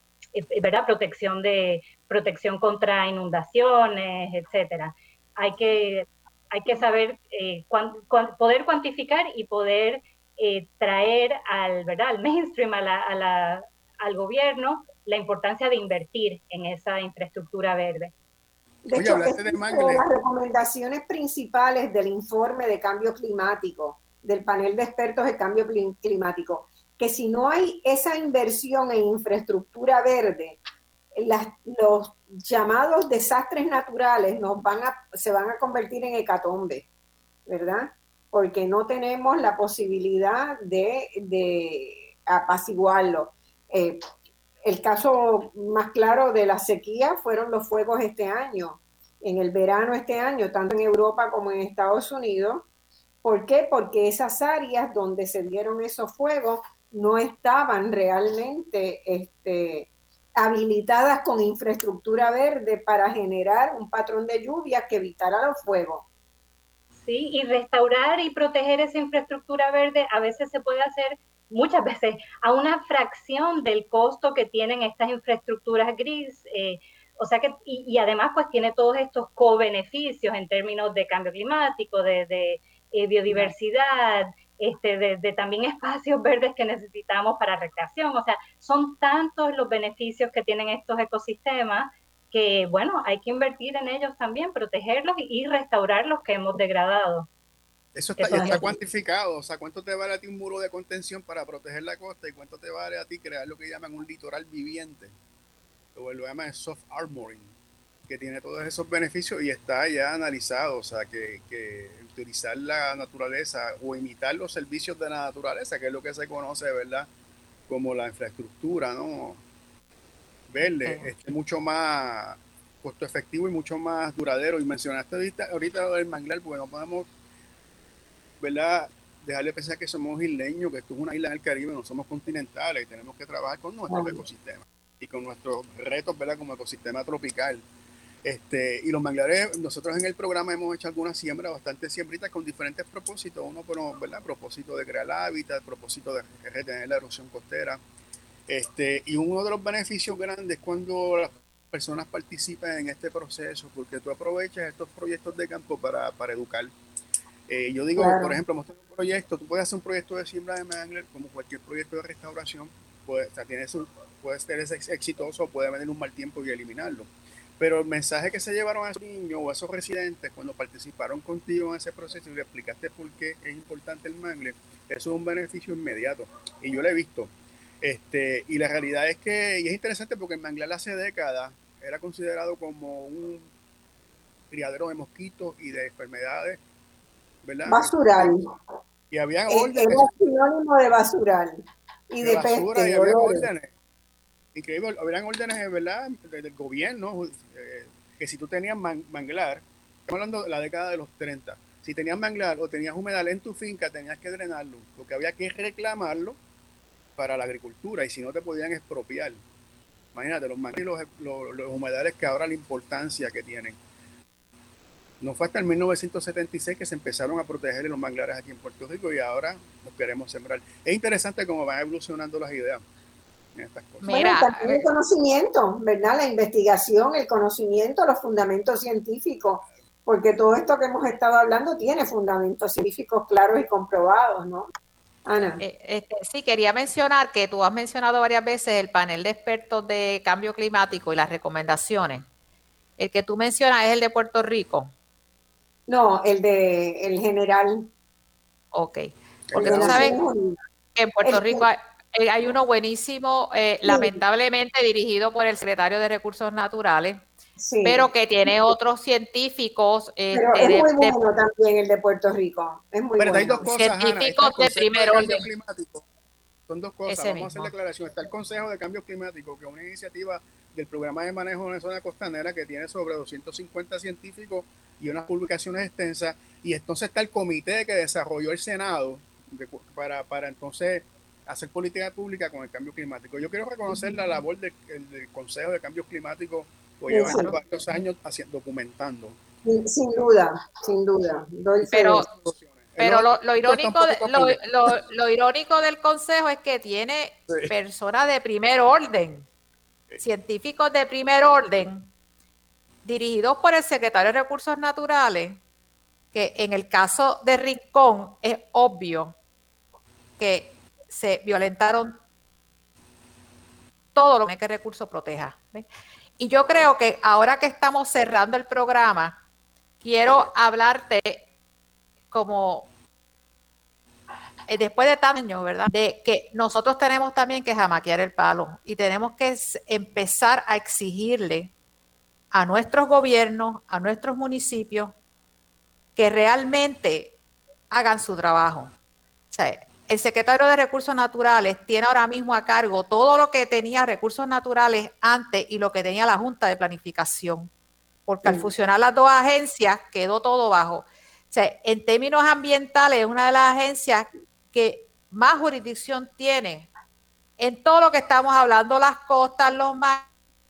eh, ¿verdad? Protección, de, protección contra inundaciones, etcétera. Hay que, hay que saber, eh, cuan, cuan, poder cuantificar y poder eh, traer al, ¿verdad? al mainstream, a la, a la, al gobierno, la importancia de invertir en esa infraestructura verde.
De hecho, es de las recomendaciones principales del informe de cambio climático, del panel de expertos de cambio climático, que si no hay esa inversión en infraestructura verde, las, los llamados desastres naturales nos van a, se van a convertir en hecatombe, ¿verdad? Porque no tenemos la posibilidad de, de apaciguarlo. Eh, el caso más claro de la sequía fueron los fuegos este año, en el verano este año, tanto en Europa como en Estados Unidos. ¿Por qué? Porque esas áreas donde se dieron esos fuegos no estaban realmente este, habilitadas con infraestructura verde para generar un patrón de lluvia que evitara los fuegos.
Sí, y restaurar y proteger esa infraestructura verde a veces se puede hacer, muchas veces, a una fracción del costo que tienen estas infraestructuras gris. Eh, o sea que, y, y además pues tiene todos estos co-beneficios en términos de cambio climático, de, de eh, biodiversidad, este, de, de también espacios verdes que necesitamos para recreación. O sea, son tantos los beneficios que tienen estos ecosistemas que, bueno, hay que invertir en ellos también, protegerlos y, y restaurar los que hemos degradado.
Eso está, ya está cuantificado. O sea, ¿cuánto te vale a ti un muro de contención para proteger la costa y cuánto te vale a ti crear lo que llaman un litoral viviente? O lo llaman soft armoring, que tiene todos esos beneficios y está ya analizado. O sea, que, que utilizar la naturaleza o imitar los servicios de la naturaleza, que es lo que se conoce, ¿verdad?, como la infraestructura, ¿no?, verde, okay, es mucho más costo efectivo y mucho más duradero. Y mencionaste ahorita, ahorita lo del manglar, porque no podemos, ¿verdad?, dejarle pensar que somos isleños, que esto es una isla en el Caribe, no somos continentales, y tenemos que trabajar con nuestros uh-huh. ecosistemas y con nuestros retos, ¿verdad?, como ecosistema tropical. Este, y los manglares, nosotros en el programa hemos hecho algunas siembras, bastantes siembritas con diferentes propósitos. Uno, bueno, ¿verdad?, propósito de crear hábitat, propósito de retener la erosión costera. Este, y uno de los beneficios grandes cuando las personas participan en este proceso, porque tú aprovechas estos proyectos de campo para, para educar. Eh, yo digo, claro, por ejemplo, hemos tenido un proyecto, tú puedes hacer un proyecto de siembra de manglar como cualquier proyecto de restauración, puede, o sea, tiene su, puede ser exitoso, puede venir un mal tiempo y eliminarlo. Pero el mensaje que se llevaron a esos niños o a esos residentes cuando participaron contigo en ese proceso y le explicaste por qué es importante el manglar, eso es un beneficio inmediato. Y yo lo he visto. Este, y la realidad es que, y es interesante porque el manglar hace décadas era considerado como un criadero de mosquitos y de enfermedades, ¿verdad?
Basural.
Y habían
el,
órdenes.
Era sinónimo de basural y de, de
basura,
peste.
Y habían órdenes. Increíble, habían órdenes, ¿verdad?, del gobierno, eh, que si tú tenías man, manglar, estamos hablando de la década de los treinta, si tenías manglar o tenías humedal en tu finca, tenías que drenarlo, porque había que reclamarlo para la agricultura, y si no te podían expropiar. Imagínate, los manglares y los, los, los humedales, que ahora la importancia que tienen. No fue hasta el mil novecientos setenta y seis que se empezaron a proteger los manglares aquí en Puerto Rico, y ahora los queremos sembrar. Es interesante cómo van evolucionando las ideas en estas cosas.
Mira, bueno, también el conocimiento, ¿verdad? La investigación, el conocimiento, los fundamentos científicos, porque todo esto que hemos estado hablando tiene fundamentos científicos claros y comprobados, ¿no? Ana.
Eh, este, sí, quería mencionar que tú has mencionado varias veces el panel de expertos de cambio climático y las recomendaciones. El que tú mencionas es el de Puerto Rico.
No, el de el general.
Ok, porque tú sabes que en Puerto el, Rico hay, hay uno buenísimo, eh, sí, lamentablemente dirigido por el secretario de Recursos Naturales, sí, pero que tiene otros científicos.
Pero este, es muy de, bueno de, también el de Puerto Rico. Es muy
pero
bueno.
hay dos cosas,
científicos
Ana,
de primer orden.
Son dos cosas, Ese vamos mismo. a hacer la aclaración. Está el Consejo de Cambio Climático, que es una iniciativa del Programa de Manejo de la Zona Costanera, que tiene sobre doscientos cincuenta científicos y unas publicaciones extensas. Y entonces está el comité que desarrolló el Senado de, para, para entonces hacer política pública con el cambio climático. Yo quiero reconocer la labor del, del Consejo de Cambio Climático, que lleva sí, varios años haciendo, documentando.
Sin duda, sin duda. Doy
pero pero lo, lo, irónico de, lo, lo, lo irónico del Consejo es que tiene sí. personas de primer orden, sí. científicos de primer orden, dirigidos por el secretario de Recursos Naturales, que en el caso de Rincón es obvio que se violentaron todo lo que recurso proteja. ¿Ves? Y yo creo que ahora que estamos cerrando el programa, quiero hablarte como eh, después de tantos años, ¿verdad? De que nosotros tenemos también que jamaquear el palo y tenemos que empezar a exigirle a nuestros gobiernos, a nuestros municipios, que realmente hagan su trabajo. O sea, el secretario de Recursos Naturales tiene ahora mismo a cargo todo lo que tenía Recursos Naturales antes y lo que tenía la Junta de Planificación, porque mm. al fusionar las dos agencias quedó todo bajo. O sea, en términos ambientales es una de las agencias que más jurisdicción tiene en todo lo que estamos hablando, las costas, los mares,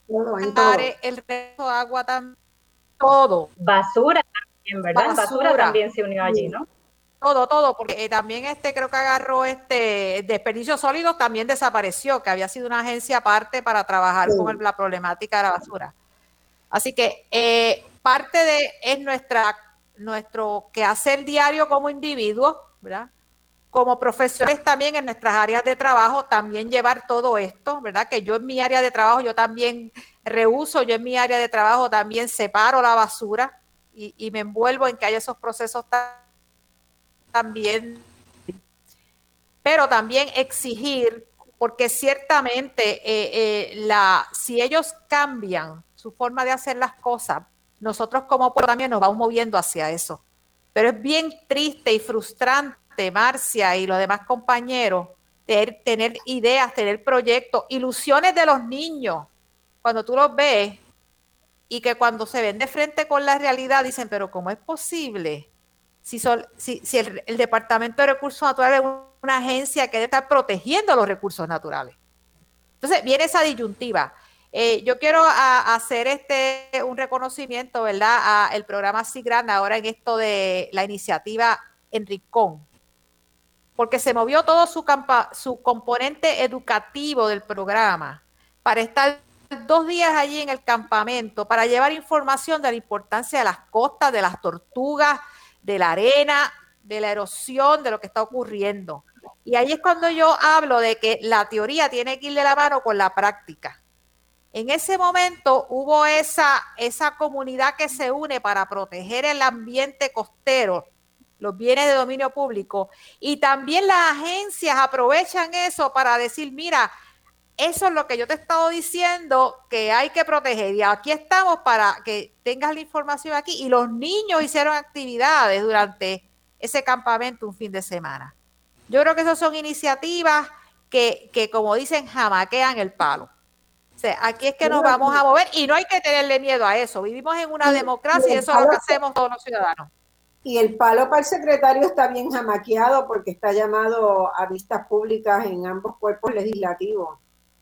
el resto de agua también, todo.
Basura también, ¿verdad? Basura, Basura también se unió allí, ¿no?
Todo, todo, porque eh, también este creo que agarró este desperdicios sólidos, también desapareció, que había sido una agencia aparte para trabajar sí. con el, la problemática de la basura. Así que eh, parte de es nuestra nuestro quehacer diario como individuos, ¿verdad? Como profesionales también en nuestras áreas de trabajo, también llevar todo esto, ¿verdad? Que yo en mi área de trabajo, yo también reuso, yo en mi área de trabajo también separo la basura y, y me envuelvo en que haya esos procesos también, pero también exigir, porque ciertamente eh, eh, la, si ellos cambian su forma de hacer las cosas, nosotros como pueblo también nos vamos moviendo hacia eso. Pero es bien triste y frustrante, Marcia y los demás compañeros, tener, tener ideas, tener proyectos, ilusiones de los niños, cuando tú los ves y que cuando se ven de frente con la realidad dicen, pero ¿cómo es posible? Si, son, si, si el, el Departamento de Recursos Naturales es una agencia que debe estar protegiendo los recursos naturales. Entonces viene esa disyuntiva. Eh, yo quiero a, hacer este un reconocimiento, ¿verdad?, al programa SIGRAND ahora en esto de la iniciativa en Rincón, porque se movió todo su, campa, su componente educativo del programa para estar dos días allí en el campamento, para llevar información de la importancia de las costas, de las tortugas, de la arena, de la erosión, de lo que está ocurriendo. Y ahí es cuando yo hablo de que la teoría tiene que ir de la mano con la práctica. En ese momento hubo esa, esa comunidad que se une para proteger el ambiente costero, los bienes de dominio público, y también las agencias aprovechan eso para decir, mira, eso es lo que yo te he estado diciendo que hay que proteger, y aquí estamos para que tengas la información aquí, y los niños hicieron actividades durante ese campamento un fin de semana. Yo creo que esas son iniciativas que, que como dicen, jamaquean el palo. O sea, aquí es que nos vamos a mover y no hay que tenerle miedo a eso. Vivimos en una democracia y eso es lo que hacemos todos los ciudadanos.
Y el palo para el secretario está bien jamaqueado porque está llamado a vistas públicas en ambos cuerpos legislativos.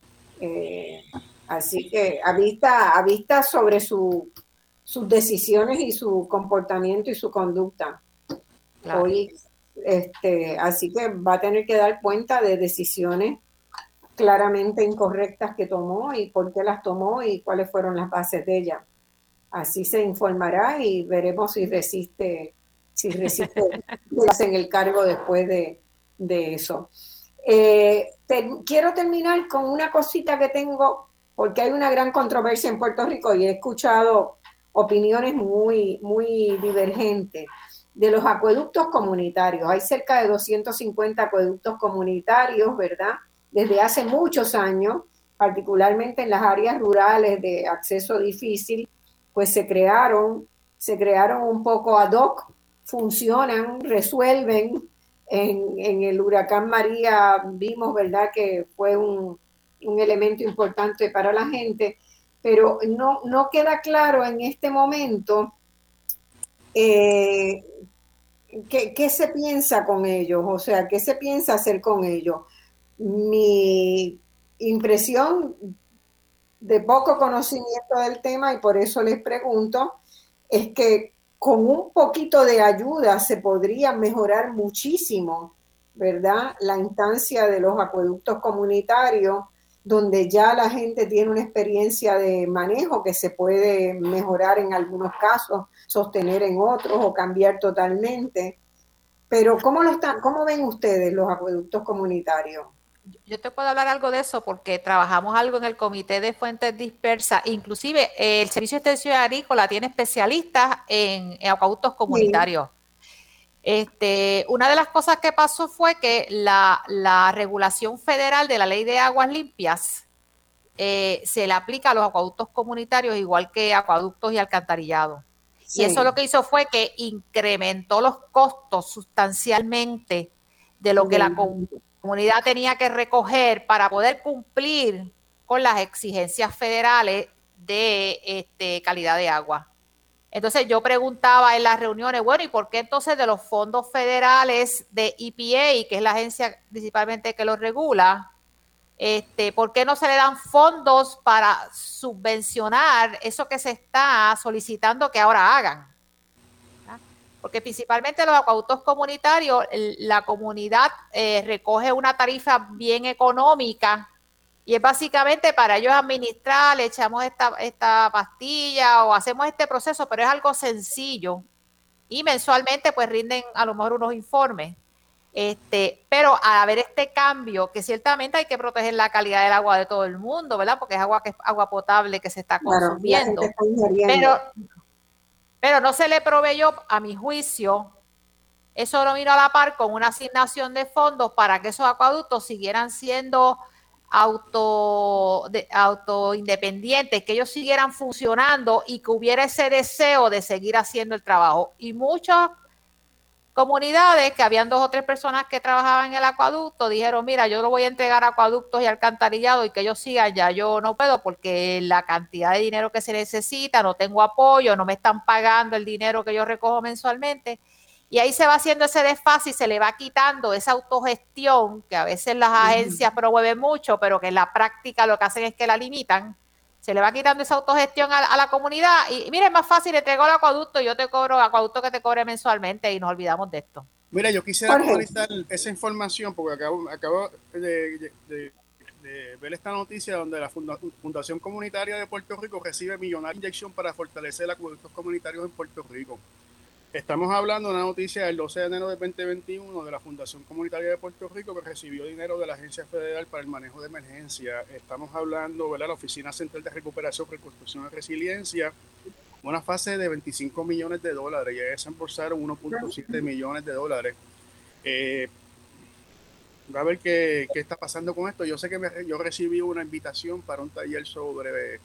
Eh, así que a vista, a vista sobre su, sus decisiones y su comportamiento y su conducta. Claro. Hoy, este, así que va a tener que dar cuenta de decisiones claramente incorrectas que tomó y por qué las tomó y cuáles fueron las bases de ella. Así se informará y veremos si resiste, si resiste en el cargo después de, de eso. Eh, te, quiero terminar con una cosita que tengo, porque hay una gran controversia en Puerto Rico y he escuchado opiniones muy, muy divergentes de los acueductos comunitarios. Hay cerca de doscientos cincuenta acueductos comunitarios, ¿verdad?, desde hace muchos años, particularmente en las áreas rurales de acceso difícil, pues se crearon, se crearon un poco ad hoc, funcionan, resuelven. En, en el huracán María vimos, ¿verdad?, que fue un, un elemento importante para la gente, pero no, no queda claro en este momento eh, qué, qué se piensa con ellos, o sea, qué se piensa hacer con ellos. Mi impresión de poco conocimiento del tema, y por eso les pregunto, es que con un poquito de ayuda se podría mejorar muchísimo, ¿verdad?, la instancia de los acueductos comunitarios, donde ya la gente tiene una experiencia de manejo que se puede mejorar en algunos casos, sostener en otros o cambiar totalmente. Pero ¿cómo lo están, cómo ven ustedes los acueductos comunitarios?
Yo te puedo hablar algo de eso porque trabajamos algo en el Comité de Fuentes Dispersas. Inclusive eh, el Servicio de Extensión Agrícola tiene especialistas en, en acueductos comunitarios. Sí. Este, una de las cosas que pasó fue que la, la regulación federal de la Ley de Aguas Limpias eh, se le aplica a los acueductos comunitarios igual que acueductos y alcantarillados. Sí. Y eso lo que hizo fue que incrementó los costos sustancialmente de lo que sí. la comunidad comunidad tenía que recoger para poder cumplir con las exigencias federales de este, calidad de agua. Entonces yo preguntaba en las reuniones, bueno, ¿y por qué entonces de los fondos federales de E P A, que es la agencia principalmente que los regula, este, por qué no se le dan fondos para subvencionar eso que se está solicitando que ahora hagan? Porque principalmente los acueductos comunitarios, la comunidad eh, recoge una tarifa bien económica y es básicamente para ellos administrar, le echamos esta, esta pastilla o hacemos este proceso, pero es algo sencillo y mensualmente pues rinden a lo mejor unos informes. Este, pero al haber este cambio, que ciertamente hay que proteger la calidad del agua de todo el mundo, ¿verdad? Porque es agua que es agua potable que se está consumiendo. Claro, pero Pero no se le proveyó, a mi juicio, eso no vino a la par con una asignación de fondos para que esos acueductos siguieran siendo auto, de, auto independientes, que ellos siguieran funcionando y que hubiera ese deseo de seguir haciendo el trabajo. Y muchas comunidades, que habían dos o tres personas que trabajaban en el acueducto, dijeron, mira, yo lo voy a entregar a acueductos y alcantarillado y que ellos sigan, ya yo no puedo porque la cantidad de dinero que se necesita, no tengo apoyo, no me están pagando el dinero que yo recojo mensualmente. Y ahí se va haciendo ese desfase y se le va quitando esa autogestión que a veces las agencias promueven mucho, pero que en la práctica lo que hacen es que la limitan. Se le va quitando esa autogestión a, a la comunidad y, y mira, es más fácil, le entrego el acueducto, yo te cobro acueducto que te cobre mensualmente y nos olvidamos de esto.
Mira, yo quisiera actualizar esa información porque acabo, acabo de, de, de, de ver esta noticia donde la Funda, Fundación Comunitaria de Puerto Rico recibe millonaria inyección para fortalecer acueductos comunitarios en Puerto Rico. Estamos hablando de una noticia del doce de enero de veinte veintiuno de la Fundación Comunitaria de Puerto Rico que recibió dinero de la Agencia Federal para el Manejo de Emergencia. Estamos hablando de la Oficina Central de Recuperación, Reconstrucción y Resiliencia, una fase de veinticinco millones de dólares. Ya desembolsaron uno punto siete millones de dólares. Eh, va a ver qué, qué está pasando con esto. Yo sé que me, yo recibí una invitación para un taller sobre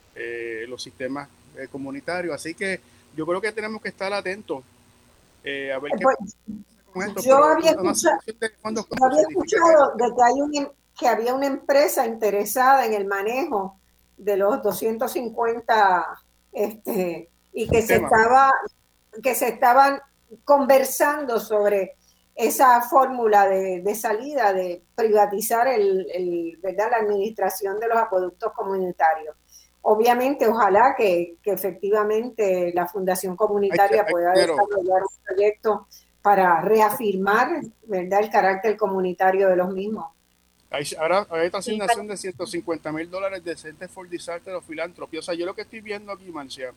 eh, los sistemas eh, comunitarios, así que yo creo que tenemos que estar atentos eh, a ver qué
pues,
pasa con esto.
Yo había escuchado, yo había escuchado de que, hay un, que había una empresa interesada en el manejo de los doscientos cincuenta este, y que se, estaba, que se estaban conversando sobre esa fórmula de, de salida, de privatizar el, el, ¿verdad? la administración de los acueductos comunitarios. Obviamente, ojalá que, que efectivamente la Fundación Comunitaria pueda desarrollar un proyecto para reafirmar, ¿verdad?, el carácter comunitario de los mismos.
Hay, ahora hay esta asignación de ciento cincuenta mil dólares de Center for Disaster of Philanthropy. O sea, yo lo que estoy viendo aquí, Marcia,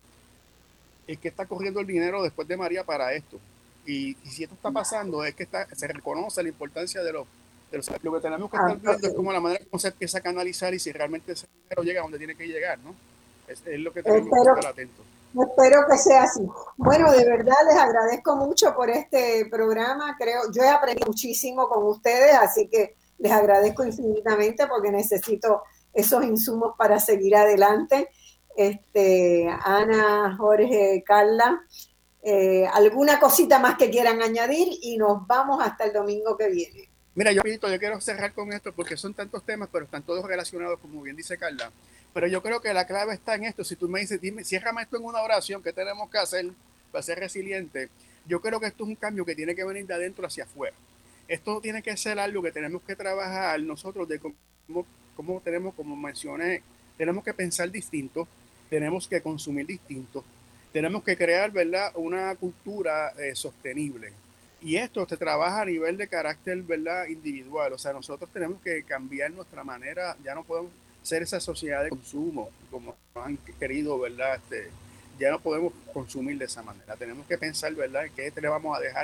es que está corriendo el dinero después de María para esto. Y, y si esto está pasando, es que está, se reconoce la importancia de los... Lo que tenemos que estar viendo es como la manera como se empieza a canalizar y si realmente ese dinero llega a donde tiene que llegar, ¿no? Es, es lo que tenemos espero, que estar atentos.
Espero que sea así. Bueno, de verdad les agradezco mucho por este programa. Creo, yo he aprendido muchísimo con ustedes, así que les agradezco infinitamente porque necesito esos insumos para seguir adelante. Este, Ana, Jorge, Carla, eh, alguna cosita más que quieran añadir y nos vamos hasta el domingo que viene.
Mira, yo, yo quiero cerrar con esto porque son tantos temas, pero están todos relacionados, como bien dice Carla. Pero yo creo que la clave está en esto. Si tú me dices, dime, ciérrame esto en una oración, ¿qué tenemos que hacer para ser resiliente? Yo creo que esto es un cambio que tiene que venir de adentro hacia afuera. Esto tiene que ser algo que tenemos que trabajar nosotros de cómo, cómo tenemos, como mencioné, tenemos que pensar distinto, tenemos que consumir distinto, tenemos que crear, ¿verdad?, una cultura eh, sostenible. Y esto se trabaja a nivel de carácter, ¿verdad?, individual. O sea, nosotros tenemos que cambiar nuestra manera. Ya no podemos ser esa sociedad de consumo como han querido, ¿verdad? Este, ya no podemos consumir de esa manera. Tenemos que pensar, ¿verdad?, qué le vamos a dejar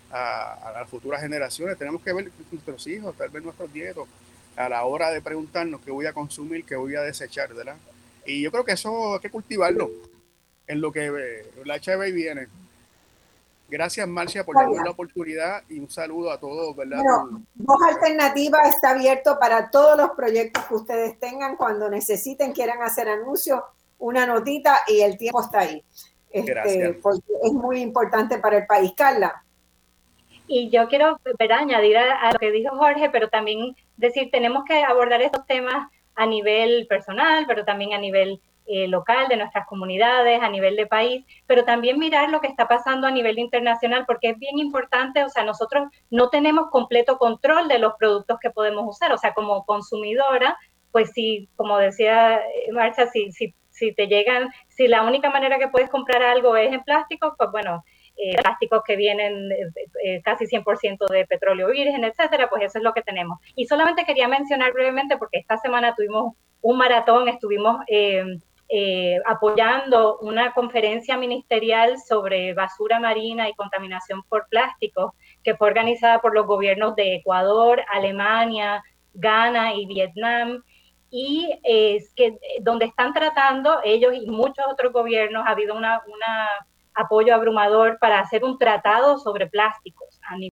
a, a las futuras generaciones. Tenemos que ver nuestros hijos, tal vez nuestros nietos, a la hora de preguntarnos qué voy a consumir, qué voy a desechar, ¿verdad? Y yo creo que eso hay que cultivarlo en lo que eh, la H I V viene. Gracias, Marcia, por darnos la oportunidad y un saludo a todos, ¿verdad?
Bueno, Voz Alternativa está abierto para todos los proyectos que ustedes tengan. Cuando necesiten, quieran hacer anuncios, una notita y el tiempo está ahí. Este, porque es muy importante para el país. Carla.
Y yo quiero, ¿verdad?, añadir a, a lo que dijo Jorge, pero también decir, tenemos que abordar estos temas a nivel personal, pero también a nivel eh, local de nuestras comunidades, a nivel de país, pero también mirar lo que está pasando a nivel internacional, porque es bien importante. O sea, nosotros no tenemos completo control de los productos que podemos usar. O sea, como consumidora, pues si, como decía Marcia, si, si, si te llegan, si la única manera que puedes comprar algo es en plástico, pues bueno, Eh, plásticos que vienen eh, casi cien por ciento de petróleo virgen, etcétera, pues eso es lo que tenemos. Y solamente quería mencionar brevemente, porque esta semana tuvimos un maratón, estuvimos eh, eh, apoyando una conferencia ministerial sobre basura marina y contaminación por plásticos, que fue organizada por los gobiernos de Ecuador, Alemania, Ghana y Vietnam, y eh, que, donde están tratando ellos y muchos otros gobiernos. Ha habido una, una apoyo abrumador para hacer un tratado sobre plásticos a nivel